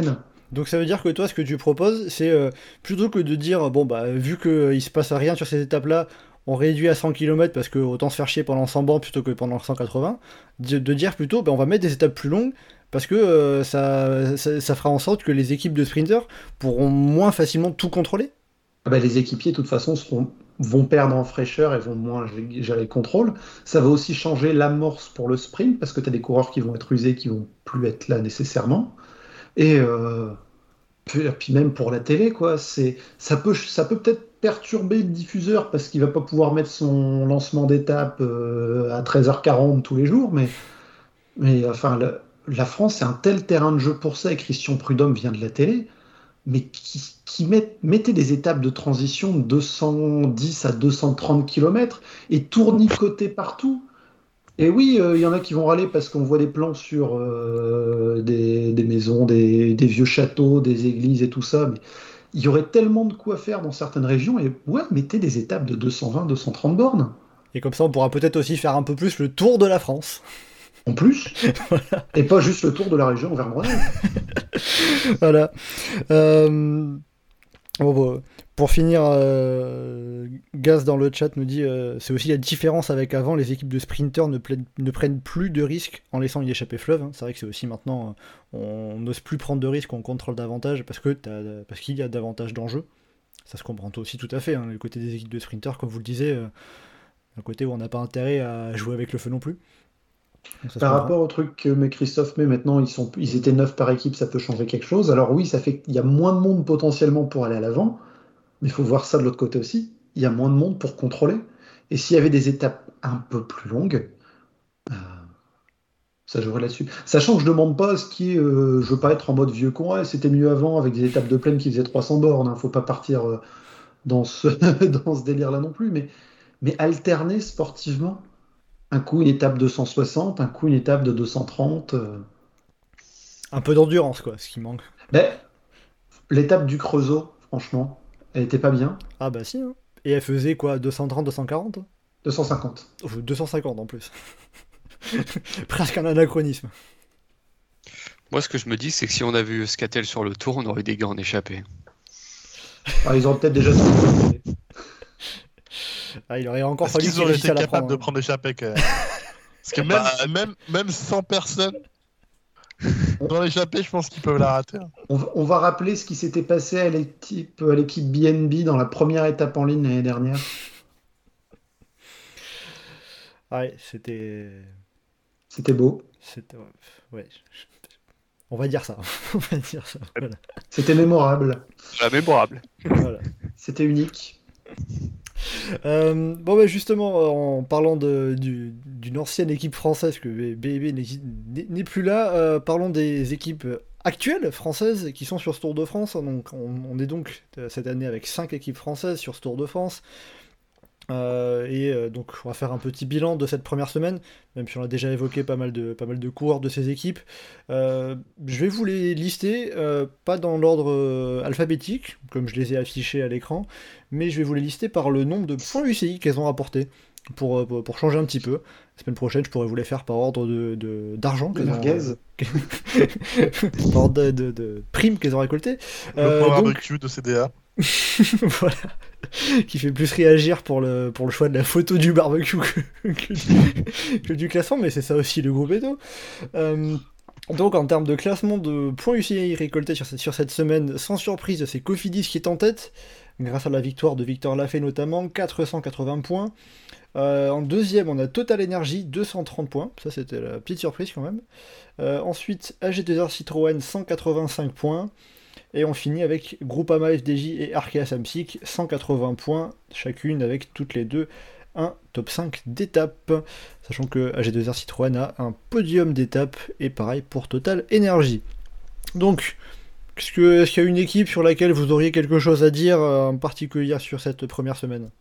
Donc ça veut dire que toi, ce que tu proposes, c'est euh, plutôt que de dire, bon, bah, vu qu'il ne se passe rien sur ces étapes-là, on réduit à cent kilomètres parce que autant se faire chier pendant cent bornes plutôt que pendant cent quatre-vingts, de, de dire plutôt, bah, on va mettre des étapes plus longues parce que euh, ça, ça, ça fera en sorte que les équipes de sprinters pourront moins facilement tout contrôler. Ah bah, les équipiers, de toute façon, seront, vont perdre en fraîcheur et vont moins gé- gérer le contrôle. Ça va aussi changer l'amorce pour le sprint parce que tu as des coureurs qui vont être usés, qui vont plus être là nécessairement. Et euh, puis, puis même pour la télé, quoi, c'est, ça peut, ça peut peut-être perturber le diffuseur parce qu'il va pas pouvoir mettre son lancement d'étape euh, à treize heures quarante tous les jours, mais, mais enfin, le- la France, c'est un tel terrain de jeu pour ça, et Christian Prudhomme vient de la télé, mais qui, qui met- mettait des étapes de transition de deux cent dix à deux cent trente kilomètres et tournicotés partout. Et oui, euh, il y en a qui vont râler parce qu'on voit des plans sur euh, des, des maisons, des, des vieux châteaux, des églises et tout ça, mais il y aurait tellement de quoi faire dans certaines régions, et ouais, mettez des étapes de deux cent vingt, deux cent trente bornes. Et comme ça, on pourra peut-être aussi faire un peu plus le tour de la France. En plus, et pas juste le tour de la région Auvergne-Rhône-Alpes. Voilà. Euh, bon, bon, pour finir, euh, Gaz dans le chat nous dit euh, c'est aussi la différence avec avant, les équipes de sprinters ne, plaident- ne prennent plus de risques en laissant une échappée fleuve. hein. C'est vrai que c'est aussi maintenant, euh, on n'ose plus prendre de risques, on contrôle davantage parce que t'as- parce qu'il y a davantage d'enjeux. Ça se comprend aussi tout à fait. hein, Le côté des équipes de sprinters, comme vous le disiez, euh, un côté où on n'a pas intérêt à jouer avec le feu non plus. Donc ça se Par comprend. rapport au truc que met Christophe met maintenant, ils, sont, ils étaient neuf par équipe, ça peut changer quelque chose. Alors oui, ça fait qu'il y a moins de monde potentiellement pour aller à l'avant, mais il faut voir ça de l'autre côté aussi. Il y a moins de monde pour contrôler. Et s'il y avait des étapes un peu plus longues, euh, ça jouerait là-dessus. Sachant que je demande pas ce qui est, euh, je veux pas être en mode vieux con, ouais, c'était mieux avant avec des étapes de plaine qui faisaient trois cents bornes. Hein, faut pas partir euh, dans ce, dans ce délire-là non plus, mais, mais alterner sportivement. Un coup une étape de cent soixante, un coup une étape de deux cent trente. euh. Un peu d'endurance, quoi, ce qui manque. Ben, l'étape du Creusot, franchement, elle était pas bien. Ah bah si, hein. Et elle faisait quoi, deux cent trente, deux cent quarante deux cent cinquante. Oh, deux cent cinquante en plus. Presque un anachronisme. Moi, ce que je me dis, c'est que si on avait eu Scatel sur le tour, on aurait eu des gars en échappée. Ah, ils auraient peut-être déjà trouvé. Ah, il aurait encore Est-ce fallu qu'ils qu'il auraient réussisse été à la capables prendre. de hein. prendre l'échappée quand même? Parce que même, Bah, même, même cent personnes dans l'échappée, je pense qu'ils peuvent la rater. hein. On, va- on va rappeler ce qui s'était passé à l'équipe, à l'équipe B N B dans la première étape en ligne l'année dernière. Ouais, c'était. C'était beau. C'était. Ouais. ouais. On va dire ça. On va dire ça. Voilà. C'était mémorable. la mémorable. Voilà. C'était unique. Euh, bon, bah justement, en parlant de- du- d'une ancienne équipe française, que B B n'exi- n'est n'est plus là, euh, parlons des équipes actuelles françaises qui sont sur ce Tour de France. Donc, on, on est donc euh, cette année avec cinq équipes françaises sur ce Tour de France. Euh, et euh, donc, on va faire un petit bilan de cette première semaine, même si on a déjà évoqué pas mal de, pas mal de coureurs de ces équipes. Euh, je vais vous les lister, euh, pas dans l'ordre euh, alphabétique, comme je les ai affichés à l'écran, mais je vais vous les lister par le nombre de points U C I qu'elles ont rapportés, pour, euh, pour, pour changer un petit peu. La semaine prochaine, je pourrais vous les faire par ordre de, de- d'argent, De qu'elles ont- merguez. par ordre de, de- de primes qu'elles ont récoltées. Le Euh, point donc, barbecue de C D A. voilà, qui fait plus réagir pour le, pour le choix de la photo du barbecue que, que du, que du classement, mais c'est ça aussi le groupe Edo. Euh, donc en termes de classement de points U C I récoltés sur cette, sur cette semaine, sans surprise, c'est Cofidis qui est en tête, grâce à la victoire de Victor Lafay notamment, quatre cent quatre-vingts points. Euh, en deuxième, on a Total Energy, deux cent trente points, ça c'était la petite surprise quand même. Euh, ensuite, A G deux R Citroën, cent quatre-vingt-cinq points. Et on finit avec Groupama F D J et Arkea Samsic, cent quatre-vingts points, chacune avec toutes les deux un top cinq d'étape. Sachant que A G deux R Citroën a un podium d'étape, et pareil pour Total Energy. Donc, est-ce que- est-ce qu'il y a une équipe sur laquelle vous auriez quelque chose à dire euh, en particulier sur cette première semaine?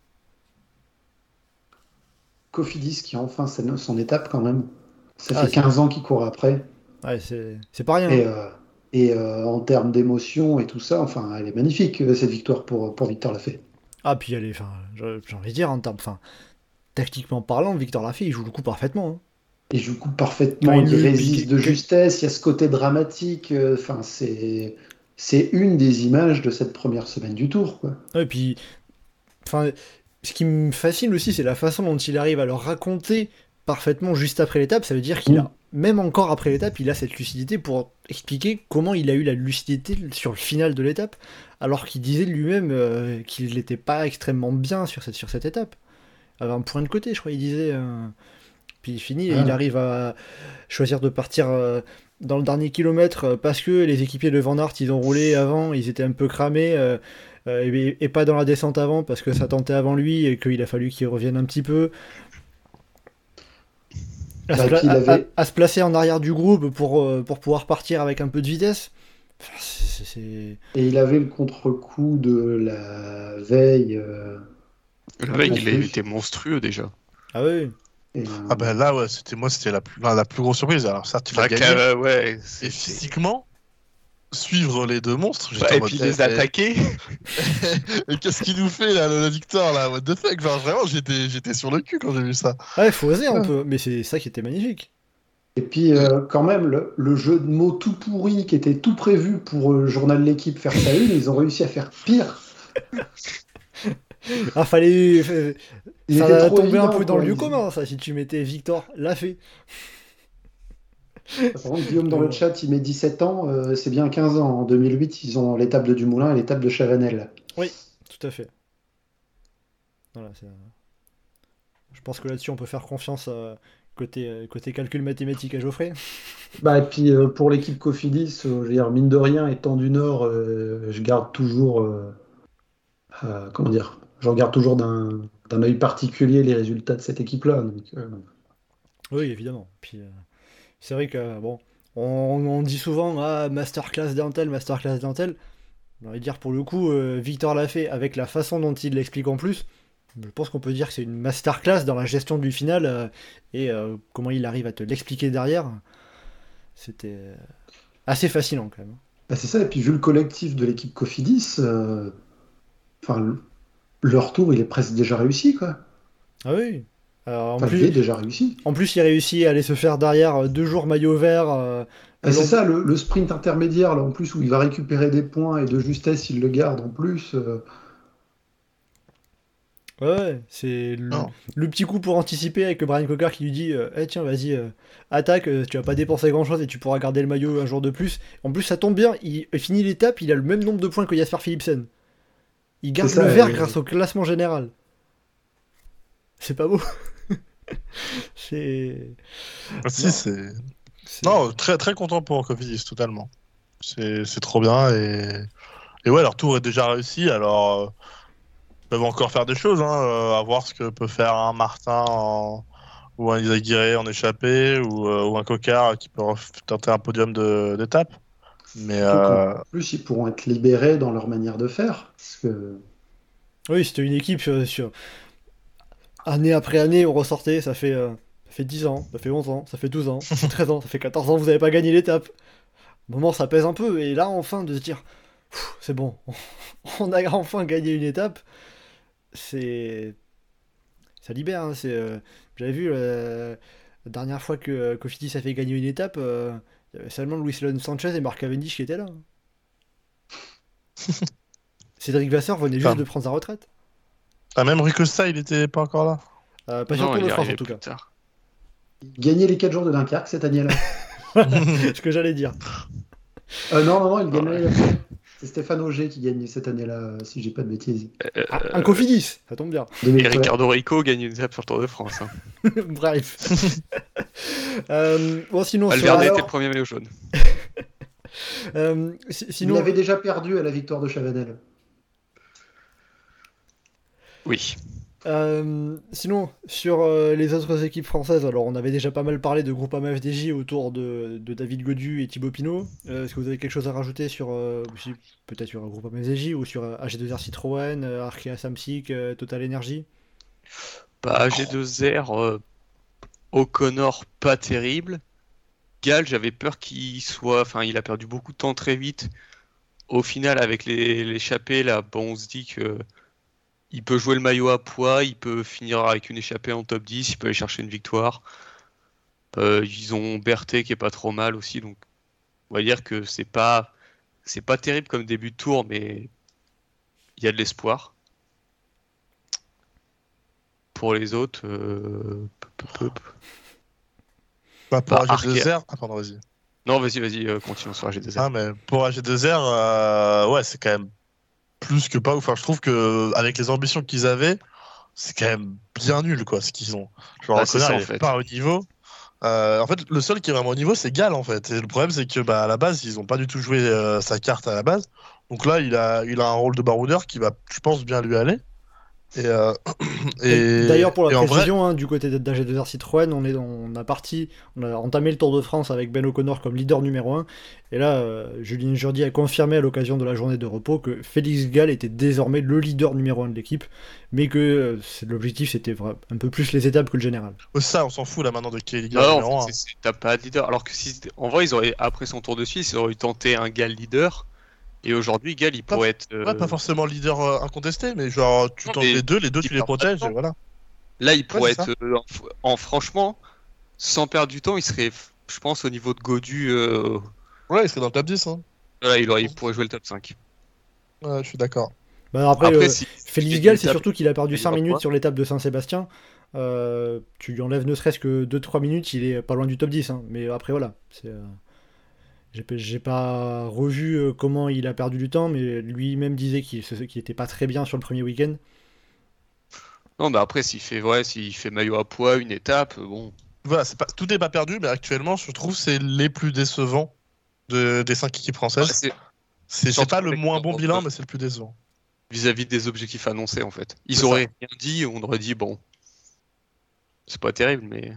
Cofidis qui a enfin son son étape quand même. Ça Ah, fait c'est- quinze ans qu'il court après. Ouais, c'est c'est pas rien. Et, hein. euh, et euh, en termes d'émotion et tout ça, enfin, elle est magnifique, euh, cette victoire pour, pour Victor Lafay. Ah, puis elle est, enfin, j'ai j'ai envie de dire, en termes, enfin, tactiquement parlant, Victor Lafay, il joue le coup parfaitement. hein. Il joue coup parfaitement, Ouais, il il- résiste il- de il- justesse, il y a ce côté dramatique, euh, enfin, c'est c'est une des images de cette première semaine du Tour, quoi. Et puis, enfin, ce qui me fascine aussi, c'est la façon dont il arrive à le raconter parfaitement juste après l'étape. Ça veut dire qu'il Mm. a, même encore après l'étape, il a cette lucidité pour expliquer comment il a eu la lucidité sur le final de l'étape, alors qu'il disait lui-même euh, qu'il n'était pas extrêmement bien sur cette, sur cette étape. Il avait un point de côté, je crois, il disait. euh, Puis il finit et Ah. il arrive à choisir de partir euh, dans le dernier kilomètre euh, parce que les équipiers de Van Aert, ils ont roulé avant, ils étaient un peu cramés. euh, euh, et, et pas dans la descente avant parce que ça tentait avant lui et qu'il a fallu qu'il revienne un petit peu. À, Bah, se, pla- puis il à- avait- à- à se placer en arrière du groupe pour, euh, pour pouvoir partir avec un peu de vitesse. Enfin, c'est- c'est- c'est- Et il avait le contre-coup de la veille. euh, Le mec, en il a plus. été monstrueux déjà. Ah oui. et, euh, Ah ben là, ouais, c'était moi, c'était la plus, la, la plus grosse surprise. Alors ça, tu l'as Enfin, gagné. qu'à- ouais, Et c'est- c'est- physiquement, suivre les deux monstres, j'étais Ouais, en et mode, puis eh, les eh, attaquer. Et qu'est-ce qu'il nous fait là, le, le Victor là, what the fuck, genre vraiment, j'étais, j'étais sur le cul quand j'ai vu ça. Ouais, faut oser un Ouais. peu, mais c'est ça qui était magnifique. et puis, euh, quand même, le, le jeu de mots tout pourri qui était tout prévu pour euh, le journal de l'équipe faire sa une, ils ont réussi à faire pire. Ah, fallait. euh, Il ça était a trop tombé un évident, peu dans quoi. le lieu Ils- commun, ça, si tu mettais Victor l'a fait. Par contre, Guillaume dans le chat, il met dix-sept ans, euh, c'est bien quinze ans. En deux mille huit, ils ont l'étape de Dumoulin et l'étape de Chavanel. Tout à fait. Voilà, c'est- je pense que là-dessus, on peut faire confiance euh, côté, euh, côté calcul mathématique à Geoffrey. Bah, et puis euh, pour l'équipe Cofidis, euh, je veux dire, mine de rien, étant du Nord, euh, je garde toujours, euh, euh, comment dire, je regarde toujours d'un d'un œil particulier les résultats de cette équipe-là. Donc, euh, Oui, évidemment. Puis, euh, c'est vrai que, bon, on, on dit souvent, ah, masterclass d'un tel, masterclass d'un tel. J'ai envie de dire, pour le coup, euh, Victor l'a fait avec la façon dont il l'explique en plus. Je pense qu'on peut dire que c'est une masterclass dans la gestion du final euh, et euh, comment il arrive à te l'expliquer derrière. C'était euh, assez fascinant quand même. bah, c'est ça. Et puis vu le collectif de l'équipe Cofidis, euh, enfin, le- leur tour, il est presque déjà réussi, quoi. Ah oui. Alors, en, Enfin, il est plus, déjà réussi. en plus, il réussit à aller se faire derrière euh, deux jours maillot vert. euh, Ah, c'est long- ça, le, le sprint intermédiaire, là, en plus, où il va récupérer des points et de justesse, il le garde en plus. euh, Ouais, ouais, c'est le, Non. le petit coup pour anticiper avec Brian Cocker qui lui dit euh, Eh, tiens, vas-y, euh, attaque, euh, tu vas pas dépenser grand chose et tu pourras garder le maillot un jour de plus. En plus, ça tombe bien, il, il finit l'étape, il a le même nombre de points que Jasper Philipsen. Il garde C'est ça, le vert et- grâce au classement général. C'est pas beau. c'est. Ah, si, c'est. c'est- Non, très, très content pour Cofidis, totalement. C'est, c'est trop bien et. Et ouais, leur tour est déjà réussi, alors. euh, Ils peuvent encore faire des choses, hein, euh, à voir ce que peut faire un Martin en- ou un Izaguirre en échappée ou, euh, ou un Cocard qui peut ref- tenter un podium de- d'étape. Mais surtout euh, qu'en plus, ils pourront être libérés dans leur manière de faire. Parce que Oui, c'était une équipe euh, sur. Année après année, on ressortait, ça fait, euh, ça fait dix ans, ça fait onze ans, ça fait douze ans, ça fait treize ans, ça fait quatorze ans, vous avez pas gagné l'étape. Au moment, ça pèse un peu, et là, enfin, de se dire, Pff, c'est bon, on a enfin gagné une étape, c'est. Ça libère, hein, c'est. euh, J'avais vu euh, la dernière fois que euh, Cofidis a fait gagner une étape, euh, il y avait seulement Luis Leon Sanchez et Marc Cavendish qui étaient là. Cédric Vasseur venait juste Enfin. de prendre sa retraite. ah, même Rui Costa, il était pas encore là. Euh, pas sur Non, le Tour il de est France en arrivé tout plus cas. tard. gagner les quatre jours de Dunkerque cette année-là. C'est ce que j'allais dire. Euh, non, non, non, il gagne Ouais. l'année d'après. C'est Stéphane Auger qui gagne cette année-là, si j'ai pas de bêtises. Euh, Ah, un Cofidis, ça tombe bien. deux mille et ouais. Ricardo Rico gagne une étape sur le Tour de France. Hein. Bref. Euh, bon, sinon, sur- Valverde alors- était le premier maillot jaune. euh, si- Il sinon, avait déjà perdu à la victoire de Chavanel. Oui. euh, sinon, sur euh, les autres équipes françaises, alors on avait déjà pas mal parlé de Groupama F D J autour de, de David Godu et Thibaut Pinot. Euh, Est-ce que vous avez quelque chose à rajouter sur, euh, aussi, peut-être sur Groupama F D J ou sur euh, A G deux R Citroën, euh, Arkea Samsic, euh, Total Energy? Bah, G deux R, euh, O'Connor, pas terrible. Gall, j'avais peur qu'il soit. Enfin, il a perdu beaucoup de temps très vite. Au final, avec les- l'échappée, là, bon, on se dit que il peut jouer le maillot à poids, il peut finir avec une échappée en top dix, il peut aller chercher une victoire. Euh, ils ont Berthet qui est pas trop mal aussi, donc on va dire que c'est pas c'est pas terrible comme début de tour, mais il y a de l'espoir. Pour les autres, euh... Bah, pour Bah, A G deux R, Arkea. ah, pardon, vas-y. non, vas-y, vas-y, euh, continuons sur A G deux R. Ah, mais pour A G deux R, euh, ouais, c'est quand même plus que pas ouf. Enfin, je trouve que avec les ambitions qu'ils avaient, c'est quand même bien nul, quoi, ce qu'ils ont. Genre, Bah, le c'est connard, ça, en il est fait. pas au niveau. Euh, en fait, le seul qui est vraiment au niveau, c'est Gall, en fait. Et le problème, c'est que bah, à la base, ils ont pas du tout joué euh, sa carte à la base. Donc là, il a, il a un rôle de baroudeur qui va, je pense, bien lui aller. Et, euh, et D'ailleurs, pour et la en vrai, précision, hein, du côté d'A G deux R Citroën, on, est, on a parti, on a entamé le Tour de France avec Ben O'Connor comme leader numéro un. Et là, euh, Julien Jourdi a confirmé à l'occasion de la journée de repos que Félix Gall était désormais le leader numéro un de l'équipe, mais que euh, c'est- l'objectif c'était vra- un peu plus les étapes que le général. oh, ça, on s'en fout là maintenant de qui est leader Non, numéro en un. fait, c'est- c'est- t'as pas de leader. Alors que si, c'était- en vrai, ils auraient, après son tour de Suisse, ils auraient tenté un Gal leader. Et aujourd'hui, Gal, il Pas- pourrait être. euh, Ouais, pas forcément leader euh, incontesté, mais genre, tu Non, tentes mais les deux, les deux, tu il les perd pas de protèges, temps. et voilà. Là, il pourrait c'est être. euh, en, en- franchement, sans perdre du temps, il serait, je pense, au niveau de Godu. euh, Ouais, il serait dans le top dix, hein. voilà, il, aurait, il pourrait jouer le top cinq. Ouais, je suis d'accord. Bah, après, Après, euh, si- Félix si Gall, l'étape- c'est surtout qu'il a perdu il y cinq aura minutes quoi sur l'étape de Saint-Sébastien. Euh, tu lui enlèves ne serait-ce que deux trois minutes, il est pas loin du top dix. Hein. Mais après, voilà. c'est, euh, J'ai pas- j'ai pas revu euh, comment il a perdu du temps, mais lui-même disait qu'il se- qu'il était pas très bien sur le premier week-end. Non, mais après, s'il fait, ouais, s'il fait maillot à poids, une étape, euh, bon. Voilà, c'est pas, tout n'est pas perdu, mais actuellement, je trouve que c'est les plus décevants de, des cinq équipes Ouais, françaises. c'est C'est c'est surtout pas le avec moins le bon nombre bilan, de- mais c'est le plus décevant. vis-à-vis des objectifs annoncés, en fait. Ils C'est auraient rien dit, on aurait dit, bon. C'est pas terrible, mais.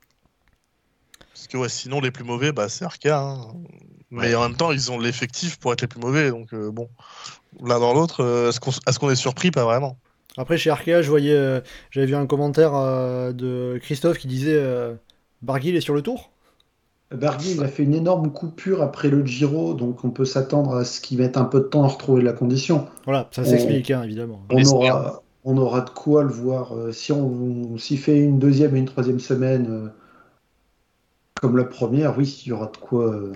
Parce que ouais, sinon, les plus mauvais, bah, c'est Arkea, hein. Mais Ouais. en même temps, ils ont l'effectif pour être les plus mauvais, donc euh, bon. L'un dans l'autre, euh, est-ce qu'on est-ce qu'on est surpris? Pas vraiment. Après, chez Arkea, je voyais, euh, j'avais vu un commentaire euh, de Christophe qui disait euh, Barguil est sur le tour. Barguil, il a fait une énorme coupure après le Giro, donc on peut s'attendre à ce qu'il mette un peu de temps à retrouver la condition. Voilà, ça On- s'explique, hein, évidemment. On On espère. aura, on aura de quoi le voir. euh, Si on s'y fait une deuxième et une troisième semaine euh, comme la première, oui, il y aura de quoi euh,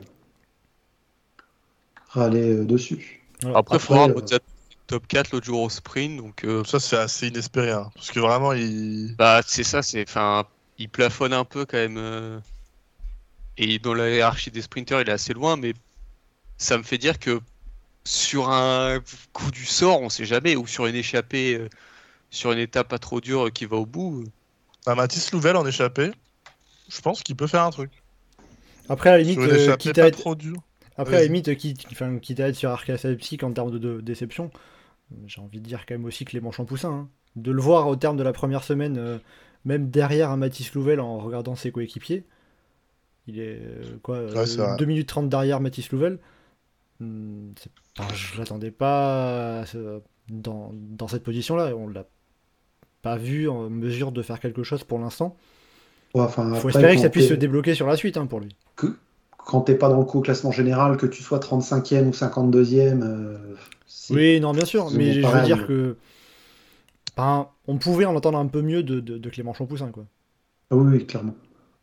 râler euh, dessus. Voilà. Après, il Après, faudra euh, Mozart top quatre l'autre jour au sprint, donc. euh, Ça, c'est assez inespéré, hein, parce que vraiment, il... Bah, c'est ça, c'est. Enfin, il plafonne un peu quand même. euh, Et dans la hiérarchie des sprinters, il est assez loin, mais ça me fait dire que sur un coup du sort, on sait jamais, ou sur une échappée, euh, sur une étape pas trop dure euh, qui va au bout. euh, bah, Mathis Louvel en échappé, je pense qu'il peut faire un truc. Après, à la limite, Sur une euh, échappée quitte à pas être, trop dure. après, à la Vas-y. limite, quitte, enfin, quitte à être sur Arkea Leipzig en termes de, de déception, j'ai envie de dire quand même aussi Clément Champoussin. Hein. De le voir au terme de la première semaine, euh, même derrière un Mathis Louvel en regardant ses coéquipiers, il est euh, quoi, Ouais, c'est vrai. deux minutes trente derrière Mathis Louvel. Hmm, c'est pas- je l'attendais pas à ce- dans, dans cette position-là. On l'a pas vu en mesure de faire quelque chose pour l'instant. ouais, enfin, Il faut après, espérer que ça quand puisse se t'es- débloquer sur la suite hein, pour lui. que- quand t'es pas dans le coup au classement général, que tu sois trente-cinquième ou cinquante-deuxième, euh, c'est Oui, non, bien sûr, plus ou mais moins je veux pareil. dire que ben, on pouvait en entendre un peu mieux de, de, de Clément Champoussin, quoi. Ah oui, oui, clairement.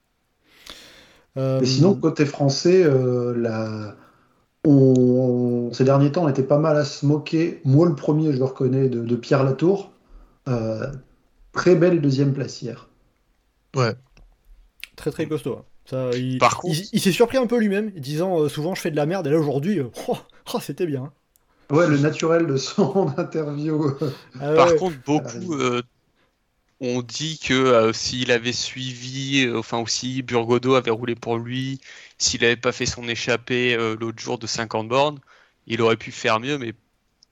Euh, Mais sinon, côté français, euh, la- on- ces derniers temps, on était pas mal à se moquer. Moi, le premier, je le reconnais, de, de Pierre Latour. Euh, très belle deuxième place hier. Ouais. très très costaud. Hein. Ça, il Par contre- il, il s'est surpris un peu lui-même, disant euh, souvent je fais de la merde, et là aujourd'hui, euh, oh, oh, c'était bien. hein. Ouais, le naturel de son interview. Ah Par ouais. contre, beaucoup euh, ont dit que euh, s'il avait suivi, euh, enfin aussi Burgodo avait roulé pour lui, s'il avait pas fait son échappée euh, l'autre jour de cinquante bornes, il aurait pu faire mieux, mais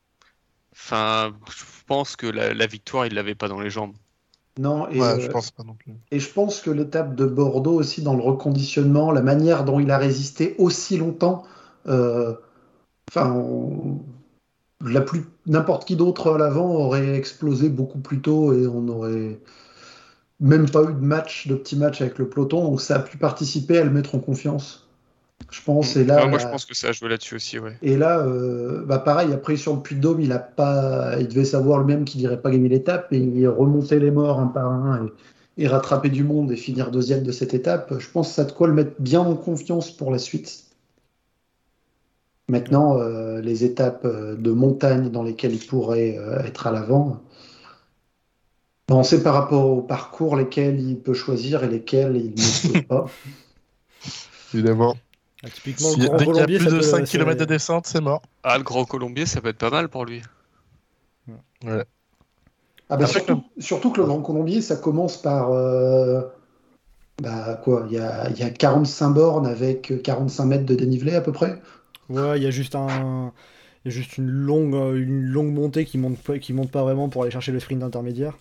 enfin, je pense que la, la victoire, il l'avait pas dans les jambes. Non, et, Ouais, euh, je pense pas non plus. et je pense que l'étape de Bordeaux aussi, dans le reconditionnement, la manière dont il a résisté aussi longtemps, euh, enfin, on- la plus n'importe qui d'autre à l'avant aurait explosé beaucoup plus tôt et on aurait même pas eu de match, de petit match avec le peloton, donc ça a pu participer à le mettre en confiance. Je pense. Et là, Ouais, moi, la- je pense que ça a joué là-dessus aussi, ouais. Et là, euh, bah pareil, après sur le Puy-de-Dôme, il a pas, il devait savoir lui-même qu'il n'irait pas gagner l'étape et il remontait les morts un par un et, et rattraper du monde et finir deuxième de cette étape. Je pense que ça a de quoi le mettre bien en confiance pour la suite. Maintenant, euh, les étapes euh, de montagne dans lesquelles il pourrait euh, être à l'avant, ben, on sait par rapport au parcours lesquels il peut choisir et lesquels il ne peut pas. Évidemment. Ah, typiquement, Si- le Grand dès qu'il y a Colombier, plus ça de peut- cinq c'est- kilomètres de descente, c'est mort. Ah, le Grand Colombier, ça peut être pas mal pour lui. Ouais. Ah bah Après, surtout, surtout que le Grand Colombier, ça commence par euh, bah quoi, il y a, il y a quarante-cinq bornes avec quarante-cinq mètres de dénivelé à peu près. Ouais, il y a juste un, il y a juste une longue, euh, une longue montée qui monte pas, qui monte pas vraiment pour aller chercher le sprint intermédiaire.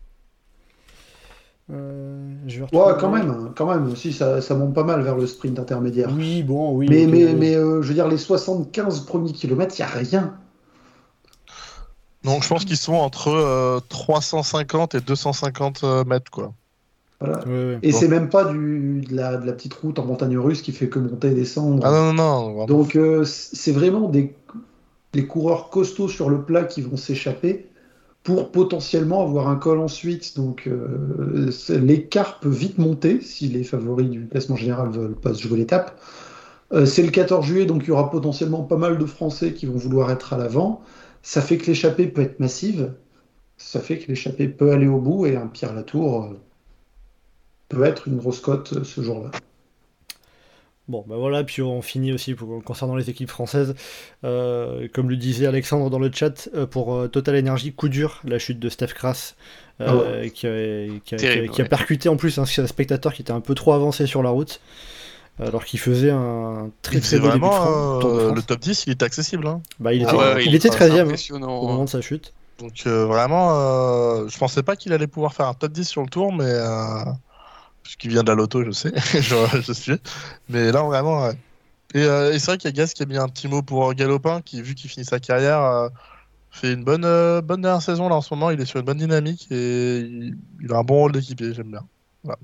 Euh, je vais Ouais, retrouver- quand même, hein, quand même. Si ça, ça monte pas mal vers le sprint intermédiaire. Oui, bon, oui. mais ok, mais, oui. mais euh, je veux dire, les soixante-quinze premiers kilomètres, il y a rien. Donc je pense qu'ils sont entre euh, trois cent cinquante et deux cent cinquante euh, mètres, quoi. Voilà. Ouais, ouais. Et Bon. c'est même pas du, de, la, de la petite route en montagne russe qui fait que monter et descendre. Ah non, non, non. vraiment. Donc euh, c'est vraiment des, des coureurs costauds sur le plat qui vont s'échapper pour potentiellement avoir un col ensuite. Donc euh, c'est- l'écart peut vite monter si les favoris du classement général veulent pas se jouer l'étape. Euh, c'est le quatorze juillet, donc il y aura potentiellement pas mal de Français qui vont vouloir être à l'avant. Ça fait que l'échappée peut être massive. Ça fait que l'échappée peut aller au bout et un Pierre Latour euh, peut être une grosse cote euh, ce jour-là. Bon, bah voilà, puis on finit aussi pour, concernant les équipes françaises. Euh, comme le disait Alexandre dans le chat, euh, pour euh, Total Energy, coup dur, la chute de Steph Kras, euh, Ah qui, a, qui, a, Terrible, qui a- qui a ouais. percuté en plus un spectateur qui était un peu trop avancé sur la route, alors qu'il faisait un très Il très faisait beau début de vraiment Fran- Tour de euh, France. le top dix, il était accessible. Hein. Bah, il Ah était, ouais, ouais, il il était est treizième hein, impressionnant. au moment de sa chute. Donc euh, vraiment, euh, je pensais pas qu'il allait pouvoir faire un top dix sur le tour, mais euh, puisqu'il vient de la loto, je sais, je, je suis. Mais là, vraiment, ouais. Et, euh, et c'est vrai qu'il y a Gaz qui a mis un petit mot pour Galopin, qui, vu qu'il finit sa carrière, euh, fait une bonne, euh, bonne dernière saison là en ce moment. Il est sur une bonne dynamique et il, il a un bon rôle d'équipier, j'aime bien. Voilà.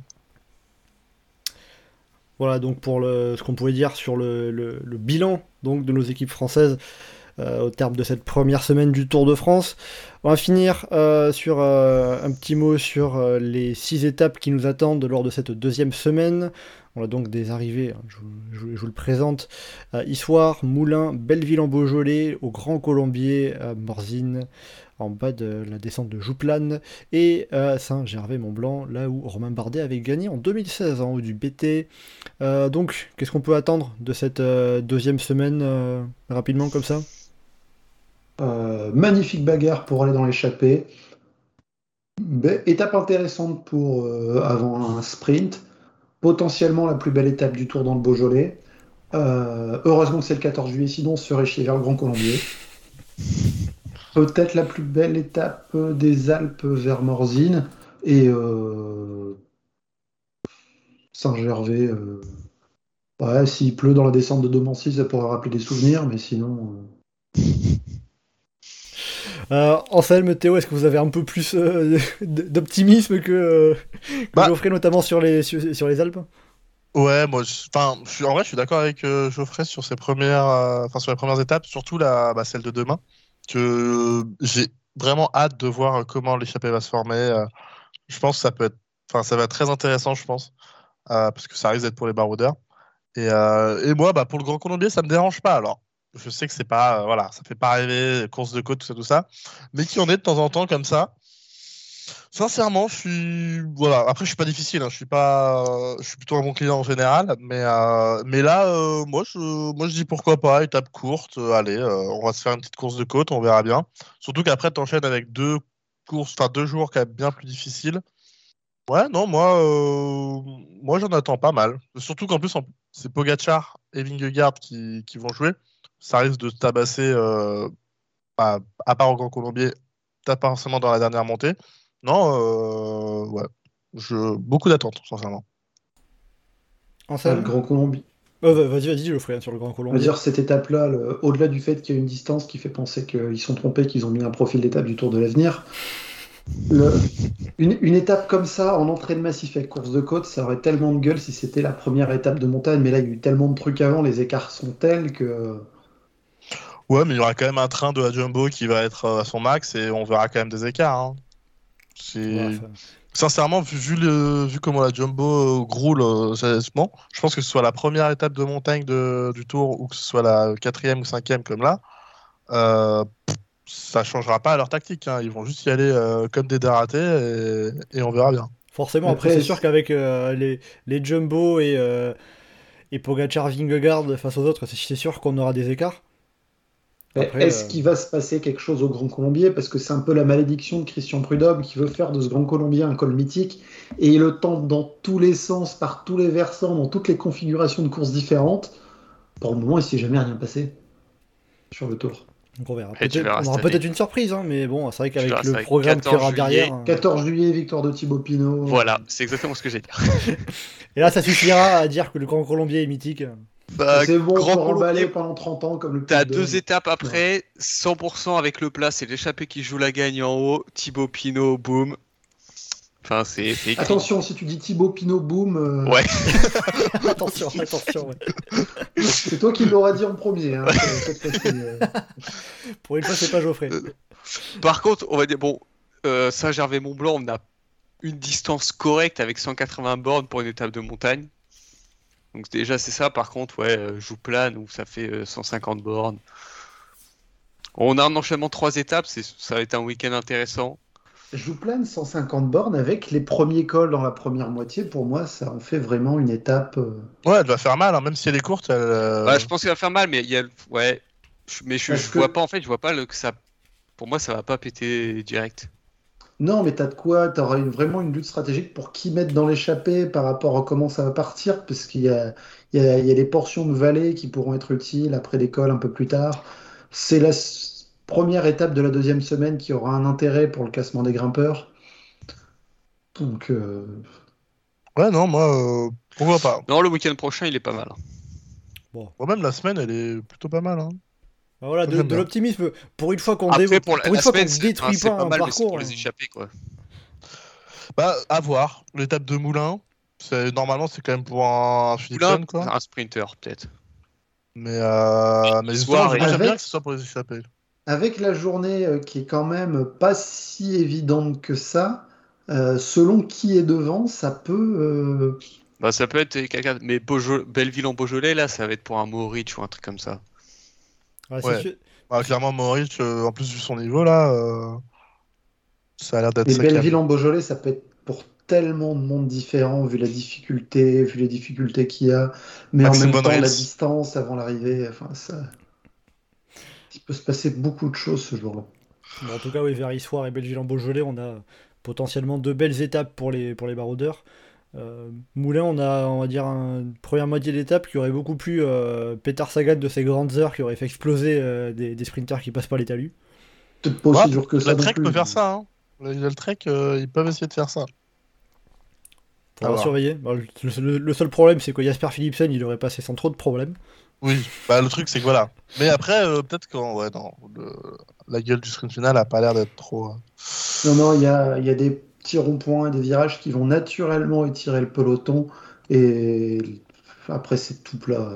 Voilà donc pour le, ce qu'on pouvait dire sur le, le- le bilan donc, de nos équipes françaises euh, au terme de cette première semaine du Tour de France. On va finir euh, sur euh, un petit mot sur euh, les six étapes qui nous attendent lors de cette deuxième semaine. On a donc des arrivées, hein, je, vous- je vous- je vous le présente, à Issoire, Moulins, Belleville-en-Beaujolais, au Grand Colombier, à Morzine, en bas de la descente de Jouplane, et à Saint-Gervais-Mont-Blanc, là où Romain Bardet avait gagné en deux mille seize en haut du B T. Euh, donc, qu'est-ce qu'on peut attendre de cette euh, deuxième semaine euh, rapidement comme ça? Euh, magnifique bagarre pour aller dans l'échappée. Be- étape intéressante pour euh, avant un sprint. Potentiellement la plus belle étape du Tour dans le Beaujolais. Euh, heureusement que c'est le quatorze juillet, sinon on se ferait chier vers le Grand Colombier. Peut-être la plus belle étape des Alpes vers Morzine. Et euh, Saint-Gervais. euh, Ouais, s'il pleut dans la descente de Domancy, ça pourra rappeler des souvenirs, mais sinon. euh, Euh, Anselme, Théo, est-ce que vous avez un peu plus euh, d- d'optimisme que, euh, que Bah. Geoffrey, notamment sur les, sur, sur les Alpes? Ouais, moi, je- enfin, je suis- en vrai, je suis d'accord avec euh, Geoffrey sur ses premières, euh, enfin sur les premières étapes, surtout la, bah, celle de demain, que euh, j'ai vraiment hâte de voir euh, comment l'échappée va se former. euh. je pense que ça peut être, enfin, ça va être très intéressant, je pense, euh, parce que ça risque d'être pour les baroudeurs. Et, euh, et moi, bah, pour le Grand Colombier, ça me dérange pas. Alors, je sais que c'est pas, euh, voilà, ça fait pas rêver, course de côte, tout ça, tout ça, mais qui en est de temps en temps comme ça. Sincèrement, je suis, voilà. Après, je suis pas difficile, hein. Je suis pas, euh, je suis plutôt un bon client en général, mais euh, mais là, euh, moi, je, moi, je dis pourquoi pas, étape courte. euh, allez, euh, on va se faire une petite course de côte, on verra bien. Surtout qu'après, t'enchaînes avec deux courses, enfin deux jours quand même bien plus difficiles. Ouais, non, moi, euh, moi, j'en attends pas mal. Surtout qu'en plus, en- c'est Pogacar et Vingegaard qui, qui vont jouer. Ça risque de se tabasser, euh, à, à part au Grand Colombier, pas forcément dans la dernière montée. Non, euh, ouais, je, beaucoup d'attentes, sincèrement. ah, le Anselme? Grand Colombier. Euh, va- Vas-y, vas-y, Geoffrey, hein, sur le Grand On va Colombier. dire cette étape-là, le- au-delà du fait qu'il y a une distance qui fait penser qu'ils sont trompés, qu'ils ont mis un profil d'étape du Tour de l'Avenir, le- une, une étape comme ça, en entrée de massif avec course de côte, ça aurait tellement de gueule si c'était la première étape de montagne, mais là, il y a eu tellement de trucs avant, les écarts sont tels que... Ouais, mais il y aura quand même un train de la Jumbo qui va être euh, à son max et on verra quand même des écarts. hein. C'est- Ouais, enfin, Sincèrement, vu, vu, le, vu comment la Jumbo euh, groule, euh, sérieusement, je pense que ce soit la première étape de montagne de, du Tour ou que ce soit la quatrième ou cinquième comme là, euh, pff, ça changera pas leur tactique. Hein. Ils vont juste y aller euh, comme des dératés et, et on verra bien. Forcément, après, Après, c'est sûr qu'avec euh, les, les Jumbo et, euh, et Pogacar, Vingegaard face aux autres, c'est, c'est sûr qu'on aura des écarts. Après, est-ce euh, qu'il va se passer quelque chose au Grand Colombier? Parce que c'est un peu la malédiction de Christian Prudhomme qui veut faire de ce Grand Colombier un col mythique et il le tente dans tous les sens, par tous les versants, dans toutes les configurations de courses différentes. Pour le moment, il ne s'est jamais rien passé sur le Tour. donc on verra. Et tu Peut-être, verras on cette aura année. peut-être une surprise, hein, mais bon, c'est vrai Tu verras, qu'avec c'est le vrai, programme qu'il y aura quatorze juillet. derrière. euh, quatorze juillet, victoire de Thibaut Pinot. Voilà, c'est exactement ce que j'ai dit. Et là, ça suffira à dire que le Grand Colombier est mythique. Bah, C'est bon Grand pour emballer Colombier, pendant trente ans comme le t'as Puy de deux Dôme. étapes après, cent pour cent avec le plat, c'est l'échappée qui joue la gagne en haut, Thibaut Pinot, boum. Enfin, c'est c'est écrit. Attention, si tu dis Thibaut Pinot, boum, euh, Ouais. attention, attention. Ouais. c'est toi qui l'auras dit en premier. Hein, cette fois-ci, euh. Pour une fois, c'est pas Geoffrey. Par contre, on va dire, bon, euh, Saint-Gervais-Mont-Blanc, on a une distance correcte avec cent quatre-vingts bornes pour une étape de montagne. Donc déjà, c'est ça. Par contre, ouais, euh, Jouplane, où ça fait euh, cent cinquante bornes. On a un enchaînement de trois étapes, c'est, ça va être un week-end intéressant. Jouplane, cent cinquante bornes avec les premiers cols dans la première moitié. Pour moi, ça en fait vraiment une étape. euh, Ouais, elle va faire mal, hein, même si elle est courte. Elle, euh, Bah, je pense qu'il va faire mal, mais il y a, ouais, je- mais je, Parce je que- vois pas, en fait, je vois pas le, que ça, pour moi, ça va pas péter direct. Non, mais t'as de quoi, t'auras une- vraiment une lutte stratégique pour qui mettre dans l'échappée par rapport à comment ça va partir, parce qu'il y a, il y a, il y a des portions de vallée qui pourront être utiles après l'école un peu plus tard. C'est la s- première étape de la deuxième semaine qui aura un intérêt pour le classement des grimpeurs. Donc, euh, Ouais, non, moi, euh, pourquoi pas. Non, le week-end prochain, il est pas mal. Bon, même la semaine, elle est plutôt pas mal. Hein. Bah voilà, de, J'aime de bien. l'optimisme. Pour une fois qu'on Après, dé- pour la, pour une la fois qu'on semaine, c'est, détruit enfin, c'est pas pas un mal, mais c'est parcours. pour les hein. échappés, quoi. Bah, à voir. L'étape de Moulin, c'est, normalement, c'est quand même pour un Ou là, Philippen, quoi. un sprinter, peut-être. Mais, euh, mais Soir, justement, moi, j'aime avec- bien que ce soit pour les échappés. avec la journée euh, qui est quand même pas si évidente que ça, euh, selon qui est devant, ça peut. euh, Bah, ça peut être quelqu'un, mais Beaujol- Belleville en Beaujolais, là, ça va être pour un Mohoric ou un truc comme ça. Ouais, c'est Ouais. sûr. Bah, clairement, Mohoric, euh, en plus, vu son niveau, là, euh, ça a l'air d'être Les ça qui Belleville a- en Beaujolais, ça peut être pour tellement de monde différent, vu la difficulté, vu les difficultés qu'il y a, mais Maxime en même temps, la Bonneritz. distance avant l'arrivée, enfin, ça. Il peut se passer beaucoup de choses ce jour-là. Bon, en tout cas, oui, vers Issoire et Belleville en Beaujolais, on a potentiellement deux belles étapes pour les, pour les baroudeurs. Euh, Moulin, on a, on va dire, un- une première moitié d'étape qui aurait beaucoup plu euh, Petar Sagan de ses grandes heures, qui aurait fait exploser euh, des, des sprinters qui passent pas les talus. Peut-être pas aussi Ouais, dur que ça La non Trek plus. peut faire ça. Hein. Le, le Trek, euh, ils peuvent essayer de faire ça. Faudra voir. surveiller. Bon, le, le- le seul problème, c'est que Jasper Philipsen, il aurait passé sans trop de problèmes. Oui, bah, le truc, c'est que voilà. Mais après, euh, peut-être quand. Ouais, non. le- La gueule du sprint final a pas l'air d'être trop. euh, Non, non, il y a, il y a des petits ronds-points, des virages qui vont naturellement étirer le peloton, et après, c'est tout plat.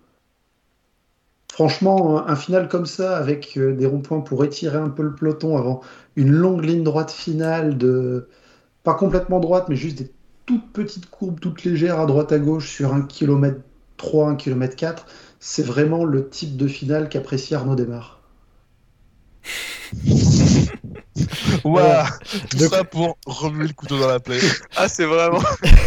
Franchement, un un final comme ça, avec euh, des ronds-points pour étirer un peu le peloton avant une longue ligne droite finale, de pas complètement droite, mais juste des toutes petites courbes, toutes légères à droite à gauche sur un kilomètre trois, un kilomètre quatre, c'est vraiment le type de finale qu'apprécie Arnaud Desmar. Ouah, tout De- ça pour remuer le couteau dans la plaie. Ah, c'est vraiment.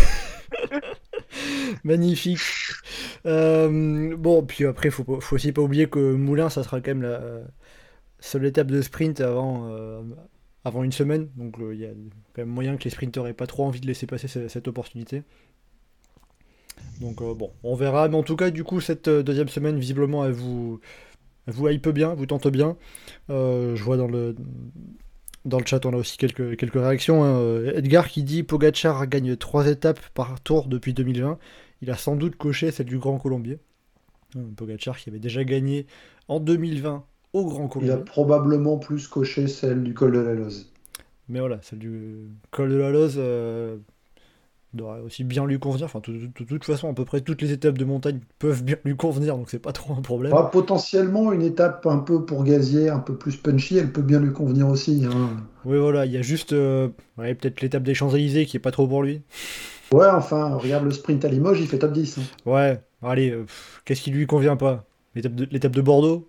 Magnifique. Euh, bon, puis après, faut, pas- faut aussi pas oublier que Moulin, ça sera quand même la seule étape de sprint avant, euh, avant une semaine. Donc il y a quand même moyen que les sprinteurs aient pas trop envie de laisser passer ce- cette opportunité. Donc euh, bon, on verra. Mais en tout cas, du coup, cette euh, deuxième semaine, visiblement, elle vous, elle vous hype bien, vous tente bien. Euh, je vois dans le, dans le chat, on a aussi quelques, quelques réactions. hein. Euh, Edgar qui dit Pogacar gagne trois étapes par tour depuis deux mille vingt. Il a sans doute coché celle du Grand Colombier. Euh, Pogacar qui avait déjà gagné en deux mille vingt au Grand Il a Colombier. probablement plus coché celle du col de la Loze. Mais voilà, celle du col de la Loze, euh, devrait aussi bien lui convenir. Enfin, de toute façon, à peu près toutes les étapes de montagne peuvent bien lui convenir, donc c'est pas trop un problème. Bah, potentiellement, une étape un peu pour gazier, un peu plus punchy, elle peut bien lui convenir aussi. Hein. Oui, voilà, il y a juste euh, ouais, peut-être l'étape des Champs-Élysées qui est pas trop pour lui. Ouais, enfin, regarde le sprint à Limoges, il fait top dix. Hein. Ouais, allez, euh, pff, qu'est-ce qui lui convient pas? L'étape de, l'étape de Bordeaux,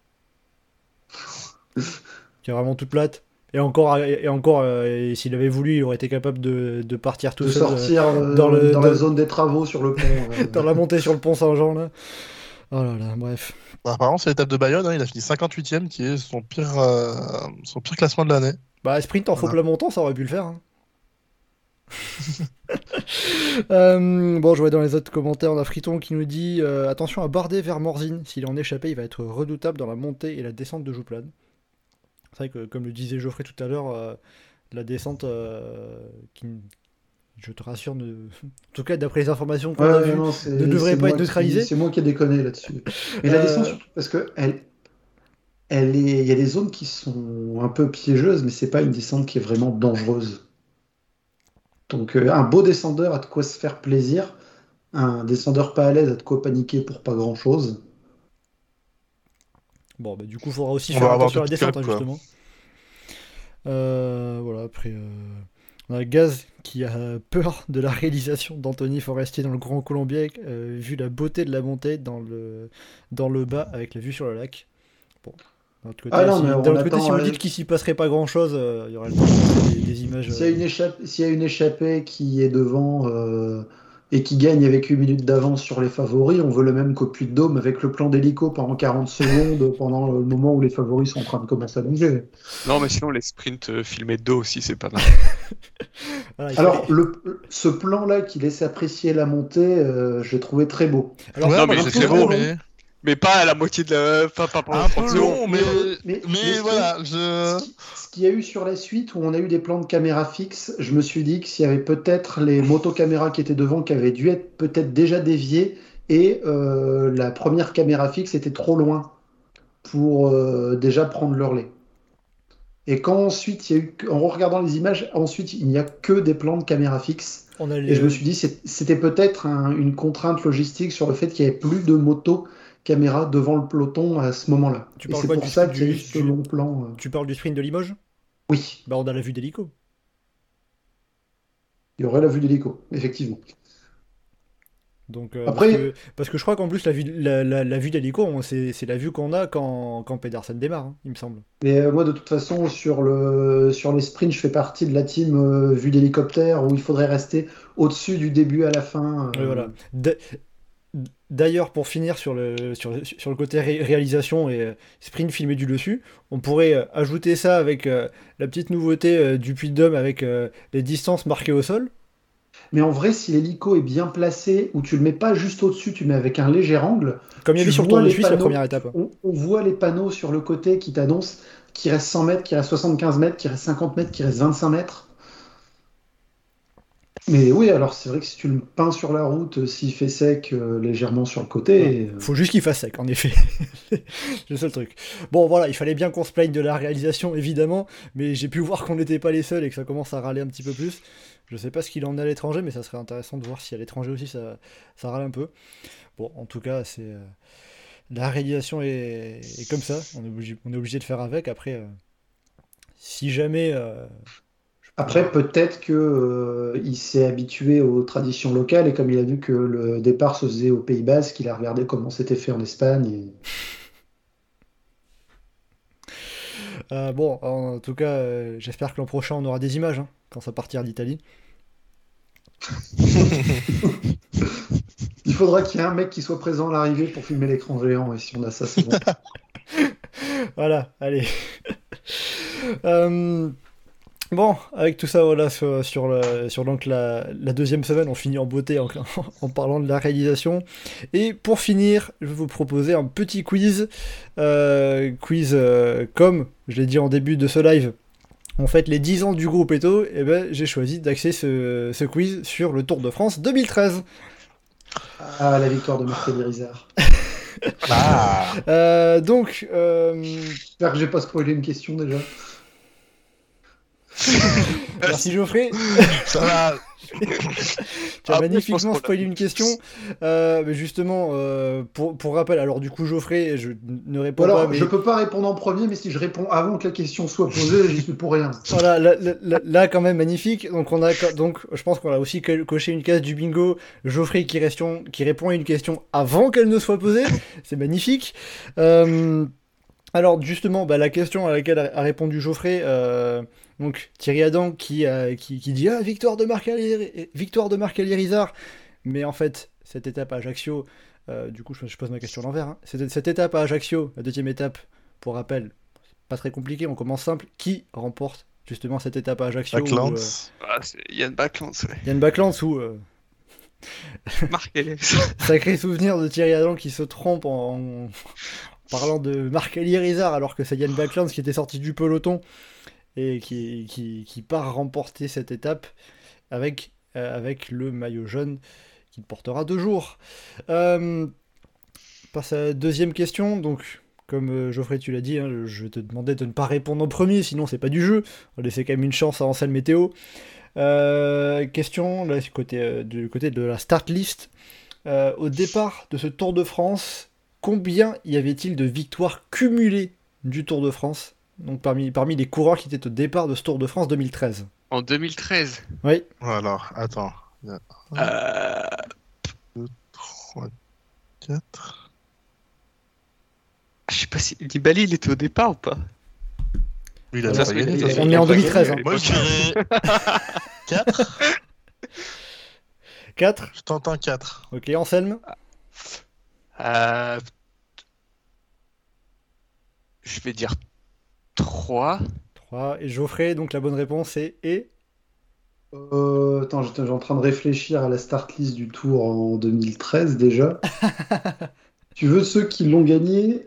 qui est vraiment toute plate. Et encore, et encore euh, et s'il avait voulu, il aurait été capable de, de partir tout De seul euh, sortir euh, dans dans, le- la dans- zone des travaux sur le pont. euh. dans la montée sur le pont Saint-Jean, là. Oh là là, bref. Bah, apparemment, c'est l'étape de Bayonne, hein, il a fini cinquante-huitième, qui est son pire, euh, son pire classement de l'année. Bah, sprint en faux Voilà. plat montant, ça aurait pu le faire. Hein. Euh, bon, je vois dans les autres commentaires, on a Friton qui nous dit euh, attention à Bardet vers Morzine. S'il en échappé, il va être redoutable dans la montée et la descente de Jouplane. C'est vrai que, comme le disait Geoffrey tout à l'heure, euh, la descente, euh, qui, je te rassure, ne... en tout cas, d'après les informations qu'on Ouais, a ouais, vues, non, c'est- ne devrait c'est pas moi être neutralisé. qui- C'est moi qui ai déconné là-dessus. Mais la Euh, descente, surtout parce que elle, elle est, il y a des zones qui sont un peu piégeuses, mais c'est pas une descente qui est vraiment dangereuse. Donc, euh, un beau descendeur a de quoi se faire plaisir. Un descendeur pas à l'aise a de quoi paniquer pour pas grand-chose. Bon, bah, du coup, il faudra aussi On faire va avoir attention à la des descente, cuts, hein, quoi. justement. Euh, voilà, après, euh, on a Gaz qui a peur de la réalisation d'Anthony Forestier dans le Grand Colombier, euh, vu la beauté de la montée dans le, dans le bas avec la vue sur le lac. Bon, d'un autre côté, Ah non, si, mais d'un on autre côté, attend, si vous euh, dites qu'il s'y passerait pas grand chose, il y aura le temps de montrer des, des images. S'il y a euh, une échappée, s'il y a une échappée qui est devant euh, et qui gagne avec huit minutes d'avance sur les favoris, on veut le même qu'au Puy-de-Dôme avec le plan d'hélico pendant quarante secondes, pendant le moment où les favoris sont en train de commencer à bouger. Non, mais sinon, les sprints euh, filmés de dos aussi, c'est pas mal. voilà, il Alors, fallait- le, ce plan-là qui laisse apprécier la montée, euh, je l'ai trouvé très beau. Alors, ouais, non, moi, mais j'ai c'est trouvé beau, mais... Mais pas à la moitié de la. Enfin, pas pendant un trente peu secondes. long, mais, Mais- mais, mais ce qui- voilà, je... Ce qui- ce qu'il y a eu sur la suite, où on a eu des plans de caméra fixes, je me suis dit que s'il y avait peut-être les motocaméras qui étaient devant, qui avaient dû être peut-être déjà déviées, et euh, la première caméra fixe était trop loin pour euh, déjà prendre le relais. Et quand ensuite, il y a eu, en regardant les images, ensuite, il n'y a que des plans de caméra fixes. on a Et les- je me suis dit, c'est- c'était peut-être un- une contrainte logistique sur le fait qu'il n'y avait plus de moto caméra devant le peloton à ce moment-là. Tu Et parles c'est quoi, pour du- ça qu'il y a du- eu ce du- long plan. euh. tu parles du sprint de Limoges? Oui, Bah, on a la vue d'hélico. il y aurait la vue d'hélico, effectivement. Donc, euh, Après- parce, que, parce que je crois qu'en plus, la vue, la, la- la vue d'hélico, on- c'est c'est la vue qu'on a quand, quand Pedersen démarre, hein, il me semble. Mais euh, moi, de toute façon, sur le, sur les sprints, je fais partie de la team euh, vue d'hélicoptère où il faudrait rester au-dessus du début à la fin. euh. Ouais, voilà. D'a- D'ailleurs, pour finir sur le, sur, sur le côté ré- réalisation et euh, sprint filmé du dessus, on pourrait euh, ajouter ça avec euh, la petite nouveauté euh, du Puy-de-Dôme avec euh, les distances marquées au sol. Mais en vrai, si l'hélico est bien placé, où tu le mets pas juste au-dessus, tu mets avec un léger angle, Comme il y Tu avait sur le vois Tour de les Suisse, la panneaux. première étape. on, on voit les panneaux sur le côté qui t'annoncent qu'il reste cent mètres, qu'il reste soixante-quinze mètres, qu'il reste cinquante mètres, qu'il reste vingt-cinq mètres. Mais oui, alors c'est vrai que si tu le peins sur la route, euh, s'il fait sec euh, légèrement sur le côté, euh, Faut juste qu'il fasse sec, en effet. C'est le seul truc. Bon, voilà, il fallait bien qu'on se plaigne de la réalisation, évidemment, mais j'ai pu voir qu'on n'était pas les seuls et que ça commence à râler un petit peu plus. Je sais pas ce qu'il en est à l'étranger, mais ça serait intéressant de voir si à l'étranger aussi ça, ça râle un peu. Bon, en tout cas, c'est euh, la réalisation est, est comme ça. On est obligé, on est obligé de faire avec. Après, euh, si jamais. euh, je peux- après peut-être que euh, il s'est habitué aux traditions locales et comme il a vu que le départ se faisait au Pays Basque, il a regardé comment c'était fait en Espagne. et- Euh, bon, en tout cas, euh, j'espère que l'an prochain on aura des images hein, quand ça partira d'Italie. Il faudra qu'il y ait un mec qui soit présent à l'arrivée pour filmer l'écran géant et si on a ça, c'est bon. Voilà, allez. Euh, bon, avec tout ça, voilà, sur, sur, le- sur donc la, la deuxième semaine, on finit en beauté en, en parlant de la réalisation. Et pour finir, je vais vous proposer un petit quiz. Euh, quiz euh, comme je l'ai dit en début de ce live. En fait, les dix ans du groupe Eto, eh ben, j'ai choisi d'axer ce, ce quiz sur le Tour de France deux mille treize. Ah, la victoire de Mercredi Rizard. Ah, Euh, donc, euh, J'espère que j'ai pas spoilé une question déjà. merci Geoffrey. ça va. Tu as Ah, magnifiquement je pense qu'on spoilé l'a- une question. Euh, mais justement, euh, pour, pour rappel, alors du coup, Geoffrey, je ne réponds Alors, pas, mais je peux pas répondre en premier, mais si je réponds avant que la question soit posée, j'y suis pour rien. voilà, là, là- là- là, quand même magnifique. Donc, on a, donc, je pense qu'on a aussi co- coché une case du bingo. Geoffrey qui, restion- qui répond à une question avant qu'elle ne soit posée. C'est magnifique. Euh, alors, justement, bah, la question à laquelle a a répondu Geoffrey, euh, donc Thierry Adam qui, a- qui, qui dit ah, victoire de Marc Alir- victoire de Marc Alliérizard. Mais en fait, cette étape à Ajaccio, euh, du coup, je, je pose ma question à l'envers. Hein. Cette, cette étape à Ajaccio, la deuxième étape, pour rappel, pas très compliqué, on commence simple. Qui remporte justement cette étape à Ajaccio où, Backlands. euh, Ah, c'est Yann Backlands, ouais. Yann Backlands ou euh, Marc Ellis. sacré souvenir de Thierry Adam qui se trompe en, en parlant de Marc Alliérizard alors que c'est Yann Backlands qui était sorti du peloton et qui, qui, qui part remporter cette étape avec, euh, avec le maillot jaune qu'il portera deux jours. Euh, passe à la deuxième question, donc comme euh, Geoffrey tu l'as dit, hein, je te demandais de ne pas répondre en premier, sinon c'est pas du jeu, on va laisser quand même une chance à Ansel Météo. Euh, question là, du, côté, euh, du côté de la start list. Euh, au départ de ce Tour de France, combien y avait-il de victoires cumulées du Tour de France? Donc parmi, parmi les coureurs qui étaient au départ de ce Tour de France deux mille treize. En deux mille treize. Oui. Alors, attends. Euh... trois, quatre. Je sais pas si Nibali il était au départ ou pas. Oui, il a Alors, pas gagné, de toute il- façon. on est en deux mille treize. Hein. Moi, je dirais quatre. quatre. Je tente un quatre. Ok, Anselme. Euh... Je vais dire trois. trois. Et Geoffrey, donc la bonne réponse est et. Euh, attends, j'étais en train de réfléchir à la start list du Tour en deux mille treize déjà. Tu veux ceux qui l'ont gagné?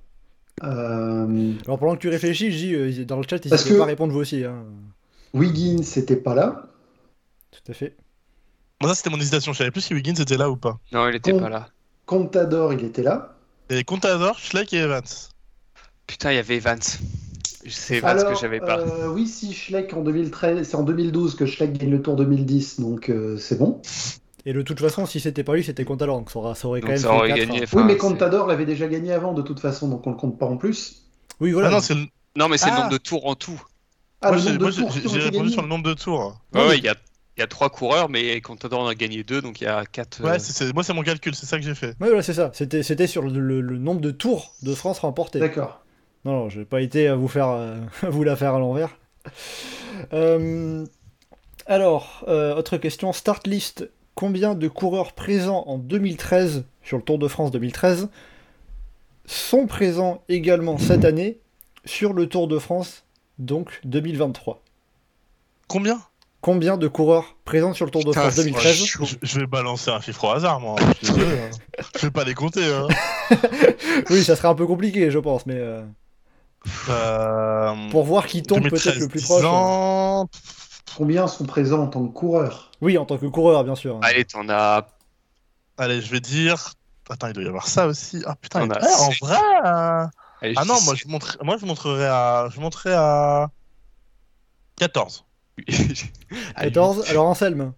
Euh, Alors pendant que tu réfléchis, je dis euh, dans le chat, Parce n'hésitez que- pas à répondre vous aussi. Hein. Wiggins, c'était pas là. Tout à fait. Moi, ça, c'était mon hésitation. Je savais plus si Wiggins était là ou pas. Non, il était Con- pas là. Contador, il était là. Et Contador, Schleck et Evans. Putain, il y avait Evans. C'est Evans Alors, que j'avais pas. euh, oui, si Schleck en deux mille treize, c'est en deux mille douze que Schleck gagne le Tour deux mille dix, donc euh, c'est bon. Et de toute façon, si c'était pas lui, c'était Contador, donc ça, aura- ça aurait quand Donc même ça fait aurait quatre, gagné. hein. enfin, oui, mais c'est- Contador l'avait déjà gagné avant de toute façon, donc on le compte pas en plus. Oui, voilà. Ah non, c'est le... Non, mais c'est Ah. le nombre de tours en tout. Ah, moi, le j'ai nombre moi, de j'ai- tours qui j'ai ont été répondu gagnés. sur le nombre de tours. Ouais, Ouais, ouais, mais- il y a, il y a trois coureurs, mais Contador en a gagné deux, donc il y a quatre. Ouais, euh, c'est- c'est- moi, c'est mon calcul, c'est ça que j'ai fait. Ouais, voilà, c'est ça. C'était, c'était sur le, le- le nombre de tours de France remportés. D'accord. Non, non, j'ai pas été à vous faire, euh, à vous la faire à l'envers. Euh, alors, euh, autre question, start list. Combien de coureurs présents en deux mille treize sur le Tour de France deux mille treize sont présents également cette année sur le Tour de France donc deux mille vingt-trois? Combien? Combien de coureurs présents sur le Tour de Putain, France c'est deux mille treize? chaud. Je, je vais balancer un chiffre au hasard, moi. Je, suis désolé, hein. Je vais pas les compter. Hein. Oui, ça serait un peu compliqué, je pense, mais euh, Euh... pour voir qui tombe peut-être le plus proche. euh, ans... Combien sont présents en tant que coureurs? Oui, en tant que coureur, bien sûr. Allez, t'en as. Allez, je vais dire... Attends, il doit y avoir ça aussi. Ah putain, On a ouais, en sept. vrai... euh, Allez, Ah je non, dis moi je, montre... moi je montrerai à... Je montrerai à... quatorze. Allez, quatorze. Alors Anselme.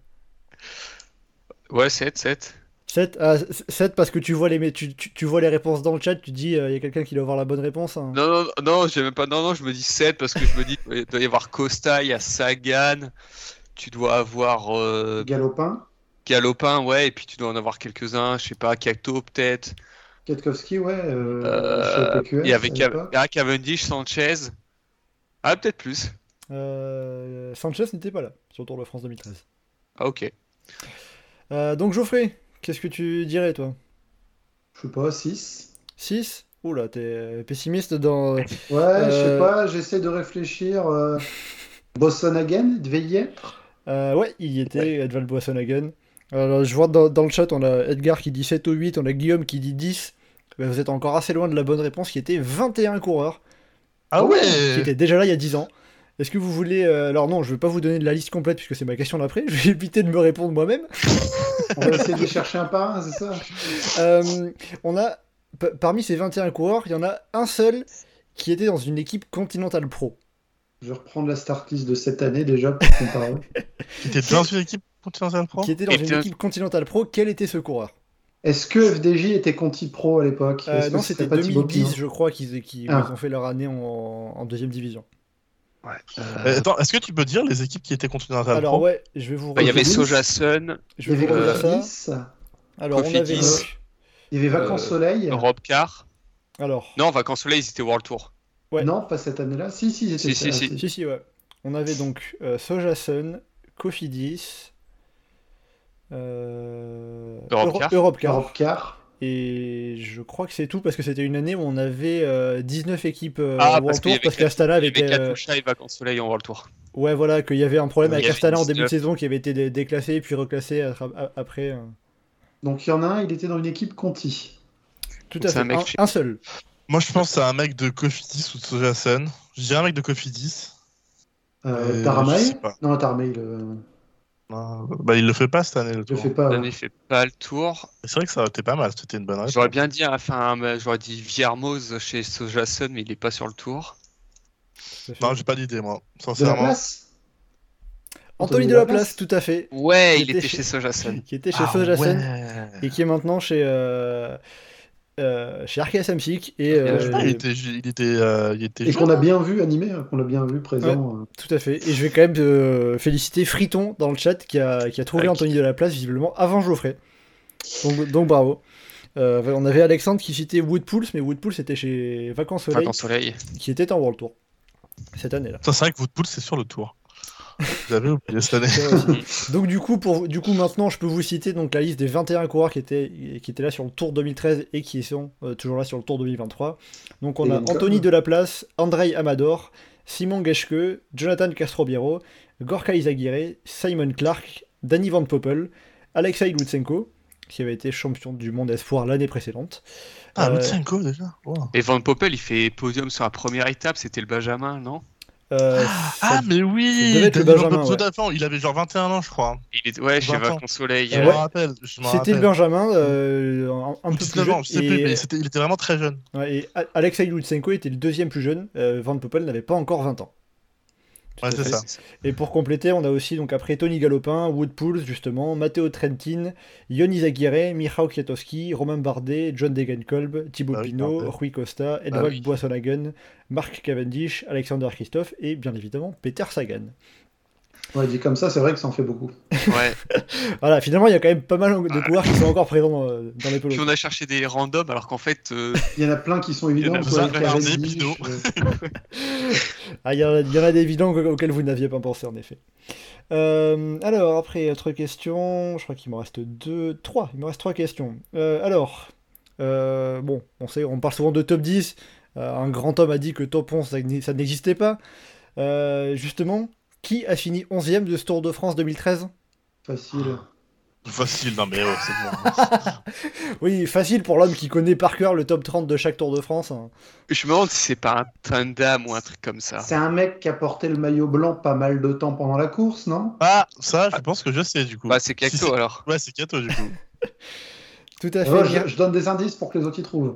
Ouais, sept, sept. sept, ah, sept parce que tu vois les, tu, tu, tu vois les réponses dans le chat, tu dis il y a quelqu'un qui doit avoir la bonne réponse. Hein. Non, non, non, j'ai même pas. Non, non, je me dis sept parce que je me dis il doit y avoir Costa, il y a Sagan, tu dois avoir euh, Galopin, Galopin, ouais, et puis tu dois en avoir quelques-uns, je sais pas, Cacto peut-être. Katkowski, ouais. Euh, Euh, chez P Q S, et avec à l'époque. ah, Cavendish, Sanchez. Ah, peut-être plus. Euh, Sanchez n'était pas là sur le Tour de France deux mille treize. Ah, ok. Euh, donc Geoffrey, qu'est-ce que tu dirais toi? Je sais pas, six. six? Oula, t'es pessimiste dans... Ouais, je Euh, sais pas, j'essaie de réfléchir. Euh... Boston Hagen, il devait y être. Euh, ouais, il y était, Edvald Boasson-Hagen. Alors, je vois dans, dans le chat, on a Edgar qui dit sept ou huit, on a Guillaume qui dit dix. Ben, vous êtes encore assez loin de la bonne réponse, qui était vingt et un coureurs, Ah ouais, ouais qui étaient déjà là il y a dix ans. Est-ce que vous voulez... euh, Alors non, je vais pas vous donner de la liste complète, puisque c'est ma question d'après, je vais éviter de me répondre moi-même. On va essayer de les chercher un par un, c'est ça? Euh, on a, p- parmi ces vingt et un coureurs, il y en a un seul qui était dans une équipe Continental Pro. Je vais reprendre la start list de cette année déjà pour comparer. Qui était dans une équipe Continental Pro. qui était dans Et une bien- équipe Continental Pro. Quel était ce coureur? Est-ce que F D J était Conti Pro à l'époque? Euh, Est-ce que Non, c'était pas Thibaut deux mille dix, Pinot je crois, qu'ils qu'ils- Ah. ils ont fait leur année en, en deuxième division. Ouais. Euh, attends, est-ce que tu peux dire les équipes qui étaient Continental Alors Pro? ouais, je vais vous Bah, il y avait Cofidis. Soja Sun, je vais Il y vous avait redire ça. Cofidis, Alors on avait Cofidis. donc- il y avait Vacances Euh, Soleil. Europe Car. alors Non, Vacances Soleil, ils étaient World Tour. ouais. Non, pas cette année-là. Si, si, ils étaient Si, si, là, si. si si ouais. On avait donc euh, Soja Sun, Cofidis, euh, Europe Euro- Car. Europe Car. Europe Car. Et je crois que c'est tout parce que c'était une année où on avait euh, dix-neuf équipes euh, Ah, World parce qu'il y Tour avait parce quatre- qu'Astana Il avait y avait été euh, Katusha et Vacances Soleil en World Tour. ouais voilà qu'il y avait un problème Il y avec avait Astana en début de dix-neuf. saison qui avait été dé- déclassé puis reclassé à- à- après. euh. Donc il y en a un, il était dans une équipe Conti. Tout Donc à c'est fait. un mec Un, chez- un seul. Moi, je pense à un mec de Cofidis ou de Sojasun. Je dirais un mec de Cofidis. Euh, Euh, je Taramay sais pas. Non, Taramay, il euh, Euh, Bah, il le fait pas cette année, le le tour. fait pas. L'année, ouais. il fait pas le tour. C'est vrai que ça aurait été pas mal, c'était une bonne réponse. J'aurais bien dit, enfin, j'aurais dit Viermoz chez Soja Sun, mais il est pas sur le tour. Tout à fait. Non, j'ai pas d'idée, moi. De la Sincèrement. place Anthony de la place, tout à fait. Ouais, Il il était était chez- chez Soja Sun. Qui était chez Ah Soja Sun ouais. et qui est maintenant chez euh, euh, chez Arkea Samsic et Arkea euh, Samsic. Ah, il était, il était, euh, il était Et jeune. qu'on a bien vu animé, hein, qu'on a bien vu présent. euh. tout à fait. Et je vais quand même euh, féliciter Friton dans le chat qui a, qui a trouvé Ah, Anthony de la place visiblement avant Geoffrey. Donc, donc bravo. Euh, on avait Alexandre qui citait Woodpulse, mais Woodpulse était chez Vacances Soleil, Vacances Soleil. qui était en World Tour cette année-là. Ça, c'est vrai que votre poule, c'est sur le tour. Vous avez oublié cette année. C'est vrai aussi. Donc du coup, pour, du coup, maintenant, je peux vous citer donc, la liste des vingt et un coureurs qui étaient, qui étaient là sur le Tour deux mille treize et qui sont euh, toujours là sur le Tour deux mille vingt-trois. Donc on Et a Lincoln. Anthony Delaplace, Andrei Amador, Simon Geschke, Jonathan Castrobiero, Gorka Izagirre, Simon Clark, Danny Van Poppel, Alexei Lutsenko, qui avait été champion du monde espoir l'année précédente. Ah, Euh, Lutsenko déjà. Wow. Et Van Poppel, il fait podium sur la première étape, c'était le Benjamin, non? Euh, Ah, ça- mais ça oui devait être le Danny Van Benjamin, Poppel, attends, il avait genre vingt et un ans, je crois. Il est... Ouais, chez vingt ans. Vacances Soleil. Je Ouais. me rappelle. je me C'était le rappelle. Benjamin, euh, un, un Ou peu plus dix-neuf jeune. ans, je sais et- plus, mais c'était- il était vraiment très jeune. Ouais, et A- Alexei Lutsenko était le deuxième plus jeune. euh, Van Poppel n'avait pas encore vingt ans. Tout Ouais, à c'est fait. ça. Et pour compléter, on a aussi donc après Tony Galopin, Woodpulse justement, Matteo Trentin, Ion Izagirre, Michał Kwiatkowski, Romain Bardet, John Degenkolb, Thibaut Ah oui, Pinot, Bardet. Rui Costa, Edvald oui. Boissonhagen, Mark Cavendish, Alexander Christophe et bien évidemment Peter Sagan. Ouais, dit comme ça, c'est vrai que ça en fait beaucoup. Ouais. Voilà, finalement il y a quand même pas mal de coureurs qui sont encore présents dans, dans les Puis pelotons. on a cherché des randoms, alors qu'en fait, euh, Il y en a plein qui sont y en évidents. a toi, besoin de Cavendish, Bardet, Pinot. euh, Ah, il y, en a- il y en a des évidents auxquels vous n'aviez pas pensé en effet. Euh, alors, après, autre question. Je crois qu'il me reste deux, trois. Il me reste trois questions. Euh, alors, euh, bon, on sait, on parle souvent de top dix. Euh, un grand homme a dit que top onze, ça, ça n'existait pas. Euh, justement, qui a fini onzième de ce Tour de France deux mille treize? Facile. Facile, non mais oh, c'est bon. Oui, facile pour l'homme qui connaît par cœur le top trente de chaque Tour de France. hein. je me demande si c'est pas un Tandem ou un truc comme ça. C'est un mec qui a porté le maillot blanc pas mal de temps pendant la course, non? Ah, ça, je pense que je sais du coup. Bah, c'est Si Cacto alors. Ouais, c'est Kato du coup. Tout à fait, Ouais, Mi- je, je donne des indices pour que les autres y trouvent.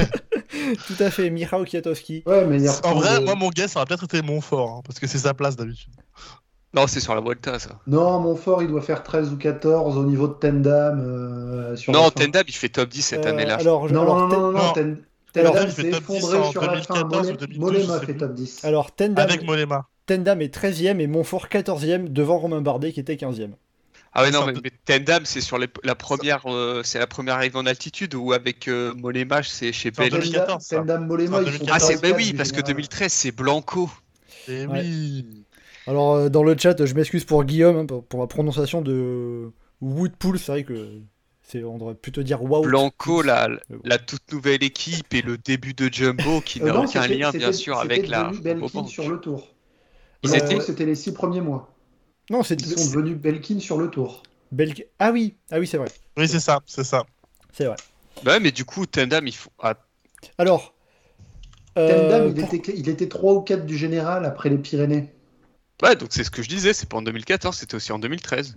tout à fait, Michał Kwiatkowski. Ouais, mais il y a En vrai, de- moi, mon guess, ça aurait peut-être été Montfort, hein, parce que c'est sa place d'habitude. Non, c'est sur la Vuelta ça. Non, Montfort, il doit faire treize ou quatorze au niveau de Tendam. euh, sur Non, la fin. Tendam, il fait top dix cette Euh, année-là. alors, Non, alors, non, Ten- non, non, non. Ten- Alors, Tendam il fait s'est top dix effondré en sur la fin. deux mille quatorze ou Molema- deux mille douze, Molema je sais fait plus. top dix. alors Tendam, Avec Molema. Tendam est treizième et Montfort quatorzième devant Romain Bardet qui était quinzième. Ah ouais, non, ça mais, peut- mais Tendam, c'est sur les- la première, euh, c'est la première arrivée en altitude ou avec euh, Molema, c'est chez C'est en Bell. deux mille quatorze, ça. Tendam, Molema, En ils deux font mille Ah, quatorze. c'est bah quinze oui, du parce que général. deux mille treize, c'est Blanco. Et Ouais. oui. Alors euh, dans le chat, je m'excuse pour Guillaume hein, pour, pour ma prononciation de Woodpool, c'est vrai que c'est on devrait plutôt dire Wout. Blanco, la, Mais bon. la toute nouvelle équipe et le début de Jumbo qui Euh, n'a non, aucun c'était- lien, bien c'était- sûr, c'était avec la devenu Belkin Rabobank. sur le tour. Ils Blanco, étaient- c'était les six premiers mois. Non, c'est Ils sont devenus Belkin sur le tour. Belg- Ah oui, ah oui, c'est vrai. Oui, c'est ça, c'est ça. C'est vrai. Bah ouais, mais du coup, Tendam, il faut. Ah, Alors euh, Tendam, il, pour- était, il était trois ou quatre du général après les Pyrénées. ouais, donc c'est ce que je disais, c'est pas en deux mille quatorze, c'était aussi en deux mille treize.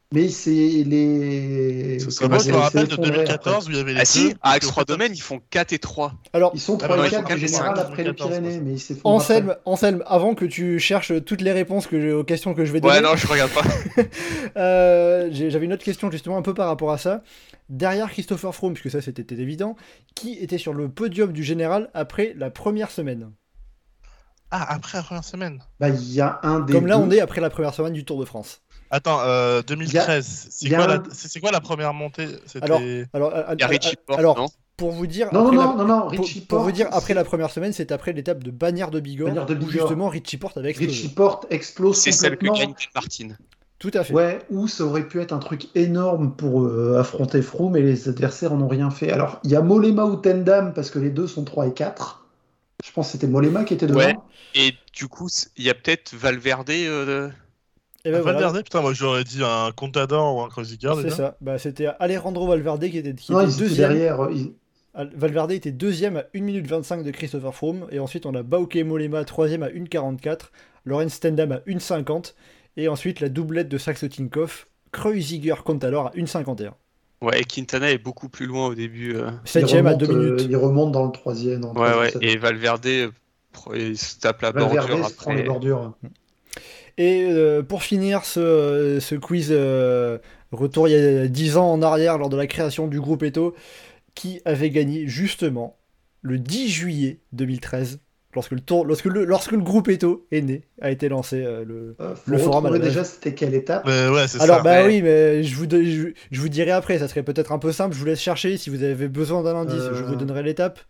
Mais c'est les. Ce serait comment moi, je me dire, rappelle c'est de effondré deux mille quatorze où il y avait les Ah deux. si, à Axe puis trois en fait, Domaines, ils font quatre et trois. Alors, Ils sont Ah, trois non, et ils quatre font en quatre et général cinq, après les quatorze, Pyrénées, mais ils s'effondrent Anselme, après. Anselme, avant que tu cherches toutes les réponses que j'ai aux questions que je vais donner, Ouais, non, je regarde pas. euh, j'ai- j'avais une autre question justement un peu par rapport à ça. Derrière Christopher Froome, puisque ça c'était évident, qui était sur le podium du général après la première semaine? Ah, après la première semaine. Bah, il y a un des Comme là deux. on est après la première semaine du Tour de France. Attends, euh, deux mille treize. C'est y a quoi, la... un- c'est c'est quoi la première montée? C'était. Alors, alors, euh, Il y a euh, Richie Porte, alors, non pour vous dire, Non, après non, la- non, non, non, pour, Richie pour vous Porte, dire, après c'est- la première semaine, c'est après l'étape de Bagnères de Bigorre, Bagnères de où Bigorre. justement Richie Porte avait explosé. Richie Porte explose C'est celle que complètement. gagne Ken Martin. Tout à fait. Ouais, ou ça aurait pu être un truc énorme pour euh, affronter Froome, mais les adversaires en ont rien fait. Alors, il y a Mollema ou Tendam, parce que les deux sont trois et quatre. Je pense que c'était Mollema qui était devant. Ouais. Et du coup, c- il y a peut-être Valverde. euh, Et ben Ah, voilà, Valverde, putain, moi j'aurais dit un Contador ou un Croisiger c'est déjà. ça. Bah, c'était Alejandro Valverde qui était, qui Non, était ils étaient deuxième. derrière. euh, ils- Al- Valverde était deuxième à une minute vingt-cinq de Christopher Froome, et ensuite on a Bauke Mollema troisième à une quarante-quatre, Lorenz Stendam à une cinquante, et ensuite la doublette de Saxo Tinkoff, Kreuziger Contador à une cinquante et un. Ouais, Quintana est beaucoup plus loin au début. euh. ils septième à remontent, deux minutes. euh, ils remontent dans le troisième. dans le Ouais, ouais. troisième. Et Valverde, euh, pro- il se tape la Valverde bordure se prend les après. bordures. Et euh, pour finir ce, ce quiz euh, retour il y a dix ans en arrière lors de la création du groupe Eto, qui avait gagné justement le dix juillet deux mille treize, lorsque le, tour, lorsque le, lorsque le groupe Eto est né, a été lancé euh, le... Euh, faut Le forum à la retrouver base. déjà c'était quelle étape. Mais ouais, c'est Alors ça. bah ouais. oui, mais je vous, de- je, je vous dirai après, ça serait peut-être un peu simple, je vous laisse chercher, si vous avez besoin d'un indice, Euh. je vous donnerai l'étape.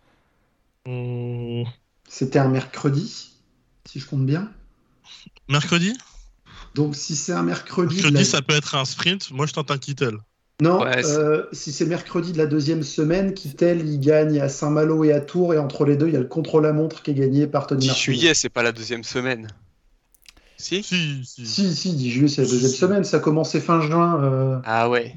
Hum, C'était un mercredi, si je compte bien. Mercredi Donc si c'est un mercredi. de Mercredi, la- ça peut être un sprint. Moi, je tente un Kittel. Non, Ouais, c'est- euh, si c'est mercredi de la deuxième semaine, Kittel il gagne à Saint-Malo et à Tours, et entre les deux, il y a le contre-la-montre qui est gagné par Tony dix Martin. juillet, c'est pas la deuxième semaine. Si Si, si. Si, si, dix juillet, c'est la deuxième Si. semaine, ça a commencé fin juin. euh, Ah ouais.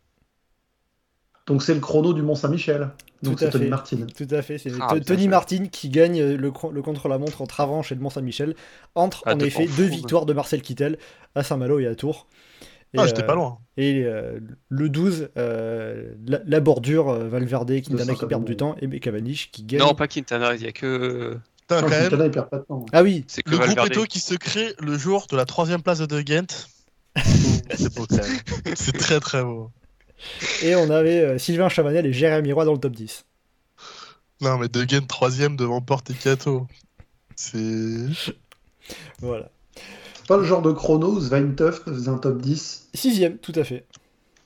Donc c'est le chrono du Mont-Saint-Michel. Donc Tout à c'est Tony fait. Martin. Tout à fait, c'est Ah, T- bien Tony joué. Martin qui gagne euh, le, cro- le contre-la-montre entre Avranches et le Mont-Saint-Michel, entre Ah, en devant effet deux Froome. victoires de Marcel Kittel à Saint-Malo et à Tours. Et, Ah, j'étais euh, pas loin. Et euh, le douze, euh, la, la bordure, euh, Valverde, Quintana qui Saint-Malo. perdent du temps, et Cavendish qui gagne. Non, pas Quintana, il y a que. Putain, Non, quand même, Quintana, il perd pas de temps. Ah oui, C'est que le groupe Valverde. Eto qui se crée le jour de la troisième place de De Ghent. C'est beau quand même. C'est très très beau. et on avait euh, Sylvain Chavanel et Jérémy Roy dans le top dix. Non, mais De Ghent troisième devant Porte et Cato. C'est. Voilà. C'est pas le genre de chrono où Sveintuft faisait un top dix. Sixième, tout à fait.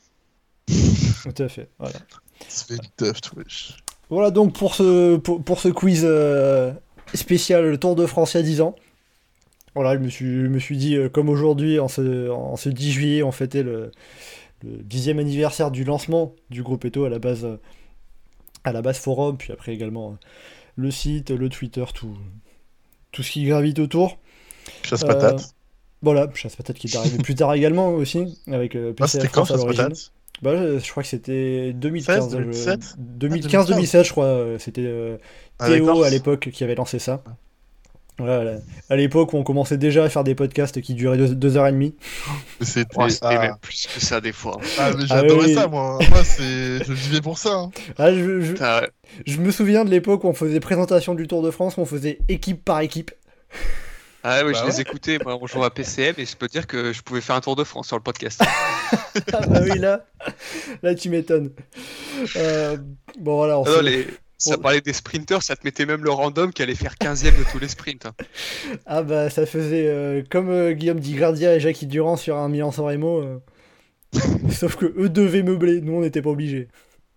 Tout à fait, voilà. C'est une teuf, wesh. Voilà donc pour ce, pour, pour ce quiz euh, spécial le Tour de France il y a dix ans. Voilà, je me suis, je me suis dit, euh, comme aujourd'hui, en ce, en ce dix juillet, on fêtait le, le dixième anniversaire du lancement du groupe Eto à la base, euh, à la base forum, puis après également euh, le site, le Twitter, tout, tout ce qui gravite autour. Chasse Euh, patate. Voilà, Chasse Patate qui est arrivé plus tard également aussi, avec euh, Ah, P C c'était F quand France à Chasse l'origine. patate Bah, je, je crois que c'était deux mille quinze. seize, deux mille sept euh, deux mille quinze deux mille sept, je crois. euh, C'était euh, Ah, d'accord. Théo à l'époque qui avait lancé ça. Voilà, là, à l'époque où on commençait déjà à faire des podcasts qui duraient deux, deux heures et demie. Mais C'était. Ouais, c'était ah. même plus que ça des fois. Ah, mais Ah, j'adorais oui. ça, moi. Moi, c'est. Je vivais pour ça. hein. Ah, je, je- Putain, je me souviens de l'époque où on faisait présentation du Tour de France, où on faisait équipe par équipe. Ah oui, Bah je ouais. les écoutais, moi, on jouait à P C M et je peux dire que je pouvais faire un tour de France sur le podcast. Ah bah oui, là, là tu m'étonnes. Euh, bon voilà, on Ah non, se- les- Ça on- parlait des sprinters, ça te mettait même le random qui allait faire quinzième de tous les sprints. hein. Ah bah ça faisait euh, comme euh, Guillaume Di Grazia et Jackie Durand sur un Milan-San Remo. euh. Sauf que eux devaient meubler, nous on n'était pas obligés.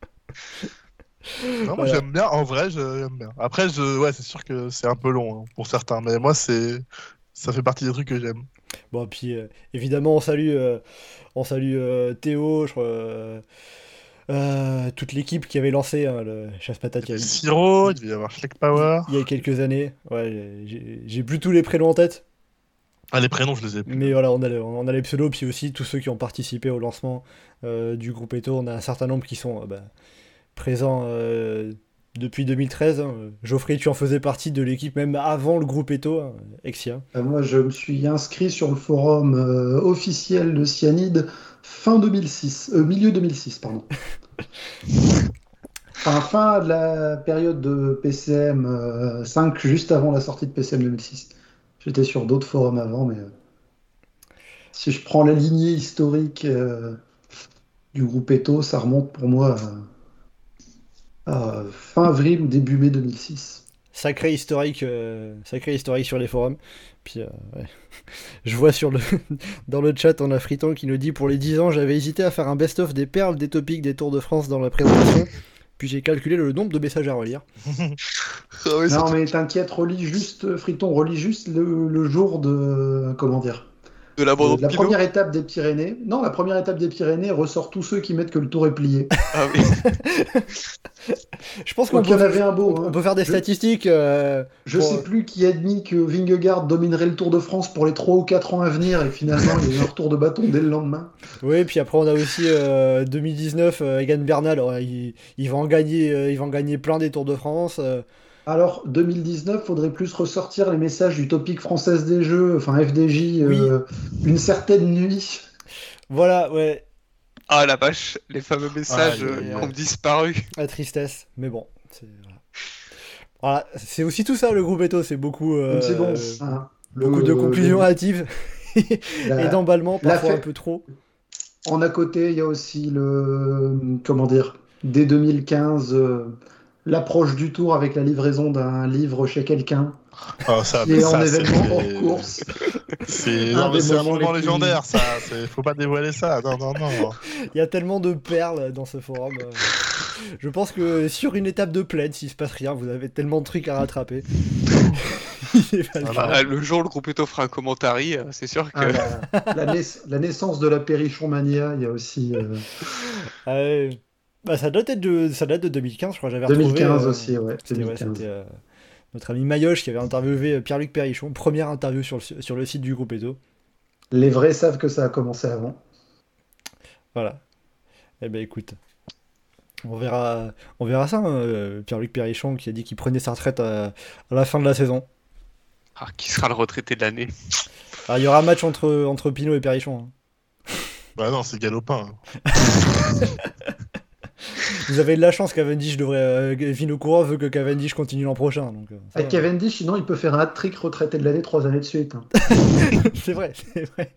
Non, moi Voilà. j'aime bien, en vrai, j'aime bien. Après, je... ouais, c'est sûr que c'est un peu long hein, pour certains, mais moi, c'est ça fait partie des trucs que j'aime. Bon, puis euh, évidemment, on salue, euh, on salue euh, Théo, je crois, euh, euh, toute l'équipe qui avait lancé hein, le Chasse Patate il y a, Siro, il devait y avoir Schleck Power. il y a quelques années. Ouais, j'ai j'ai plus tous les prénoms en tête, Ah, les prénoms, je les ai plus. mais voilà, on a, le- on a les pseudos, puis aussi tous ceux qui ont participé au lancement euh, du groupe Eto. On a un certain nombre qui sont euh, bah, présents euh, depuis deux mille treize. hein. Geoffrey, tu en faisais partie de l'équipe même avant le groupe Eto, hein, Exia. Euh, moi, je me suis inscrit sur le forum euh, officiel de Cyanide fin deux mille six, euh, milieu deux mille six, pardon. Enfin, fin de la période de P C M euh, cinq, juste avant la sortie de P C M deux mille six. J'étais sur d'autres forums avant, mais euh, si je prends la lignée historique euh, du groupe Eto, ça remonte pour moi à, à fin avril ou début mai deux mille six. Sacré historique, euh, sacré historique sur les forums. Puis, euh, ouais. Je vois sur le dans le chat, on a Friton qui nous dit pour les dix ans, j'avais hésité à faire un best-of des perles des topics des Tours de France dans la présentation. Puis j'ai calculé le nombre de messages à relire. Ah ouais, Non, c'est- mais t'inquiète, relis juste, Friton, relis juste le, le jour de. Comment dire de l'abandon de de la Pinot. première étape des Pyrénées. Non, la première étape des Pyrénées ressort tous ceux qui mettent que le tour est plié. Ah oui. Je pense qu'on Donc il y peut, en avait un beau. on hein. peut faire des Je- statistiques. euh, Je pour- sais plus qui a dit que Vingegaard dominerait le Tour de France pour les trois ou quatre ans à venir et finalement il y a eu un retour de bâton dès le lendemain. Oui, puis après on a aussi euh, deux mille dix-neuf, euh, Egan Bernal. Alors, il, il va en gagner, euh, il va en gagner plein des Tours de France. euh. Alors deux mille dix-neuf, faudrait plus ressortir les messages du topic française des Jeux, enfin F D J, euh, une certaine nuit. Voilà, ouais, Ah la vache, les fameux messages Ah, euh, il y a- qui ont disparu. la tristesse. Mais bon, c'est voilà. Voilà, c'est aussi tout ça le groupe Eto, c'est beaucoup, euh, Donc c'est bon. hein. beaucoup Le- de conclusions le- hâtives la- et d'emballements, la parfois fait- un peu trop. En à côté, il y a aussi le, comment dire, dès deux mille quinze, euh, l'approche du Tour avec la livraison d'un livre chez quelqu'un Ah, ça, qui mais est en ça, événement c'est- hors course. C'est Un non, mais des c'est un moments moment les plus- légendaire, ça. C'est- Faut pas dévoiler ça. Non, non, non. Il y a tellement de perles dans ce forum. euh. Je pense que sur une étape de plaine, s'il se passe rien, vous avez tellement de trucs à rattraper. Il va le Ah faire. bah, Ah, le jour où le groupe Eto fera un commentary, euh, c'est sûr que. Ah, la, la naiss- la naissance de la Perrichon Mania, il y a aussi euh, Ah ouais. Bah, ça, date de, ça date de deux mille quinze, je crois. J'avais deux mille retrouvé, quinze euh, aussi, ouais. C'était, ouais, deux mille quinze. c'était, euh, notre ami Mayoche qui avait interviewé euh, Pierre-Luc Perrichon. Première interview sur le, sur le site du groupe Eto. Les vrais savent que ça a commencé avant. Voilà. Eh ben écoute, on verra, on verra ça. hein, euh, Pierre-Luc Perrichon qui a dit qu'il prenait sa retraite à, à la fin de la saison. Ah, qui sera le retraité de l'année? Alors, il y aura un match entre, entre Pinot et Perrichon. hein. bah non, c'est galopin. Vous avez de la chance, Cavendish devrait. Euh, Vinokourov veut que Cavendish continue l'an prochain. Donc, euh, ça Avec va. Cavendish, sinon, il peut faire un hat-trick retraité de l'année trois années de suite. hein. C'est vrai, c'est vrai.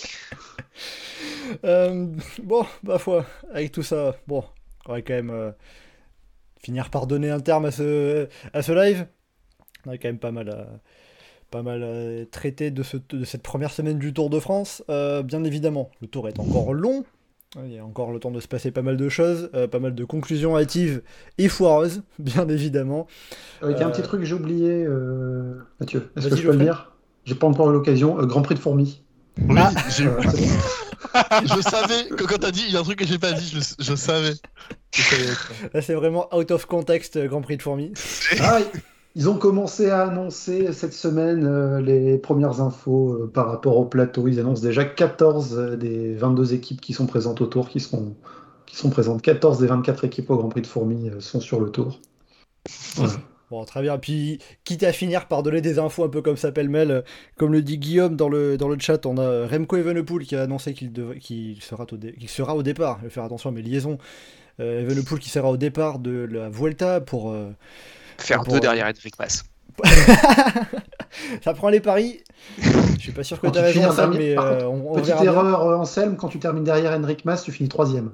Euh, bon, bah foi, avec tout ça, bon, on va quand même euh, finir par donner un terme à ce, à ce live. On a quand même pas mal à, pas mal à traiter de, ce, de cette première semaine du Tour de France. Euh, bien évidemment, le Tour est encore long. Il y a encore le temps de se passer pas mal de choses, euh, pas mal de conclusions hâtives et foireuses, bien évidemment. Euh, Il y a un Euh, petit truc que j'ai oublié, euh, Mathieu. Est-ce que Vas-y, je peux le Geoffrey. dire? J'ai pas encore eu l'occasion. Euh, Grand Prix de Fourmis. Oui, Ah. j'ai- Voilà, c'est bon. je savais que quand t'as dit, il y a un truc que j'ai pas dit, je, je savais. Je savais. Là, c'est vraiment out of context, euh, Grand Prix de Fourmis. Ah, ils ont commencé à annoncer cette semaine euh, les premières infos euh, par rapport au plateau. Ils annoncent déjà quatorze euh, des vingt-deux équipes qui sont présentes au Tour, qui seront, qui sont présentes. quatorze des vingt-quatre équipes au Grand Prix de Fourmis euh, sont sur le Tour. Voilà. Bon, très bien. Puis, quitte à finir par donner des infos un peu comme ça pêle-mêle, euh, comme le dit Guillaume dans le, dans le chat, on a Remco Evenepoel qui a annoncé qu'il dev- qu'il sera, au dé- qu'il sera au départ. Il faut faire attention à mes liaisons. Euh, Evenepoel qui sera au départ de la Vuelta pour. euh, Faire Pour- deux derrière Enric Mas. Ça prend les paris. Je suis pas sûr que Quand t'as tu raison, finis Sam, dernier- mais par euh, contre, on, on Petite verra bien. erreur, euh, Anselme, quand tu termines derrière Henrik Mas, tu finis troisième.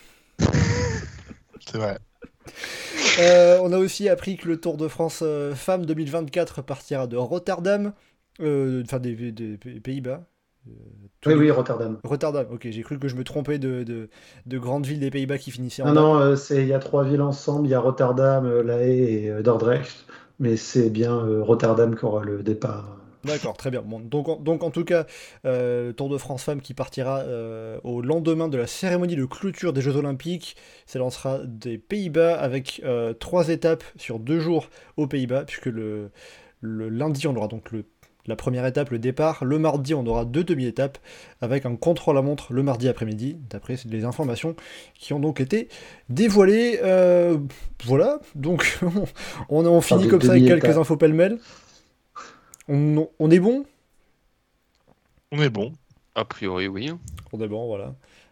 C'est vrai. Euh, on a aussi appris que le Tour de France euh, Femmes deux mille vingt-quatre partira de Rotterdam, euh, enfin des, des- des Pays-Bas. Euh, tous Oui, les- oui, Rotterdam. Rotterdam, ok, j'ai cru que je me trompais de, de, de grande ville des Pays-Bas qui finissait en Non, date. non, euh, c'est- il y a trois villes ensemble. Il y a Rotterdam, euh, La Haye et euh, Dordrecht. Mais c'est bien euh, Rotterdam qui aura le départ. D'accord, très bien. Bon, donc, en, donc en tout cas, euh, le Tour de France Femmes qui partira euh, au lendemain de la cérémonie de clôture des Jeux Olympiques s'élancera des Pays-Bas avec euh, trois étapes sur deux jours aux Pays-Bas, puisque le, le lundi on aura donc le, la première étape, le départ, le mardi on aura deux demi-étapes avec un contrôle-la-montre le mardi après-midi, d'après les informations qui ont donc été dévoilées. Euh, voilà, donc on, on finit des comme ça avec demi-étapes. quelques infos pêle-mêle. On, on est bon? On est bon. A priori, oui. On est bon, voilà.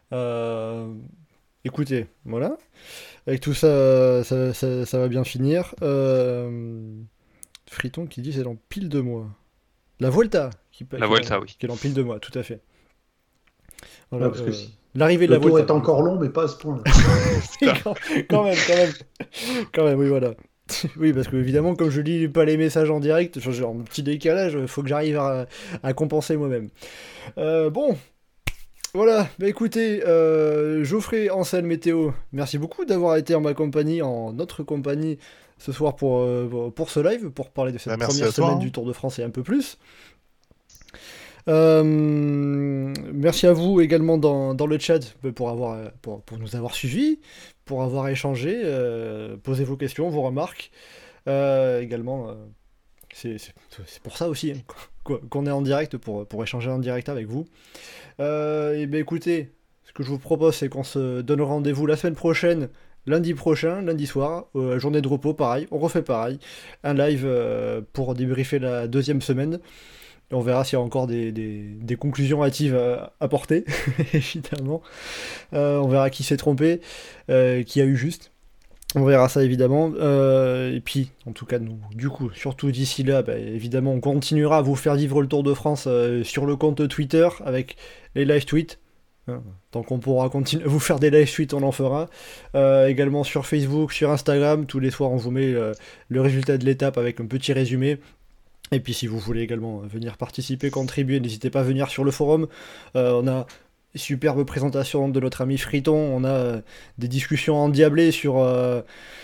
Euh, écoutez, voilà. Avec tout ça, ça, ça, ça va bien finir. Euh, Friton qui dit c'est dans pile de mois. La Vuelta qui, La qui, Vuelta, oui. qui est dans pile de mois, tout à fait. Voilà, Ouais, parce que euh, si- l'arrivée de la Le tour Vuelta. est encore long, mais pas à ce point. quand, quand même, quand même. Quand même, oui, voilà. Oui, parce que évidemment, comme je lis pas les messages en direct, j'ai un petit décalage, il faut que j'arrive à, à compenser moi-même. Euh, bon, voilà, bah écoutez, euh, Geoffrey, Anselme et Théo, merci beaucoup d'avoir été en ma compagnie, en notre compagnie, ce soir pour, euh, pour ce live, pour parler de cette Bah, merci première à toi, semaine hein. du Tour de France et un peu plus. Euh, merci à vous également dans, dans le chat pour, avoir, pour, pour nous avoir suivis, pour avoir échangé, euh, posez vos questions, vos remarques. Euh, également, euh, c'est, c'est, c'est pour ça aussi hein, qu'on qu'on est en direct, pour, pour échanger en direct avec vous. Euh, et bien écoutez, ce que je vous propose, c'est qu'on se donne rendez-vous la semaine prochaine, lundi prochain, lundi soir, euh, journée de repos, pareil, on refait pareil, un live euh, pour débriefer la deuxième semaine. Et on verra s'il y a encore des, des, des conclusions hâtives à apporter, évidemment. Euh, on verra qui s'est trompé, euh, qui a eu juste. On verra ça évidemment. Euh, et puis, en tout cas, nous, du coup, surtout d'ici là, bah, évidemment, on continuera à vous faire vivre le Tour de France euh, sur le compte Twitter avec les live tweets. Hein, tant qu'on pourra continuer à vous faire des live tweets, on en fera. Euh, également sur Facebook, sur Instagram. Tous les soirs, on vous met euh, le résultat de l'étape avec un petit résumé. Et puis si vous voulez également venir participer, contribuer, n'hésitez pas à venir sur le forum. Euh, on a une superbe présentation de notre ami Friton, on a euh, des discussions endiablées sur, euh,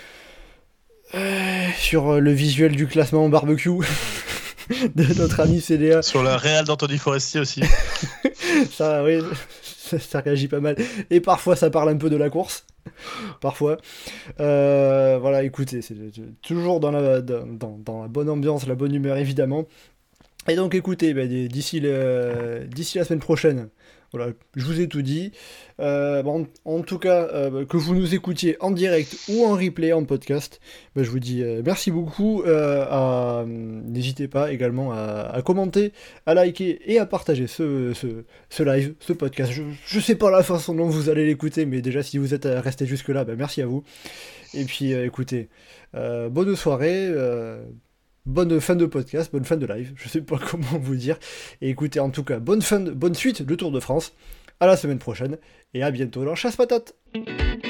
euh, sur le visuel du classement barbecue de notre ami C D A. Sur le Real d'Anthony Forestier aussi. Ça, oui, ça, ça réagit pas mal. Et parfois ça parle un peu de la course. Parfois. Euh, voilà, écoutez, c'est toujours dans la, dans, dans la bonne ambiance, la bonne humeur, évidemment. Et donc, écoutez, bah, d'ici, le, d'ici la semaine prochaine, voilà, je vous ai tout dit. Euh, bon, en tout cas, euh, que vous nous écoutiez en direct ou en replay, en podcast, bah, je vous dis euh, merci beaucoup. Euh, à, n'hésitez pas également à, à commenter, à liker et à partager ce, ce, ce live, ce podcast. Je, je sais pas la façon dont vous allez l'écouter, mais déjà, si vous êtes resté jusque-là, bah, merci à vous. Et puis, euh, écoutez, euh, bonne soirée. Euh, Bonne fin de podcast, bonne fin de live, je sais pas comment vous dire. Et écoutez, en tout cas, bonne fin, de, bonne suite de Tour de France. À la semaine prochaine et à bientôt dans Chasse Patate.